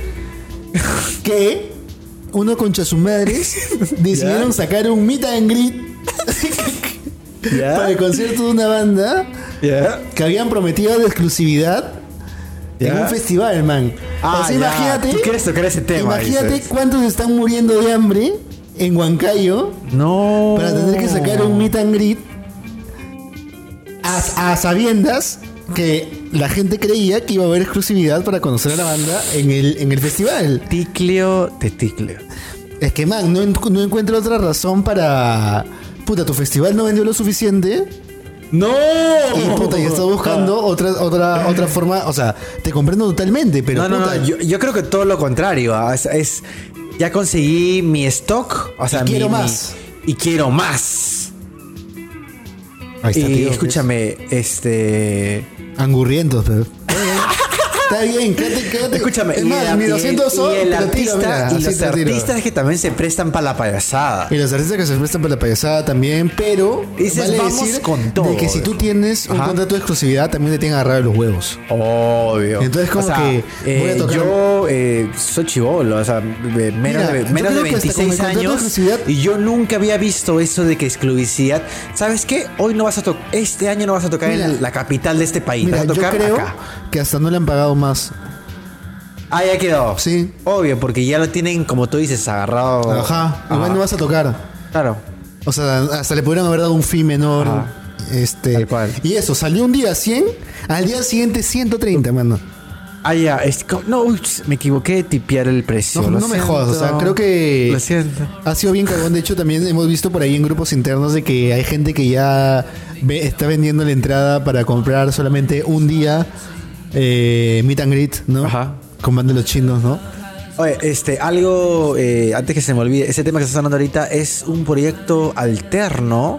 que uno concha sus madres decidieron sacar un meet and greet para el concierto de una banda que habían prometido de exclusividad en un festival, man. O sea, imagínate... ¿Tú quieres tocar ese tema? Imagínate cuántos están muriendo de hambre en Huancayo para tener que sacar un meet and greet a sabiendas que la gente creía que iba a haber exclusividad para conocer a la banda en el festival. Ticlio de ticlio. Es que, man, no encuentro otra razón para... Puta, tu festival no vendió lo suficiente. ¡No! Y puta, y estás buscando otra forma. O sea, te comprendo totalmente, pero no. Yo creo que todo lo contrario. Ya conseguí mi stock. O sea, quiero más. Y quiero más. Ahí está, y tío, escúchame, Angurrientos, pero... Está bien, quédate. Escúchame, es más, mi 200 son, y el artista, mira, y los artistas que también se prestan para la payasada. Y los artistas que se prestan para la payasada también, pero dices, vale vamos decir con todo, de que si tú tienes un contrato de exclusividad, también te tienen agarrado los huevos. Obvio. Entonces como que voy a tocar... Yo soy chibolo, o sea, menos de 26 años, y yo nunca había visto eso de que exclusividad. ¿Sabes qué? Hoy no vas a tocar, este año no vas a tocar en la capital de este país. Mira, vas a tocar yo creo acá. Que hasta no le han pagado más. Ah, ya quedó. Sí. Obvio, porque ya lo tienen, como tú dices, agarrado. Ajá. Igual no vas a tocar. Claro. O sea, hasta le pudieron haber dado un fee menor. Ajá. Tal cual. Y eso, salió un día 100, al día siguiente 130, mano. Ah, ya. No, me equivoqué de tipear el precio. No me jodas, o sea, creo que lo siento. Ha sido bien cagón. De hecho, también hemos visto por ahí en grupos internos de que hay gente que ya está vendiendo la entrada para comprar solamente un día meet and greet, ¿no? Ajá. Con banda de los chinos, ¿no? Oye, algo, antes que se me olvide, ese tema que estás hablando ahorita es un proyecto alterno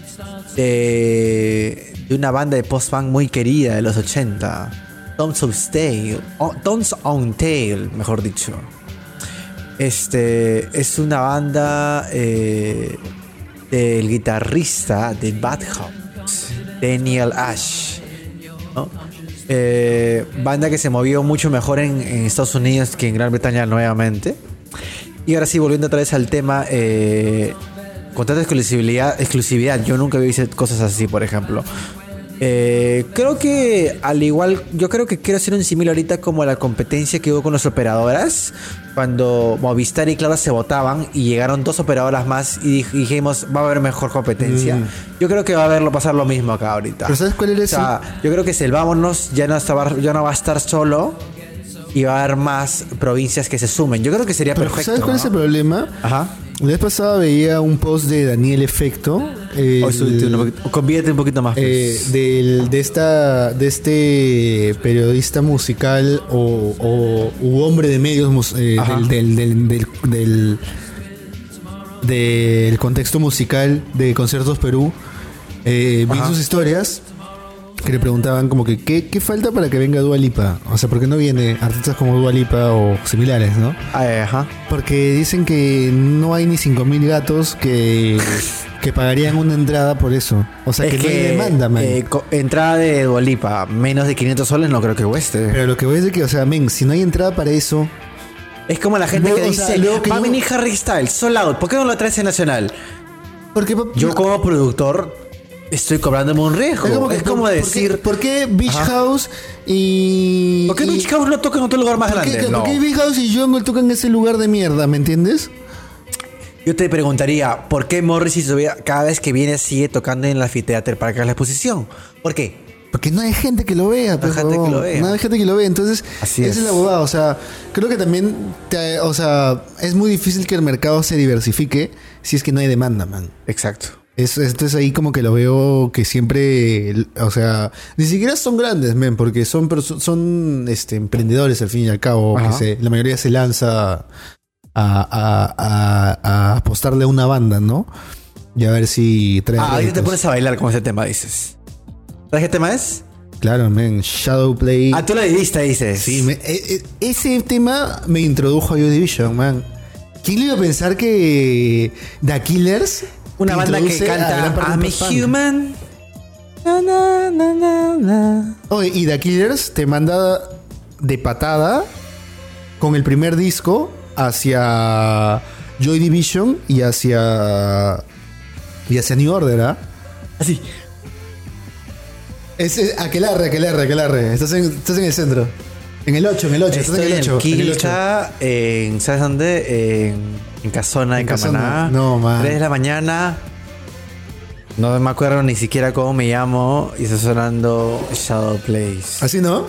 de una banda de post-punk muy querida de los 80. Tons on Tail, mejor dicho. Es una banda del guitarrista de Bad House, Daniel Ash, ¿no? Banda que se movió mucho mejor en Estados Unidos que en Gran Bretaña nuevamente. Y ahora sí, volviendo otra vez al tema, contrato de exclusividad. Yo nunca había visto cosas así, por ejemplo. Creo que al igual, yo creo que quiero hacer un símil ahorita como la competencia que hubo con las operadoras, cuando Movistar y Claro se votaban y llegaron 2 operadoras más y dijimos va a haber mejor competencia. Yo creo que va a pasar lo mismo acá ahorita. ¿Pero sabes cuál era eso? O sea, yo creo que el Vámonos ya no va a estar solo y va a haber más provincias que se sumen. Yo creo que sería Pero perfecto. ¿sabes cuál es el problema? Ajá. La vez pasada veía un post de Daniel Efecto. Convídete un poquito más. Pues. De este periodista musical u hombre de medios del contexto musical de Conciertos Perú. Vi sus historias que le preguntaban como que ¿qué falta para que venga Dua Lipa? O sea, ¿por qué no viene artistas como Dua Lipa o similares, no? Ajá. Porque dicen que no hay ni 5.000 gatos que pagarían una entrada por eso. O sea, que no hay demanda, man. Entrada de Dua Lipa, menos de 500 soles no creo que cueste. Pero lo que voy a decir que, o sea, men, si no hay entrada para eso... Es como la gente Luego, que o dice, sea, luego que va a yo- venir Harry Styles, sold out, ¿por qué no lo traes en Nacional? Porque Yo como productor estoy cobrándome un riesgo. Es como decir... ¿Por qué Beach House y... ¿Por qué Beach House no toca en otro lugar más grande? ¿Por qué Beach House y Jungle tocan ese lugar de mierda? ¿Me entiendes? Yo te preguntaría, ¿por qué Morrissey todavía cada vez que viene sigue tocando en el anfiteatro para que haga la exposición? ¿Por qué? Porque no hay gente que lo vea. No hay gente que lo vea. No hay gente que lo vea. Entonces, Así esa es. es la bobada. O sea, creo que también, o sea, es muy difícil que el mercado se diversifique si es que no hay demanda, man. Exacto. Esto es ahí como que lo veo que siempre, o sea, ni siquiera son grandes, men, porque son emprendedores al fin y al cabo. Ajá. La mayoría se lanza a apostarle a una banda, ¿no? Y a ver si trae Ahorita te réditos. pones a bailar con ese tema, dices. ¿Sabes qué tema es? Claro, men, Shadowplay. Tú lo viviste, dices. Sí, ese tema me introdujo a Joy Division, man. ¿Quién le iba a pensar que The Killers, Una te banda que introduce a gran canta parte I'm del a post-punk? Human. Na, na, na, na, na. Oye, y The Killers te manda de patada con el primer disco hacia Joy Division y hacia New Order, ¿ah? Así. Aquelarre. Estás en el centro. En el 8, estás Estoy en el 8. en Quilcha, ¿sabes dónde? En Casona, en Casona. Camaná. No, man. 3 de la mañana. No me acuerdo ni siquiera cómo me llamo. Y está sonando Shadow Place. ¿Así no?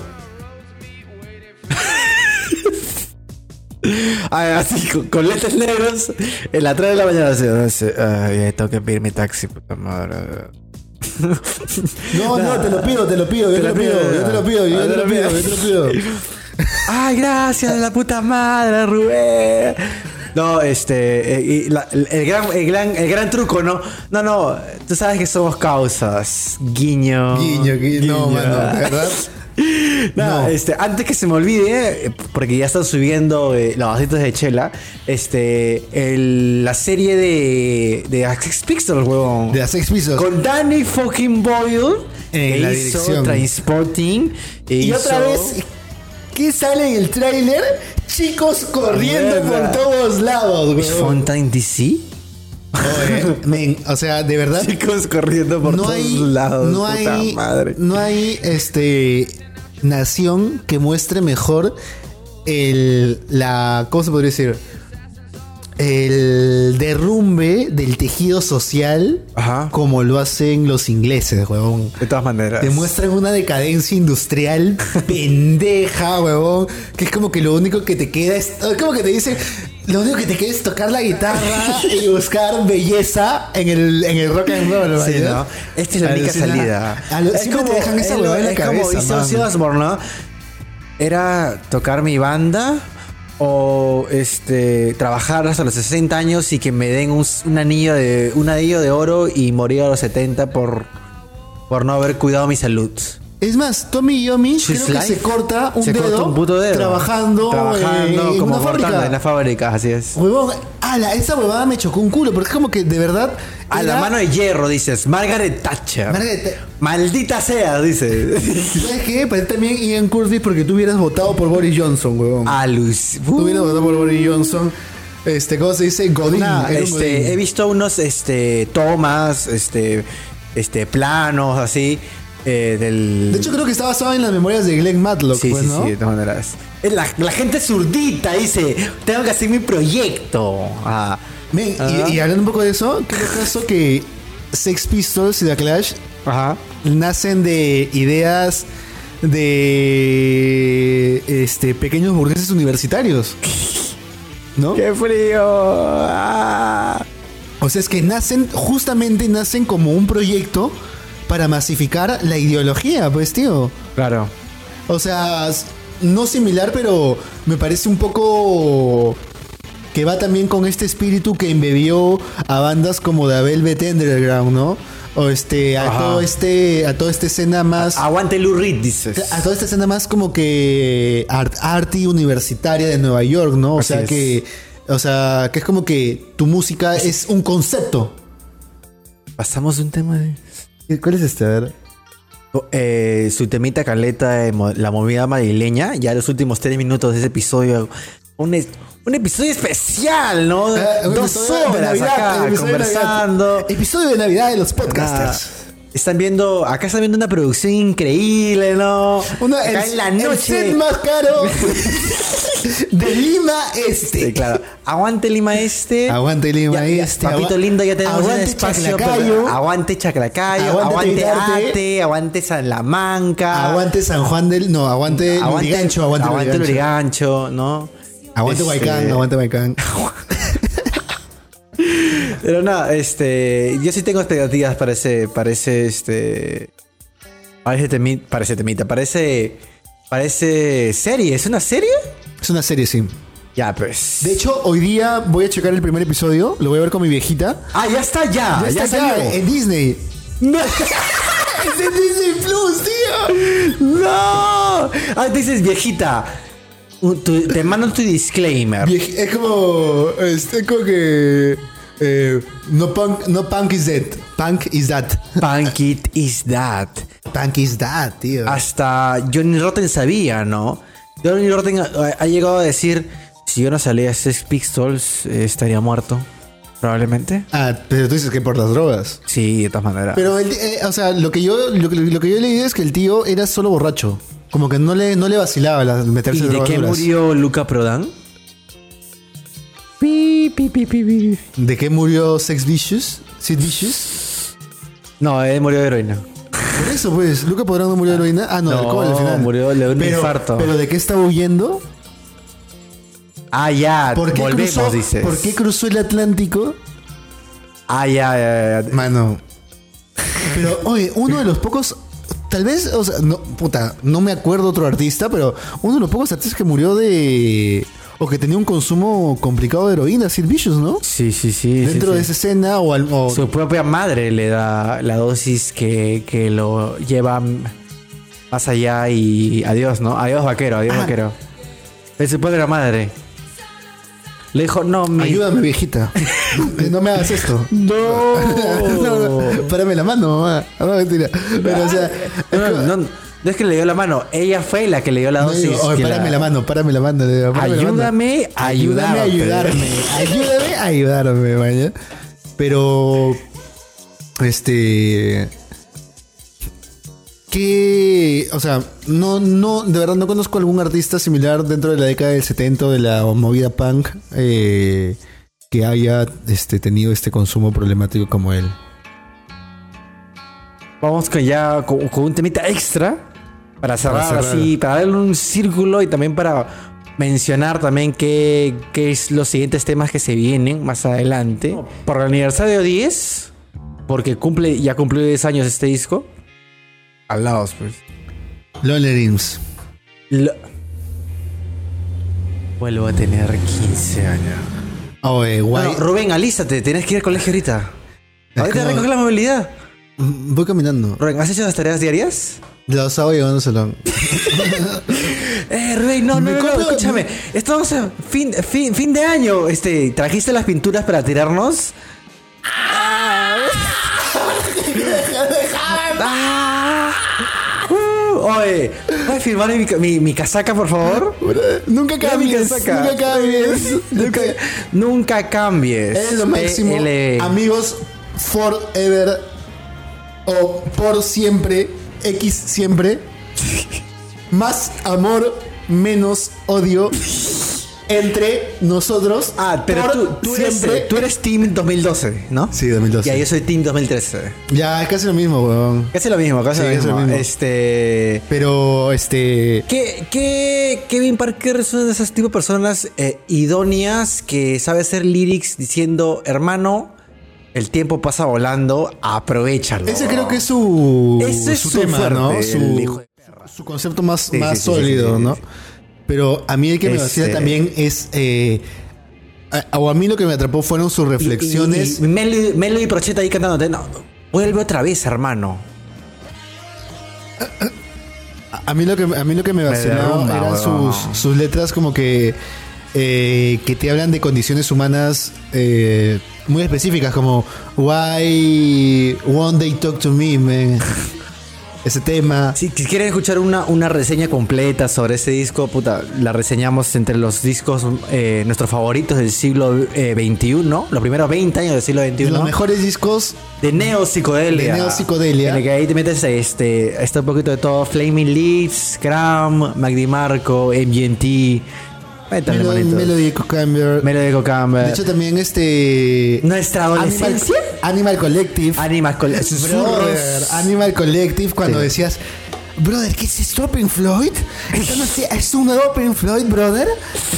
Así, con lentes negros. En la 3 de la mañana. Así, tengo que pedir mi taxi, puta madre. No, te lo pido, yo te lo pido. Ay, gracias, la puta madre, Rubén. No, el gran truco, ¿no? No, tú sabes que somos causas. Guiño. No, mano, de verdad. No. Antes que se me olvide, porque ya están subiendo los vasitos de chela, la serie de Sex Pistols, huevón. De las Sex Pistols. Con Danny fucking Boyle, En la que hizo dirección. Transporting. Y otra vez, ¿qué sale en el tráiler? Chicos corriendo por todos lados, ¿Es güey. Fontaine DC? Men, o sea, de verdad. Chicos corriendo por todos lados. Puta madre. No hay nación que muestre mejor ¿cómo se podría decir? El derrumbe del tejido social. Ajá. Como lo hacen los ingleses, huevón. De todas maneras. Te muestran una decadencia industrial pendeja, huevón. Que es como que lo único que te queda es como que te dicen, lo único que te queda es tocar la guitarra y buscar belleza en el rock and roll, Sí, ¿verdad? ¿no? Esta es la única salida. Siempre te dejan esa huevada en la cabeza, como hizo man. Ozzy Osbourne, ¿no? Era tocar mi banda o trabajar hasta los 60 años y que me den un anillo de oro y morir a los 70 por no haber cuidado mi salud. Es más, Tommy Yomi She's creo que life. se corta un Se dedo, corta un puto dedo. trabajando en como una cortando fábrica. en la fábrica, así es. Huevón, esa huevada me chocó un culo, porque es como que de verdad. A la mano de hierro, dices. Margaret Thatcher. Maldita sea, dices. ¿Sabes qué? Parece también Ian Curtis porque tú hubieras votado por Boris Johnson, huevón. Tú hubieras votado por Boris Johnson. ¿Cómo se dice? Godín. Nah, Era un Godín. he visto unos tomas, planos así. del... De hecho, creo que está basado en las memorias de Glenn Matlock, Sí, pues, sí, ¿no? sí, de todas maneras. La gente zurdita dice, tengo que hacer mi proyecto. Y hablando un poco de eso, ¿qué es el caso que Sex Pistols y The Clash nacen de ideas de pequeños burgueses universitarios? ¿No? ¡Qué frío! O sea, es que nacen como un proyecto para masificar la ideología, pues, tío. Claro. O sea, no similar, pero me parece un poco que va también con este espíritu que embebió a bandas como The Velvet Underground, ¿no? O a toda esta escena más... Aguante Lou Reed, dices. A toda esta escena más como que arty universitaria de Nueva York, ¿no? O sea, que es como que tu música es un concepto. Pasamos de un tema de... ¿Cuál es este? A ver. Su temita caleta de la movida madrileña. Ya los últimos 3 minutos de ese episodio. Un episodio especial, ¿no? 2 horas acá conversando. Episodio de Navidad de los podcasters. Están viendo una producción increíble, ¿no? Acá en la noche. El set más caro de Lima Este. Sí, claro. Aguante Lima Este. Aguante Lima Este. Papito lindo, ya tenemos un espacio. Aguante Chaclacayo. Aguante Ate. Aguante Salamanca. Aguante San Juan del... No, aguante Lurigancho. Aguante Lurigancho, ¿no? Aguante Huaycán. Pero nada, yo sí tengo expectativas para ese serie. ¿Es una serie? Es una serie, sí. Ya, pues. De hecho, hoy día voy a checar el primer episodio. Lo voy a ver con mi viejita. Ya está, ya salió. En Disney. No. Es en Disney Plus, tío. No. Dices viejita. Te mando tu disclaimer. Es como que no punk is that. Punk is that. Punk it is that. Punk is that, tío. Hasta Johnny Rotten sabía, ¿no? Johnny Rotten ha llegado a decir, si yo no salía a Sex Pistols, estaría muerto. Probablemente. Pero tú dices que por las drogas. Sí, de todas maneras. Pero lo que yo leí es que el tío era solo borracho. Como que no le vacilaba meterse ¿Y de qué duras. murió Luca Prodan? ¿De qué murió Sid Vicious? No, él murió de heroína. Por eso, pues, Luca Prodan no murió de heroína. No, de alcohol al final. Murió de un infarto. ¿Pero de qué estaba huyendo? Ya, volvemos, dices. ¿Por qué cruzó el Atlántico? Ya. Mano. Pero, oye, uno de los pocos... Tal vez, o sea, no me acuerdo otro artista, pero uno de los pocos artistas que murió o que tenía un consumo complicado de heroína, Sid Vicious, ¿no? Sí. Dentro de esa escena o... Su propia madre le da la dosis que lo lleva más allá y adiós, ¿no? Adiós vaquero. Es su propia madre. Le dijo, ayúdame, viejita. No me hagas esto. No. Párame la mano, mamá. No, mentira. Pero, o sea... No es que le dio la mano. Ella fue la que le dio la dosis. Párame la mano. Ayúdame a ayudarme. Ayúdame a ayudarme, vaya. Pero... O sea, de verdad no conozco algún artista similar dentro de la década del 70 de la movida punk que haya tenido este consumo problemático como él. Vamos con un temita extra para cerrar así, para darle un círculo y también para mencionar también qué es los siguientes temas que se vienen más adelante. Por el aniversario 10, porque ya cumplió 10 años este disco. Al lado, pues. Lonely Rims. Vuelvo a tener 15 años. Guay. Bueno, Rubén, alístate, tienes que ir al colegio ahorita. Ahorita recoge la movilidad. Voy caminando. Rubén, ¿has hecho las tareas diarias? Los hago llegando al salón. Rubén, no, escúchame. Estamos a fin de año. ¿Trajiste las pinturas para tirarnos? Oye, ¿puedes firmar mi casaca, por favor? Nunca cambies. Nunca cambies. Es lo máximo. Amigos, forever o por siempre. X siempre. Más amor, menos odio entre nosotros. Pero tú eres Team 2012, ¿no? Sí, 2012. Ya, yo soy Team 2013. Ya, es casi lo mismo, weón. Casi lo mismo, casi Sí, lo es mismo. lo mismo. Pero, ¿Qué Kevin Parker es una de esas tipo de personas idóneas que sabe hacer lyrics diciendo, hermano, el tiempo pasa volando, aprovechalo. ese creo que es su tema, fuerte, ¿no? el hijo de Su concepto más Sí, sólido, sí. ¿no? Pero a mí el que me vacila también es... o a mí lo que me atrapó fueron sus reflexiones. Y Melody Procheta ahí cantándote, no, vuelve otra vez, hermano. A mí lo que me vacilaba derrumba, eran weón. sus letras como que te hablan de condiciones humanas muy específicas, como Why won't they talk to me, man? Ese tema. Si quieren escuchar una reseña completa sobre ese disco, puta, la reseñamos entre los discos nuestros favoritos del siglo XXI, ¿no? Los primeros 20 años del siglo XXI. Los mejores discos de neopsicodelia. De neopsicodelia. En el que ahí te metes está un poquito de todo. Flaming Lips, Cram, Mac DiMarco, MGMT. Métanle, manitos. Melody Cucumber. Melody Cucumber. De hecho, también Nuestra adolescencia. Animal Collective. Susurros. Animal Collective, cuando Sí. decías, brother, ¿qué es esto, Pink Floyd? ¿Es un nuevo Pink Floyd, brother?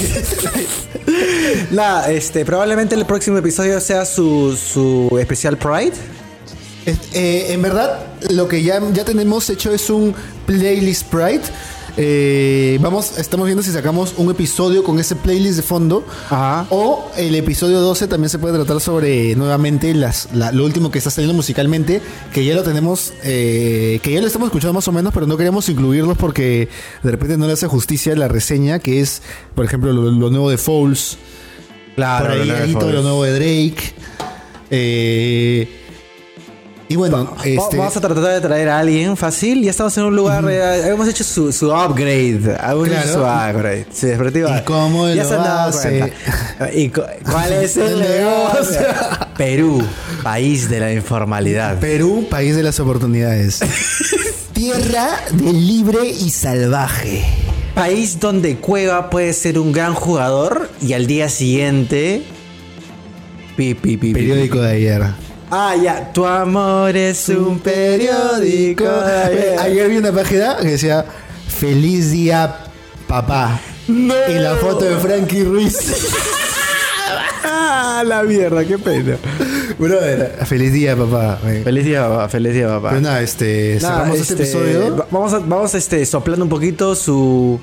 Nada, probablemente el próximo episodio sea su especial Pride. En verdad, lo que ya tenemos hecho es un playlist Pride. Estamos viendo si sacamos un episodio con ese playlist de fondo. Ajá. O el episodio 12 también se puede tratar sobre nuevamente lo último que está saliendo musicalmente, que ya lo tenemos, que ya lo estamos escuchando más o menos, pero no queremos incluirlos porque de repente no le hace justicia a la reseña, que es, por ejemplo, lo nuevo de Fouls. Claro, por ahí lo nuevo de Drake. Y bueno, vamos a tratar de traer a alguien fácil. Ya estamos en un lugar. Hemos hecho su upgrade. Sí, definitiva. ¿Y cómo ya lo se han dado hace? cuenta. ¿Cuál es el negocio? Perú, país de la informalidad. Perú, país de las oportunidades. Tierra del libre y salvaje. País donde Cueva puede ser un gran jugador y al día siguiente. Periódico de ayer. Ah, ya. Tu amor es un periódico. Ayer vi una página que decía feliz día, papá. No. Y la foto de Frankie Ruiz. Ah, la mierda, qué pena. Brother, feliz día, papá. Feliz día, papá. Feliz día, papá. Pero nada, cerramos este episodio. Vamos soplando un poquito su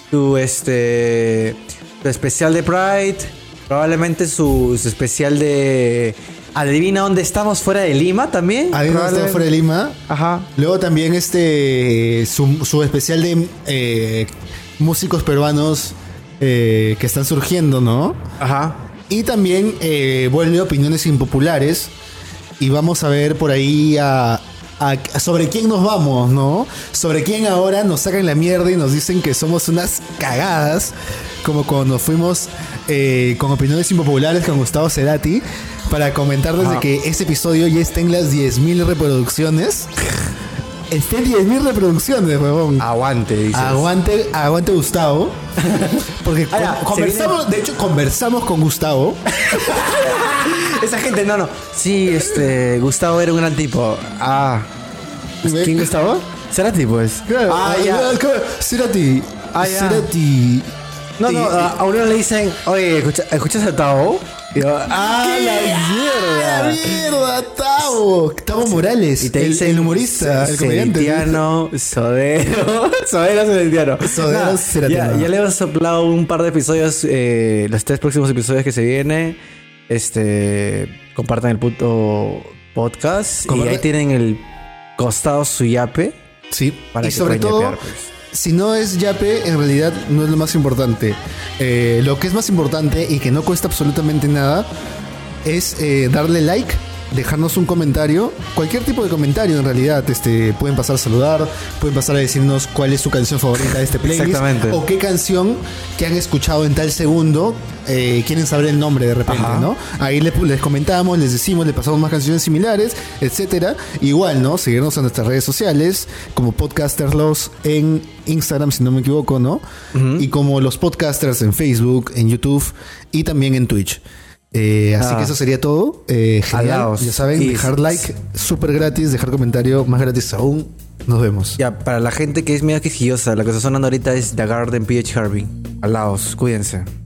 especial de Pride. Probablemente su especial de Adivina dónde estamos fuera de Lima también. Adivina dónde estamos fuera de Lima. Ajá. Luego también su especial de músicos peruanos que están surgiendo, ¿no? Ajá. Y también vuelve opiniones impopulares. Y vamos a ver por ahí sobre quién nos vamos, ¿no? Sobre quién ahora nos sacan la mierda y nos dicen que somos unas cagadas. Como cuando nos fuimos con opiniones impopulares con Gustavo Cerati. Para comentarles de que ese episodio ya está en las 10.000 reproducciones. Está en 10.000 reproducciones, huevón. Aguante, dices. Aguante Gustavo. Porque conversamos, de hecho, conversamos con Gustavo. Esa gente, no. Sí, Gustavo era un gran tipo. Ah. ¿Quién Gustavo? Cerati, pues. Claro. Ya. Cerati. Ya. Cerati. No, a uno le dicen, oye, ¿escuchas a Tao? Y yo, ¡la mierda! ¡Tao Morales! Y te dicen, el humorista, el comediante. Celentiano, Sodero. Sodero Celentiano. Sodero Celentiano. Ya le hemos soplado un par de episodios, los 3 próximos episodios que se vienen. Compartan el puto podcast. Y ahí tienen el costado su yape. Sí, para y que sobre todo, yapear, pues. Si no es yape, en realidad no es lo más importante. Lo que es más importante y que no cuesta absolutamente nada es darle like dejarnos un comentario, cualquier tipo de comentario en realidad. Pueden pasar a saludar, pueden pasar a decirnos cuál es su canción favorita de este playlist. Exactamente. O qué canción que han escuchado en tal segundo quieren saber el nombre de repente, Ajá. ¿no? Ahí les comentamos, les decimos, les pasamos más canciones similares, etcétera. Igual, ¿no? Seguirnos en nuestras redes sociales como Podcasterlos en Instagram, si no me equivoco, ¿no? Y como los podcasters en Facebook, en YouTube y también en Twitch. Así que eso sería todo. Genial. Alaos. Ya saben, Y dejar like, súper gratis, dejar comentario, más gratis aún. Nos vemos. Ya, para la gente que es medio quisquillosa, la que está sonando ahorita es The Garden PH Harvey. Alaos, cuídense.